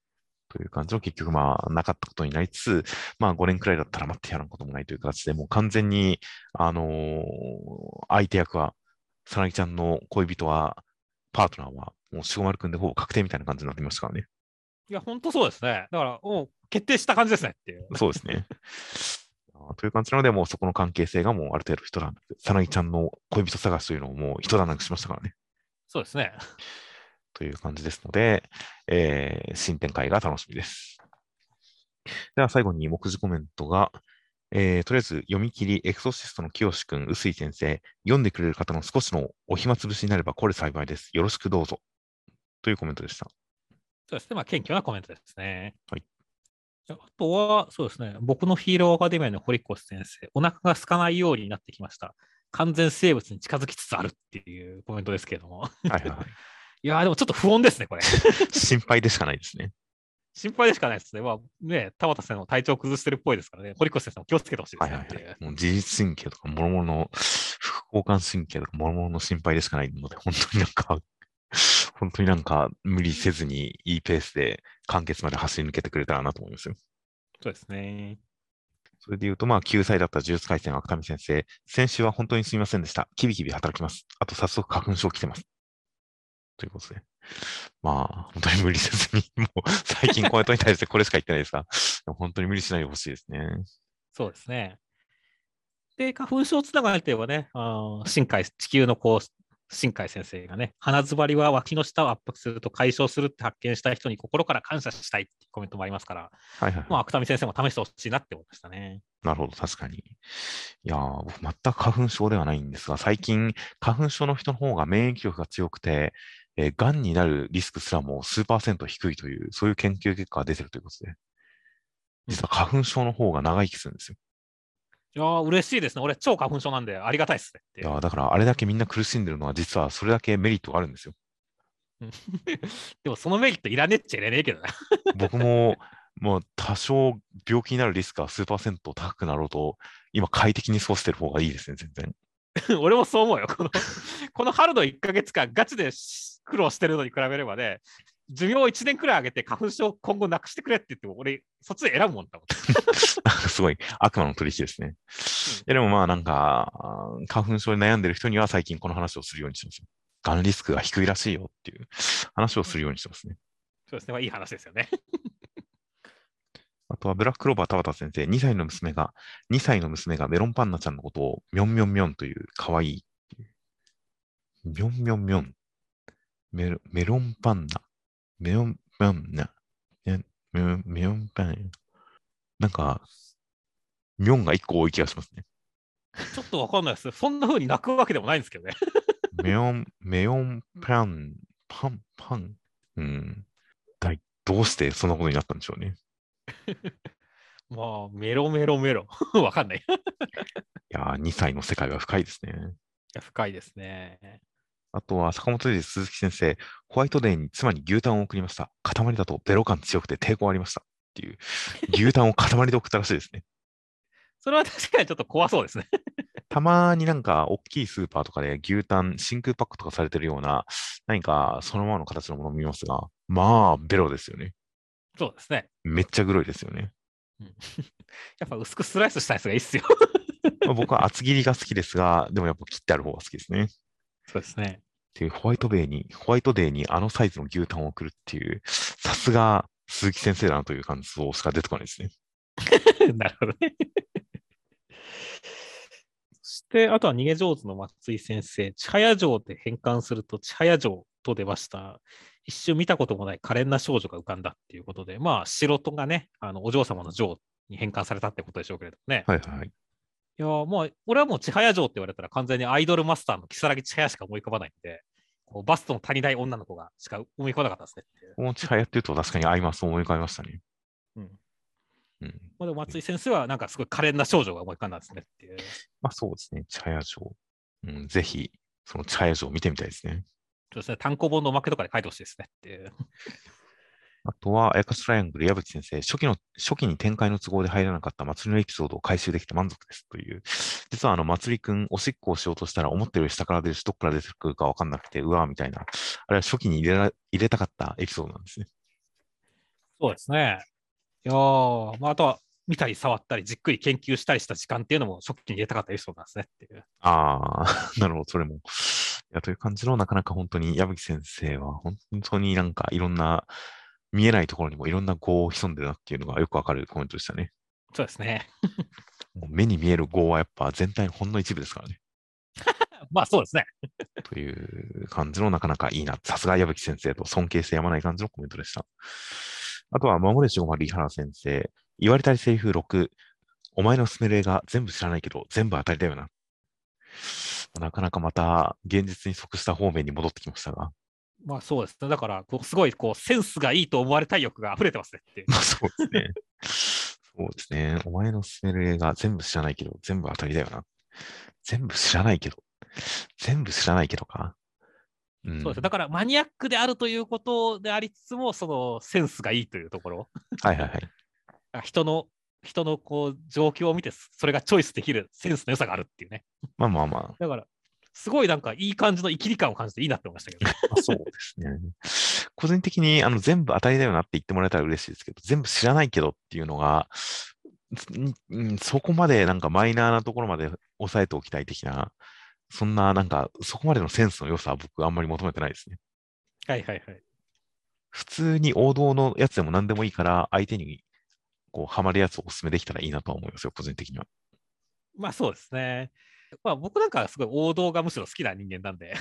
S1: という感じの結局まあなかったことになりつつ、まあごねんくらいだったら待ってやらんこともないという形で、もう完全に、あのー相手役は、さなぎちゃんの恋人は、パートナーは、もうしごまるくんでほぼ確定みたいな感じになってましたからね。
S2: いや、本当そうですね。だから、もう決定した感じですねっていう。
S1: そうですね。あーという感じなので、もうそこの関係性がもうある程度一段落、さなぎちゃんの恋人探しというのをもう一段落しましたからね。
S2: そうですね。
S1: という感じですので、えー新展開が楽しみです。では最後に目次コメントが、えーとりあえず読み切り、エクソシストの清くん、臼井先生、読んでくれる方の少しのお暇つぶしになればこれ幸いです。よろしくどうぞ。というコメントでした。
S2: そうですね。まあ、謙虚なコメントですね。
S1: はい。
S2: あとは、そうですね。僕のヒーローアカデミアの堀越先生、お腹が空かないようになってきました。完全生物に近づきつつあるっていうコメントですけれども。
S1: はいはいはい。
S2: いやー、でもちょっと不穏ですね、これ。
S1: 心配でしかないですね。
S2: 心配でしかないですね。まあね、田畑先生も体調崩してるっぽいですからね、堀越先生も気をつけてほしいですねっていう。
S1: はいはいはい。もう自律神経とか、もろもろの、副交感神経とか、もろもろの心配でしかないので、本当になんか、本当になんか無理せずにいいペースで完結まで走り抜けてくれたらなと思いますよ。
S2: そうですね。
S1: それで言うと、まあ、救済だった呪術廻戦芥見先生、先週は本当にすみませんでした。キビキビ働きます。あと、早速花粉症来てます。ということで。まあ、本当に無理せずに、もう、最近コメントに対してこれしか言ってないですが、でも本当に無理しないでほしいですね。
S2: そうですね。で、花粉症つながりといえばね、あー新海、地球のこう、新海先生がね、鼻詰まりは脇の下を圧迫すると解消するって発見した人に心から感謝したいっていうコメントもありますから、まあ、
S1: はいはいはい。
S2: 芥見先生も試してほしいなって思いましたね。
S1: なるほど、確かに。いやー、僕全く花粉症ではないんですが、最近、花粉症の人の方が免疫力が強くて、えー、癌になるリスクすらも数パーセント低いという、そういう研究結果が出てるということで、
S2: うん、
S1: 実は花粉症の方が長生きするんですよ。
S2: いやー、嬉しいですね。俺、超花粉症なんでありがたいですねっていう。
S1: いやー、だからあれだけみんな苦しんでるのは、実はそれだけメリットがあるんですよ。
S2: うんでも、そのメリットいらねえっちゃいらねえけどな。
S1: 僕も、もう多少病気になるリスクが数パーセント高くなろうと、今快適に過ごしてる方がいいですね、全然。
S2: 俺もそう思うよ。このこの春のいっかげつかん、ガチで苦労してるのに比べればね、寿命いちねんくらい上げて花粉症今後なくしてくれって言っても、俺、そっちで選ぶもんだもん。
S1: すごい悪魔の取引ですね。いやでもまあなんか、花粉症に悩んでる人には最近この話をするようにしてますよ。がんリスクが低いらしいよっていう話をするようにしてますね。
S2: そうですね、まあ、いい話ですよね。
S1: あとはブラッククローバー田畑先生、にさいの娘が、にさいの娘がメロンパンナちゃんのことをミョンミョンミョンという可愛い、ミョンミョンミョン、メロメロンパンナ、メロンパンナ、メロンメロンパンナ、なんか、ミョンがいっこ多い気がしますね。
S2: ちょっとわかんないです。そんな風に泣くわけでもないんですけどね。
S1: メヨン、メヨンパン、パン、パン。うん。だいどうしてそんなことになったんでしょうね。
S2: まあ、メロメロメロ。わかんない。い
S1: いやー、にさいの世界は深いですね。
S2: や、深いですね。
S1: あとは、坂本龍一鈴木先生、ホワイトデーに妻に牛タンを送りました。塊だとベロ感強くて抵抗ありました。っていう、牛タンを塊で送ったらしいですね。
S2: それは確かにちょっと怖そうですね。
S1: たまになんか、大きいスーパーとかで牛タン、真空パックとかされてるような、何かそのままの形のものを見ますが、まあ、ベロですよね。
S2: そうですね。
S1: めっちゃグロいですよね。
S2: うん、やっぱ薄くスライスしたやつがいいっすよ。
S1: まあ、僕は厚切りが好きですが、でもやっぱ切ってある方が好きですね。っ
S2: そうですね。
S1: ていうホワイトデーに、ホワイトデーにあのサイズの牛タンを送るっていう、さすが鈴木先生だなという感想しか出てこないですね。
S2: なるほどね。そして、あとは逃げ上手の松井先生、千早城で変換すると千早城と出ました。一瞬見たこともない可憐な少女が浮かんだっていうことで、まあ、城とがね、あのお嬢様の城に変換されたってことでしょうけれどもね。
S1: はいはいはい。
S2: いやもう、俺はもう千早城って言われたら完全にアイドルマスターの如月千早しか思い浮かばないんで、こうバストの足りない女の子がしか思い浮かばなかったですねっていう。
S1: この千早っていうと確かにアイマスを思い浮かべましたね。
S2: うん。
S1: うん。
S2: まあ、でも松井先生はなんかすごい可憐な少女が思い浮かんだんですねっていう。
S1: まあそうですね。千早城。うん、ぜひ、その千早城を見てみたいですね。
S2: そうですね、単行本のおまけとかで書いてほしいですねっていう。
S1: あとは、エクストライアングル矢吹先生、初期の、初期に展開の都合で入らなかった祭りのエピソードを回収できて満足ですという。実はあの、祭りくん、おしっこをしようとしたら、思ってるより下から出るし、どっから出てくるかわかんなくて、うわーみたいな。あれは初期に入れら入れたかったエピソードなんですね。
S2: そうですね。いやー、まあ、あとは見たり触ったりじっくり研究したりした時間っていうのも初期に入れたかったりそうなんですねっていう。
S1: ああ、なるほど、それも。いや、という感じの、なかなか本当に矢吹先生は、本当になんかいろんな、見えないところにもいろんな業を潜んでるなっていうのがよくわかるコメントでしたね。
S2: そうですね。
S1: もう目に見える業はやっぱ全体のほんの一部ですからね。
S2: まあそうですね。
S1: という感じのなかなかいいな。さすが矢吹先生と尊敬してやまない感じのコメントでした。あとは、守れしごまる井原先生。言われたりセリフろく。お前の勧める映画全部知らないけど全部当たりだよな。なかなかまた現実に即した方面に戻ってきましたが。
S2: まあそうですね。だから、こうすごいこうセンスがいいと思われたい欲が溢れてますねっていう。
S1: まあそうですね。そうですね。お前の勧める映画全部知らないけど全部当たりだよな。全部知らないけど。全部知らないけどか。う
S2: そうですね。
S1: ん。
S2: だからマニアックであるということでありつつも、そのセンスがいいというところ。
S1: はいはいはい。
S2: 人の、人のこう状況を見て、それがチョイスできるセンスの良さがあるっていうね。
S1: まあまあまあ。
S2: だから、すごいなんかいい感じの生きり感を感じていいなって思いましたけどね。
S1: まあ、そうですね。個人的にあの全部当たりだよなって言ってもらえたら嬉しいですけど、全部知らないけどっていうのが、んんそこまでなんかマイナーなところまで押さえておきたい的な、そんななんかそこまでのセンスの良さは僕あんまり求めてないですね。
S2: はいはいはい。
S1: 普通に王道のやつでも何でもいいから、相手にこうハマるやつをお勧めできたらいいなとは思いますよ、個人的には。
S2: まあそうですね。まあ僕なんかすごい王道がむしろ好きな人間なんで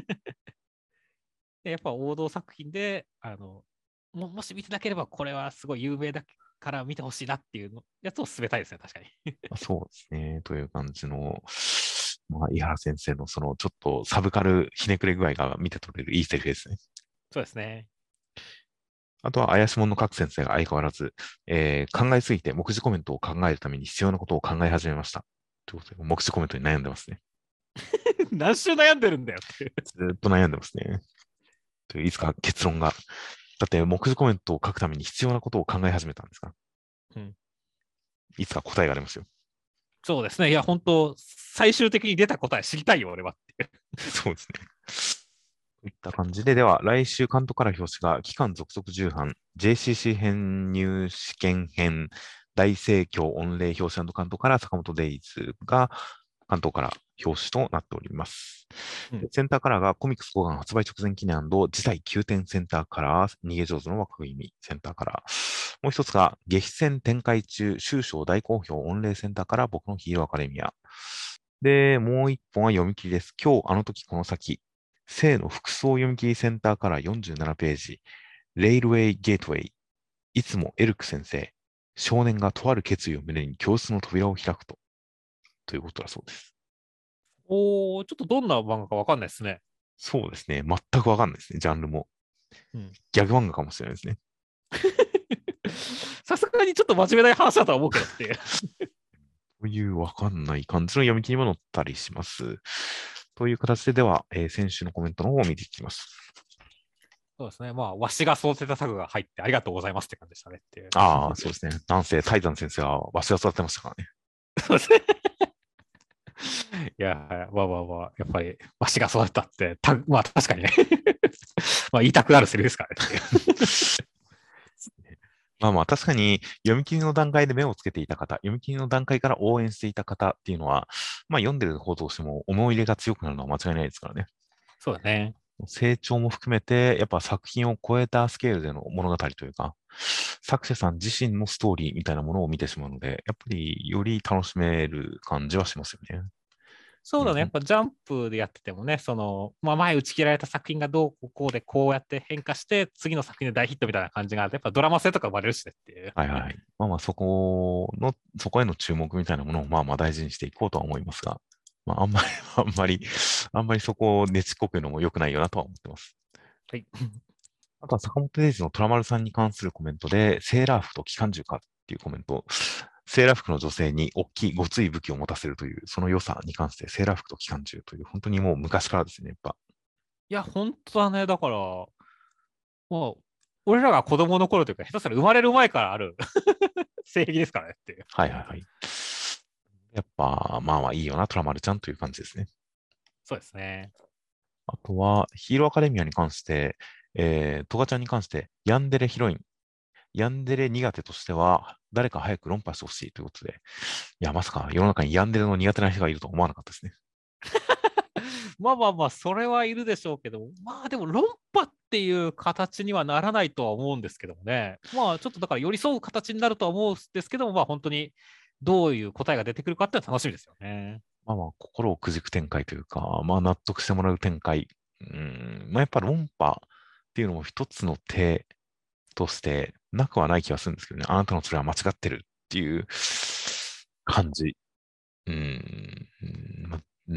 S2: でやっぱ王道作品で、あの、ももし見てなければこれはすごい有名だから見てほしいなっていうのやつを勧めたいですね、確かに。
S1: まあ、そうですね。という感じの、まあ、井原先生のそのちょっとサブカルひねくれ具合が見て取れるいいセリフですね。
S2: そうですね。
S1: あとは怪しもの各先生が相変わらず、えー考えすぎて目次コメントを考えるために必要なことを考え始めました。ということで、目次コメントに悩んでますね。
S2: 何週悩んでるんだよっていう。
S1: ずーっと悩んでますね。といういつか結論が。だって目次コメントを書くために必要なことを考え始めたんですから。
S2: うん、
S1: いつか答えが出ますよ。
S2: そうですね。いや、本当最終的に出た答え知りたいよ、俺はっていう。
S1: そうですね。といった感じで、では、来週関東から表紙が、期間続々重版、ジェイシーシー 編入試験編、大盛況御礼表紙関東から坂本デイズが関東から表紙となっております。
S2: うん、
S1: センターカラーがコミックス号版発売直前記念事態急転センターカラー、逃げ上手の若君センターカラー。もう一つが、激戦展開中、終章大好評御礼センターカラー、僕のヒーローアカデミア。で、もう一本は読み切りです。今日、あの時、この先。生の服装読み切りセンターからよんじゅうななページ。レイルウェイゲートウェイ。いつもエルク先生。少年がとある決意を胸に教室の扉を開くと。ということだそうです。
S2: おー、ちょっとどんな漫画かわかんないですね。
S1: そうですね。全くわかんないですね。ジャンルも。
S2: うん、
S1: ギャグ漫画かもしれないですね。
S2: さすがにちょっと真面目な話だとは思うけどっていう。
S1: というわかんない感じの読み切りも載ったりします。という形で、では、えー先週のコメントの方を見ていきます。
S2: そうですね。まあ、わしが育てた作が入ってありがとうございますって感じでしたねっていう。
S1: ああ、そうですね。なんせ、タイザン先生はわしが育てましたからね。
S2: そうですね。いや、まあまあまあ、やっぱり、わしが育てたって、たまあ確かにねまあ言いたくなるセリフですからねっていう。
S1: まあまあ、確かに読み切りの段階で目をつけていた方、読み切りの段階から応援していた方っていうのは、まあ読んでる方としても思い入れが強くなるのは間違いないですからね。
S2: そうだね。
S1: 成長も含めて、やっぱ作品を超えたスケールでの物語というか、作者さん自身のストーリーみたいなものを見てしまうので、やっぱりより楽しめる感じはしますよね。
S2: そうだね。やっ
S1: うん、
S2: ぱジャンプでやっててもね、その、まあ前打ち切られた作品がどうこうこうでこうやって変化して、次の作品で大ヒットみたいな感じがあって、やっぱドラマ性とか生まれるしねっていう。
S1: はいはい。まあまあ、そこの、そこへの注目みたいなものをまあまあ大事にしていこうとは思いますが、まああんまり、あんまり、あんまりそこをねちっこく言うのも良くないよなとは思ってます。
S2: はい。
S1: あとは坂本デイズのトラマルさんに関するコメントで、セーラー服と機関銃かっていうコメント、セーラー服の女性に大きいごつい武器を持たせるという、その良さに関して、セーラー服と機関銃という、本当にもう昔からですね、やっぱ。
S2: いや、本当だね。だから、もう、俺らが子供の頃というか、下手したら生まれる前からある性癖ですからねっていう。
S1: はいはいはい。やっぱ、まあまあいいよな、トラマルちゃんという感じですね。
S2: そうですね。
S1: あとは、ヒーローアカデミアに関して、えー、トガちゃんに関して、ヤンデレヒロイン、 ヤンデレ苦手としては、誰か早く論破してほしいということで、いや、まさか世の中にヤンデレの苦手な人がいるとは思わなかったですね。
S2: まあまあまあ、それはいるでしょうけど、まあでも論破っていう形にはならないとは思うんですけどもね。まあちょっとだから寄り添う形になるとは思うんですけども、まあ本当にどういう答えが出てくるかっていうのは楽しみですよね。
S1: まあまあ、心をくじく展開というか、まあ納得してもらう展開。うん、まあやっぱ論破っていうのも一つの手としてなくはない気がするんですけどね。あなたのそれは間違ってるっていう感じ。うん、うんまうん、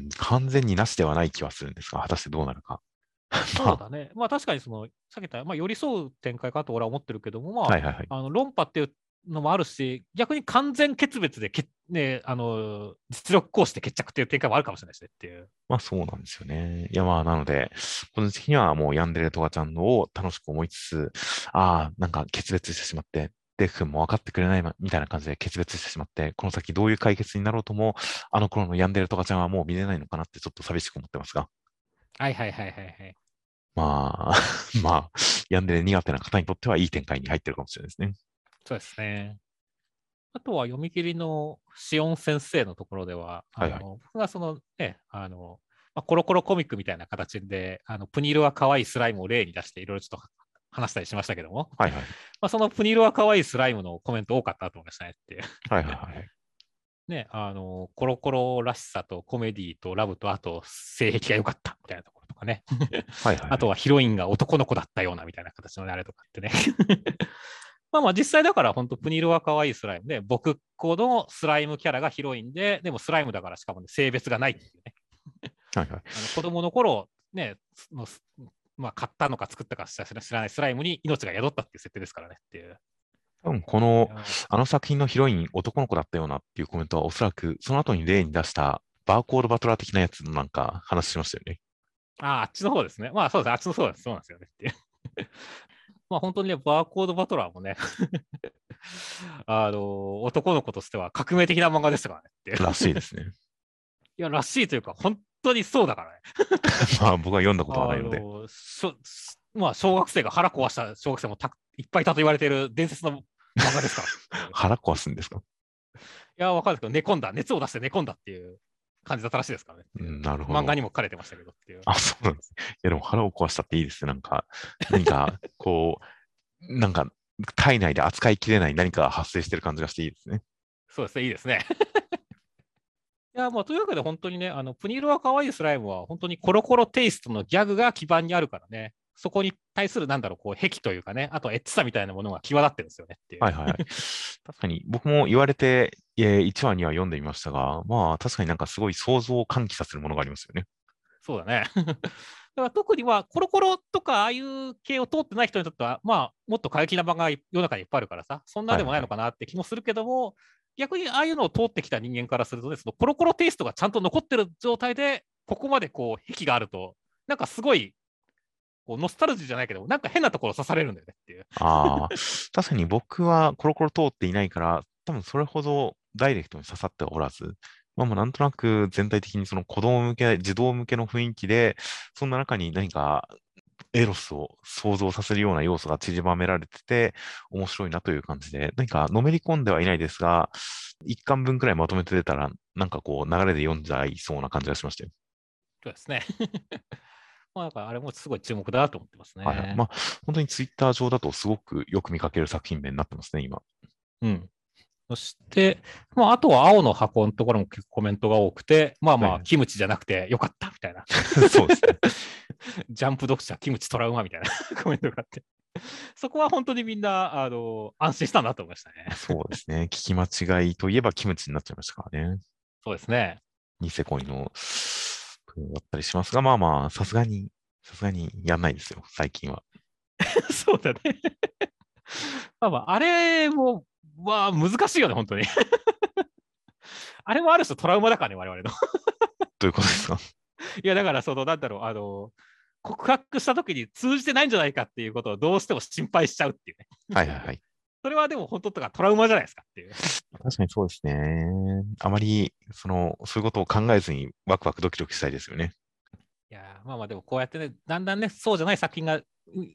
S1: 完全になしではない気はするんですが、果たしてどうなるか。まあ、
S2: そうだね。まあ確かにその、さっき言った、まあ、寄り添う展開かと俺は思ってるけども、ま
S1: はいはいはい。
S2: あ、あの論破っていうのもあるし、逆に完全決別でけ、ね、あの実力行使で決着っていう展開もあるかもしれないしねっていう。
S1: まあそうなんですよね。いやまあなので、個人的にはもうヤンデレとかちゃんのを楽しく思いつつ、ああ、なんか決別してしまって、デク君も分かってくれないみたいな感じで決別してしまって、この先どういう解決になろうとも、あの頃のヤンデレとかちゃんはもう見れないのかなってちょっと寂しく思ってますが。
S2: はいはいはいはいはい。
S1: まあ、まあ、ヤンデレ苦手な方にとってはいい展開に入ってるかもしれないですね。
S2: そうですね。あとは読み切りのシオン先生のところでは、
S1: はいはい。
S2: あの僕がそのね、あの、まあ、コロコロコミックみたいな形で、あのプニルは可愛いスライムを例に出していろいろちょっと話したりしましたけども、
S1: はいはい。
S2: まあ、そのプニルは可愛いスライムのコメント多かったと思いましたねっていう。
S1: はいはいはい。
S2: ね、あの、コロコロらしさとコメディとラブと、あと性癖が良かったみたいなところとかね。
S1: はいはいはい。
S2: あとはヒロインが男の子だったようなみたいな形のあれとかってね。まあまあ実際だから本当プニルは可愛いスライムで、僕っ子のスライムキャラがヒロインで、でもスライムだからしかも、ね、性別がないっていうね。
S1: はいはい。
S2: あの子供の頃、ね、のまあ、買ったのか作ったか知らないスライムに命が宿ったっていう設定ですからねっていう。
S1: 多分この、あの作品のヒロイン、男の子だったようなっていうコメントは、おそらくその後に例に出したバーコードバトラー的なやつのなんか話しましたよね。
S2: ああ、あっちの方ですね。まあそうです。あっちの方です。そうなんですよねっていう。まあ本当にね、バーコードバトラーもねあの、男の子としては革命的な漫画でしたからねっていう。
S1: らしいですね。
S2: いや、らしいというか、本当にそうだからね。
S1: まあ僕は読んだことは
S2: あ
S1: ないので。
S2: の、しょまあ、小学生が腹壊した小学生もたいっぱいいたと言われている伝説の漫画ですから。い
S1: 腹壊すんですか？
S2: や、わかるんですけど、寝込んだ、熱を出して寝込んだっていう感じだったらしいですからねっていう。
S1: うん、なるほ
S2: 漫画
S1: ど。
S2: にも書かれてましたけどっていう。
S1: あ、そうなんです。いやでも腹を壊したっていいですね。なんか、何か、こう、なんか、体内で扱いきれない何かが発生してる感じがしていいですね。
S2: そうですね、いいですね。いや、まあ、というわけで本当にね、あの、プニルは可愛いスライムは本当にコロコロテイストのギャグが基盤にあるからね、そこに対する、なんだろう、こう、癖というかね、あとエッチさみたいなものが際立ってるんですよねっていう。
S1: はいはいはい。確かに僕も言われて、えー、いちわには読んでみましたが、まあ確かになんかすごい想像を喚起させるものがありますよね。
S2: そうだね。だから特にはコロコロとかああいう系を通ってない人にとっては、まあ、もっと過激な漫画が世の中にいっぱいあるからさ、そんなでもないの
S1: はいはいはい。
S2: かなって気もするけども、逆にああいうのを通ってきた人間からするとね、そのコロコロテイストがちゃんと残ってる状態で、ここまでこう、癖があると、なんかすごい、こうノスタルジーじゃないけど、なんか変なところ刺されるんだよねっていう。
S1: ああ、確かに僕はコロコロ通っていないから、多分それほどダイレクトに刺さってはおらず、まあもうなんとなく全体的にその子供向け、児童向けの雰囲気で、そんな中に何かエロスを想像させるような要素が散りばめられてて、面白いなという感じで、何かのめり込んではいないですが、一巻分くらいまとめて出たら、なんかこう流れで読んじゃいそうな感じがしましたよ。
S2: そうですね。まあ、だからあれもすごい注目だなと思ってます
S1: はいはい。
S2: ね。
S1: まあ、本当にツイッター上だとすごくよく見かける作品名になってますね、今。
S2: うん。そして、まあ、あとは青の箱のところも結構コメントが多くて、まあまあ、
S1: はいはい。
S2: キムチじゃなくてよかったみたいな。
S1: そうですね。
S2: ジャンプ読者、キムチトラウマみたいなコメントがあって、そこは本当にみんな、あの、安心したなと思いましたね。
S1: そうですね。聞き間違いといえばキムチになっちゃいましたからね。
S2: そうですね。
S1: ニセコイのだったりしますが、まあまあ、さすがに、さすがにやんないですよ、最近は。
S2: そうだね。まあまあ、あれも、まあ、難しいよね、本当に。あれもある種トラウマだからね、我々の。
S1: どういうことですか？
S2: いや、だから、その、なんだろう、あの、告白した時に通じてないんじゃないかっていうことをどうしても心配しちゃうっていうね。
S1: はいはいはい。
S2: それはでも本当とかトラウマじゃないですかっていう。
S1: 確かにそうですね。あまり、その、そういうことを考えずにワクワクドキドキしたいですよね。
S2: いやまあまあでもこうやってね、だんだんね、そうじゃない作品が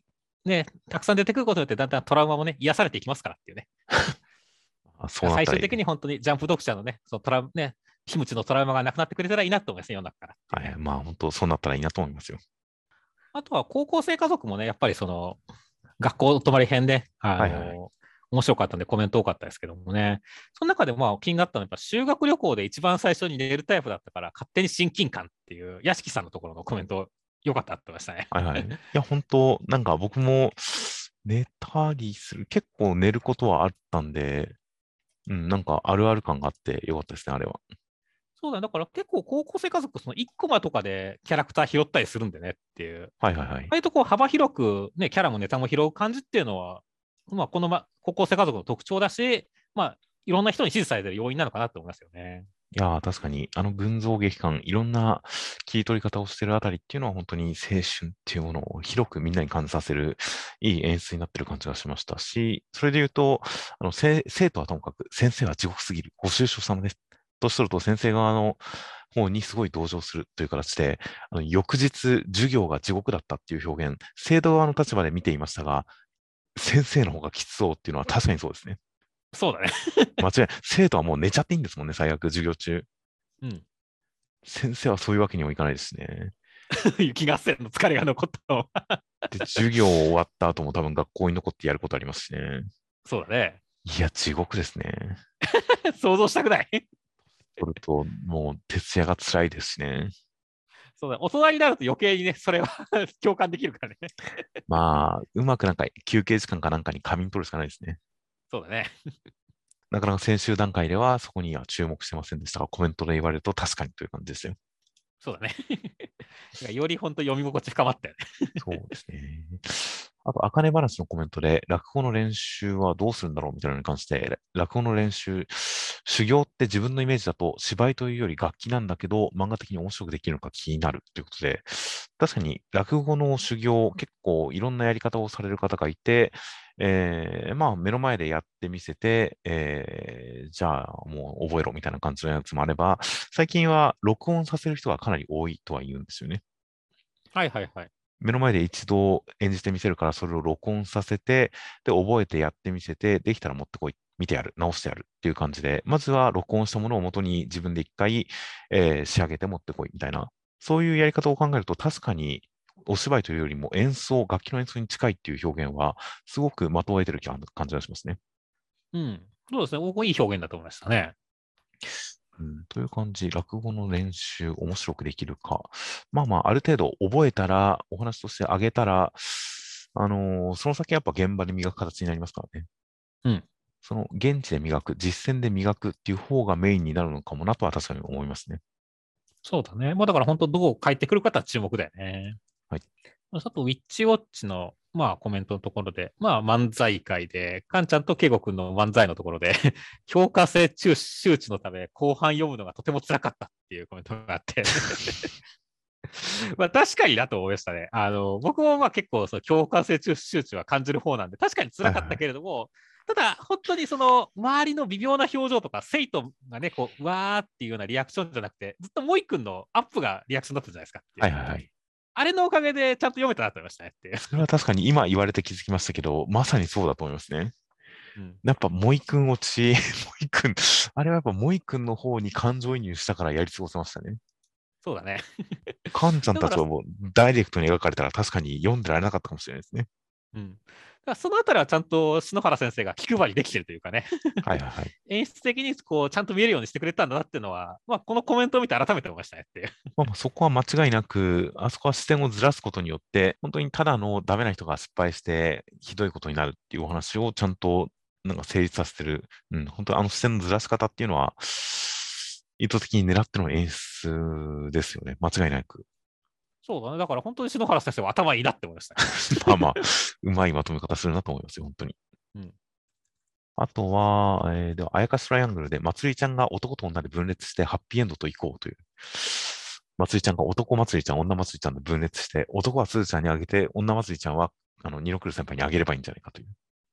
S2: ね、たくさん出てくることによって、だんだんトラウマもね、癒されていきますからっていうね。
S1: あそうなっ
S2: 最終
S1: たらいいね。
S2: 的に本当にジャンプ読者のね、そのトラウね、キムチのトラウマがなくなってくれたらいいなと思いますね、世の中からっていうね。
S1: はい。まあ本当そうなったらいいなと思いますよ。
S2: あとは高校生家族もね、やっぱりその、学校泊まり編で、あ
S1: はいはい。
S2: の、面白かったんでコメント多かったですけどもね、その中でまあ気になったのは、やっぱ修学旅行で一番最初に寝るタイプだったから、勝手に親近感っていう、屋敷さんのところのコメント、良かったって言ってましたね。
S1: はいはい。いや本当なんか僕も寝たりする、結構寝ることはあったんで、うん、なんかあるある感があってよかったですね、あれは。
S2: そうだ、だから結構高校生家族、そのいっコマとかでキャラクター拾ったりするんでねっていう、
S1: はいはいはい。
S2: 割とこう幅広く、ね、キャラもネタも拾う感じっていうのは、まあ、この、ま、高校生家族の特徴だし、まあ、いろんな人に支持されてる要因なのかなと思いますよね。
S1: いやー、確かに、あの群像劇感、いろんな切り取り方をしてるあたりっていうのは、本当に青春っていうものを広くみんなに感じさせる、いい演出になってる感じがしましたし、それで言うと、あの、せ生徒はともかく、先生は地獄すぎる、ご愁傷様です。とすると、先生側の方にすごい同情するという形で、あの翌日、授業が地獄だったっていう表現、生徒側の立場で見ていましたが、先生の方がきつそうっていうのは確かにそうですね。
S2: そうだね。
S1: 間違いない。生徒はもう寝ちゃっていいんですもんね、最悪、授業中。
S2: うん。
S1: 先生はそういうわけにもいかないですね。
S2: 雪合戦の疲れが残ったの。
S1: で、授業終わった後も多分学校に残ってやることありますしね。
S2: そうだね。
S1: いや、地獄ですね。
S2: 想像したくない。
S1: それと、もう、徹夜が辛いですしね。
S2: そうだ、大人になると余計にね、それは共感できるからね。
S1: まあ、うまくなんか休憩時間かなんかに仮眠取るしかないですね。
S2: そうだね。
S1: なかなか先週段階ではそこには注目してませんでしたが、コメントで言われると確かにという感じですよ。
S2: そうだね。より本当読み心地深まったよね。
S1: そうですね。あと、あかね話のコメントで、落語の練習はどうするんだろうみたいなのに関して、落語の練習、修行って自分のイメージだと芝居というより楽器なんだけど、漫画的に面白くできるのか気になるということで、確かに落語の修行、結構いろんなやり方をされる方がいて、えーまあ、目の前でやってみせて、えーじゃあもう覚えろみたいな感じのやつもあれば、最近は録音させる人がかなり多いとは言うんですよね。
S2: はいはいはい。
S1: 目の前で一度演じてみせるから、それを録音させて、で、覚えてやってみせて、できたら持ってこい、見てやる、直してやるっていう感じで、まずは録音したものを元に自分で一回、えー仕上げて持ってこいみたいな、そういうやり方を考えると、確かにお芝居というよりも演奏、楽器の演奏に近いっていう表現は、すごく的を得てる感感じがしますね。
S2: うん。そうですね。僕もいい表現だと思いましたね。
S1: うん、という感じ、落語の練習、面白くできるか。まあまあ、ある程度覚えたら、お話としてあげたら、あのーその先やっぱ現場で磨く形になりますからね。
S2: うん。
S1: その現地で磨く、実践で磨くっていう方がメインになるのかもなとは確かに思いますね。
S2: そうだね。まあだから本当どう帰ってくるかは注目だよね。
S1: はい。
S2: あと、ウィッチウォッチの、まあ、コメントのところで、まあ、漫才会で、カンちゃんとケイゴくんの漫才のところで、評価性中周知のため、後半読むのがとても辛かったっていうコメントがあってまあ、確かになと思いましたね。あの、僕もまあ結構、その共感性中周知は感じる方なんで、確かに辛かった
S1: はいはいはい。
S2: けれども、ただ、本当にその、周りの微妙な表情とか、生徒がね、こう、うわーっていうようなリアクションじゃなくて、ずっとモイ君のアップがリアクションだったじゃないですかっていう。
S1: はいはいはい。
S2: あれのおかげでちゃんと読めたなと思いましたねっていう。
S1: それは確かに今言われて気づきましたけど、まさにそうだと思いますね。
S2: うん、
S1: やっぱ、モイ君落ち、モイ君、あれはやっぱモイ君の方に感情移入したからやり過ごせましたね。
S2: そうだね。
S1: カンちゃん
S2: だから、
S1: たちはもうダイレクトに描かれたら確かに読んでられなかったかもしれないですね。
S2: うん。だからそのあたりはちゃんと篠原先生が気配りできてるというかね、
S1: はいはいはい。
S2: 演出的にこうちゃんと見えるようにしてくれたんだなっていうのは、まあ、このコメントを見て改めて思いましたねっていう。
S1: まあ、まあそこは間違いなく、あそこは視点をずらすことによって、本当にただのダメな人が失敗してひどいことになるっていうお話をちゃんとなんか成立させてる。うん、本当にあの視点のずらし方っていうのは、意図的に狙っての演出ですよね。間違いなく。
S2: そうだね。だから本当に篠原先生は頭いいなって思いましたね。
S1: まあまあ、うまいまとめ方するなと思いますよ、本当に。
S2: うん。
S1: あとは、えー、では、あやかしトライアングルで、まつりちゃんが男と女で分裂してハッピーエンドと行こうという。まつりちゃんが男まつりちゃん、女まつりちゃんで分裂して、男はすずちゃんにあげて、女まつりちゃんは、あの、ニノクル先輩にあげればいいんじゃないかという。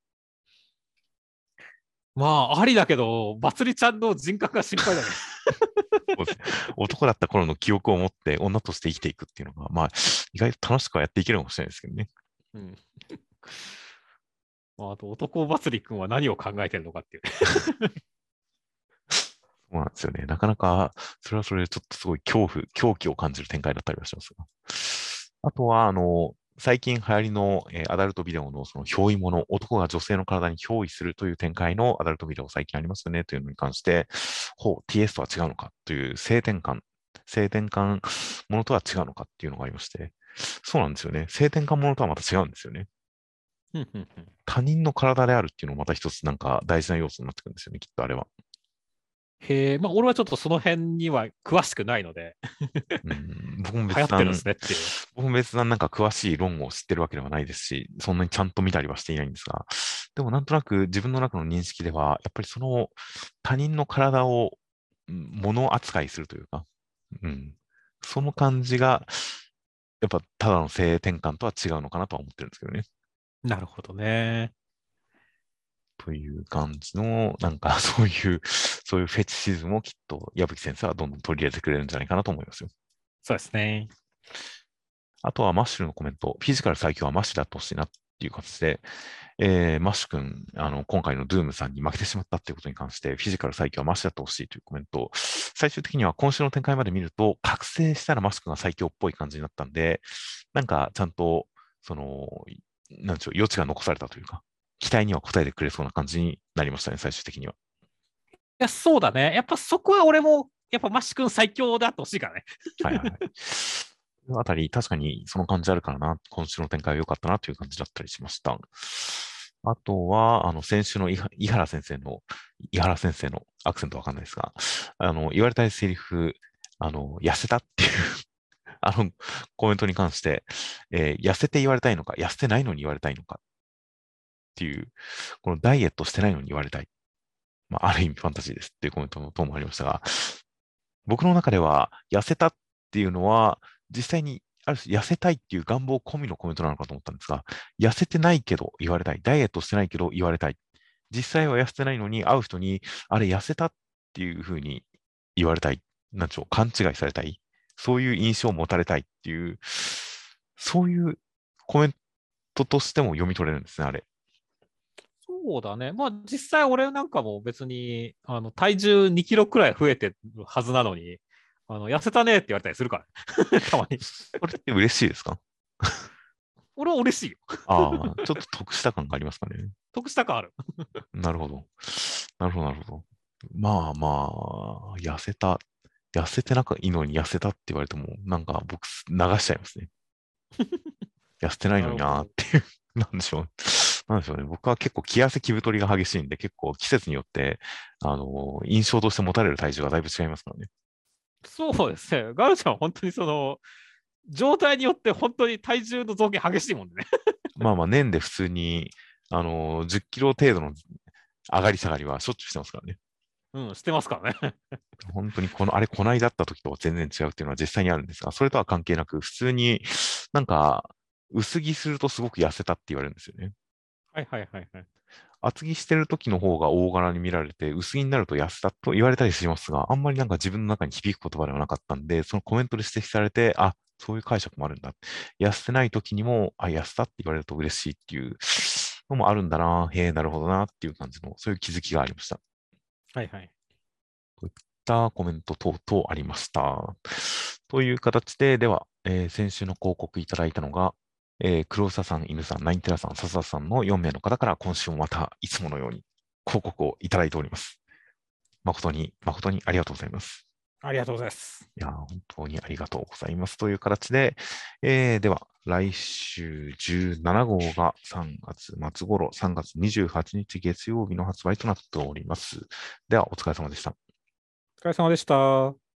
S2: まあ、ありだけど、まつりちゃんの人格が心配だね。
S1: そうですね男だった頃の記憶を持って女として生きていくっていうのが、まあ、意外と楽しくはやっていけるかもしれないですけどね。
S2: うん。 まあ、あと、男祭り君は何を考えてるのかっていう。
S1: そうなんですよね。なかなか、それはそれでちょっとすごい恐怖、狂気を感じる展開だったりはしますが。あとは、あの、最近流行りの、えーアダルトビデオのその憑依もの、男が女性の体に憑依するという展開のアダルトビデオ最近ありますよねというのに関して、ほう、ティーエス とは違うのかという性転換、性転換ものとは違うのかっていうのがありまして、そうなんですよね。性転換ものとはまた違うんですよね。
S2: うんうんうん。
S1: 他人の体であるっていうのもまた一つなんか大事な要素になってくるんですよね、きっとあれは。
S2: へえ、まあ、俺はちょっとその辺には詳しくないので、
S1: うん、僕も
S2: 流行ってるんで
S1: 別段、
S2: すねっていう。
S1: 僕も別段なんか詳しい論を知ってるわけではないですし、そんなにちゃんと見たりはしていないんですが、でもなんとなく自分の中の認識では、やっぱりその他人の体をうん物扱いするというか、うん、その感じが、やっぱただの性転換とは違うのかなとは思ってるんですけどね。
S2: なるほどね。
S1: という感じの、なんかそういう、そういうフェチシズムをきっと矢吹先生はどんどん取り入れてくれるんじゃないかなと思いますよ。
S2: そうですね。
S1: あとはマッシュルのコメント、フィジカル最強はマッシュであってほしいなっていう形で、えーマッシュ君、あの、今回のドゥームさんに負けてしまったっていうことに関して、フィジカル最強はマッシュであってほしいというコメント、最終的には今週の展開まで見ると、覚醒したらマッシュ君が最強っぽい感じになったんで、なんかちゃんと、その、なんでしょう、余地が残されたというか、期待には応えてくれそうな感じになりましたね、最終的には。
S2: いや、そうだね。やっぱそこは俺も、やっぱマッシュ君最強であってほしいからね。
S1: はいはいはい。このあたり、確かにその感じあるからな、今週の展開は良かったなという感じだったりしました。あとは、あの、先週の井井原先生の、井原先生のアクセントわかんないですが、あの、言われたいセリフ、あの、痩せたっていうあの、コメントに関して、えー痩せて言われたいのか、痩せてないのに言われたいのかっていう、このダイエットしてないのに言われたい。まあ、ある意味ファンタジーですっていうコメントの等もありましたが、僕の中では、痩せたっていうのは、実際に、ある種、痩せたいっていう願望込みのコメントなのかと思ったんですが、痩せてないけど言われたい。ダイエットしてないけど言われたい。実際は痩せてないのに、会う人に、あれ、痩せたっていうふうに言われたい。なんでしょう、勘違いされたい。そういう印象を持たれたいっていう、そういうコメントとしても読み取れるんですね、あれ。
S2: そうだね。まあ実際俺なんかも別にあの体重にキロくらい増えてるはずなのに、あの痩せたねって言われたりするからね、たまに。
S1: それって嬉しいですか？
S2: 俺は嬉しいよ。
S1: ああ、ちょっと得した感がありますかね。
S2: 得した感ある。
S1: なるほど。なるほど、なるほど。まあまあ、痩せた。痩せてなくいいのに痩せたって言われても、なんか僕流しちゃいますね。痩せてないのに
S2: なるほど。
S1: なーっていう。なんでしょう。なんでしょうね。僕は結構気汗気太りが激しいんで、結構季節によって、あの、印象として持たれる体重がだいぶ違いますからね。
S2: そうですね。ガルちゃんは本当にその状態によって本当に体重の増減激しいもんね。
S1: まあまあ、年で普通に、あの、じゅっキロ程度の上がり下がりはしょっちゅうしてますからね。
S2: うん、してますからね。
S1: 本当にこの、あれ、こないだった時とは全然違うっていうのは実際にあるんですが、それとは関係なく、普通になんか、薄着するとすごく痩せたって言われるんですよね。
S2: はいはいはいはい。
S1: 厚着してる時の方が大柄に見られて、薄着になると痩せたと言われたりしますが、あんまりなんか自分の中に響く言葉ではなかったんで、そのコメントで指摘されて、あ、そういう解釈もあるんだ。痩せてない時にも、あ、痩せたって言われると嬉しいっていうのもあるんだな。へえ、なるほどなっていう感じの、そういう気づきがありました。
S2: はいはい。
S1: といったコメント等々ありました。という形で、では、えー先週の広告いただいたのが、えー黒沢さん、犬さん、ナインテラさん、笹田さんのよん名の方から今週もまたいつものように広告をいただいております。誠に、誠にありがとうございます。
S2: ありがとうございます。
S1: いやー、本当にありがとうございますという形で、えーでは、来週じゅうなな号がさんがつ末頃、さんがつにじゅうはちにち月曜日の発売となっております。では、お疲れ様でした。
S2: お疲れ様でした。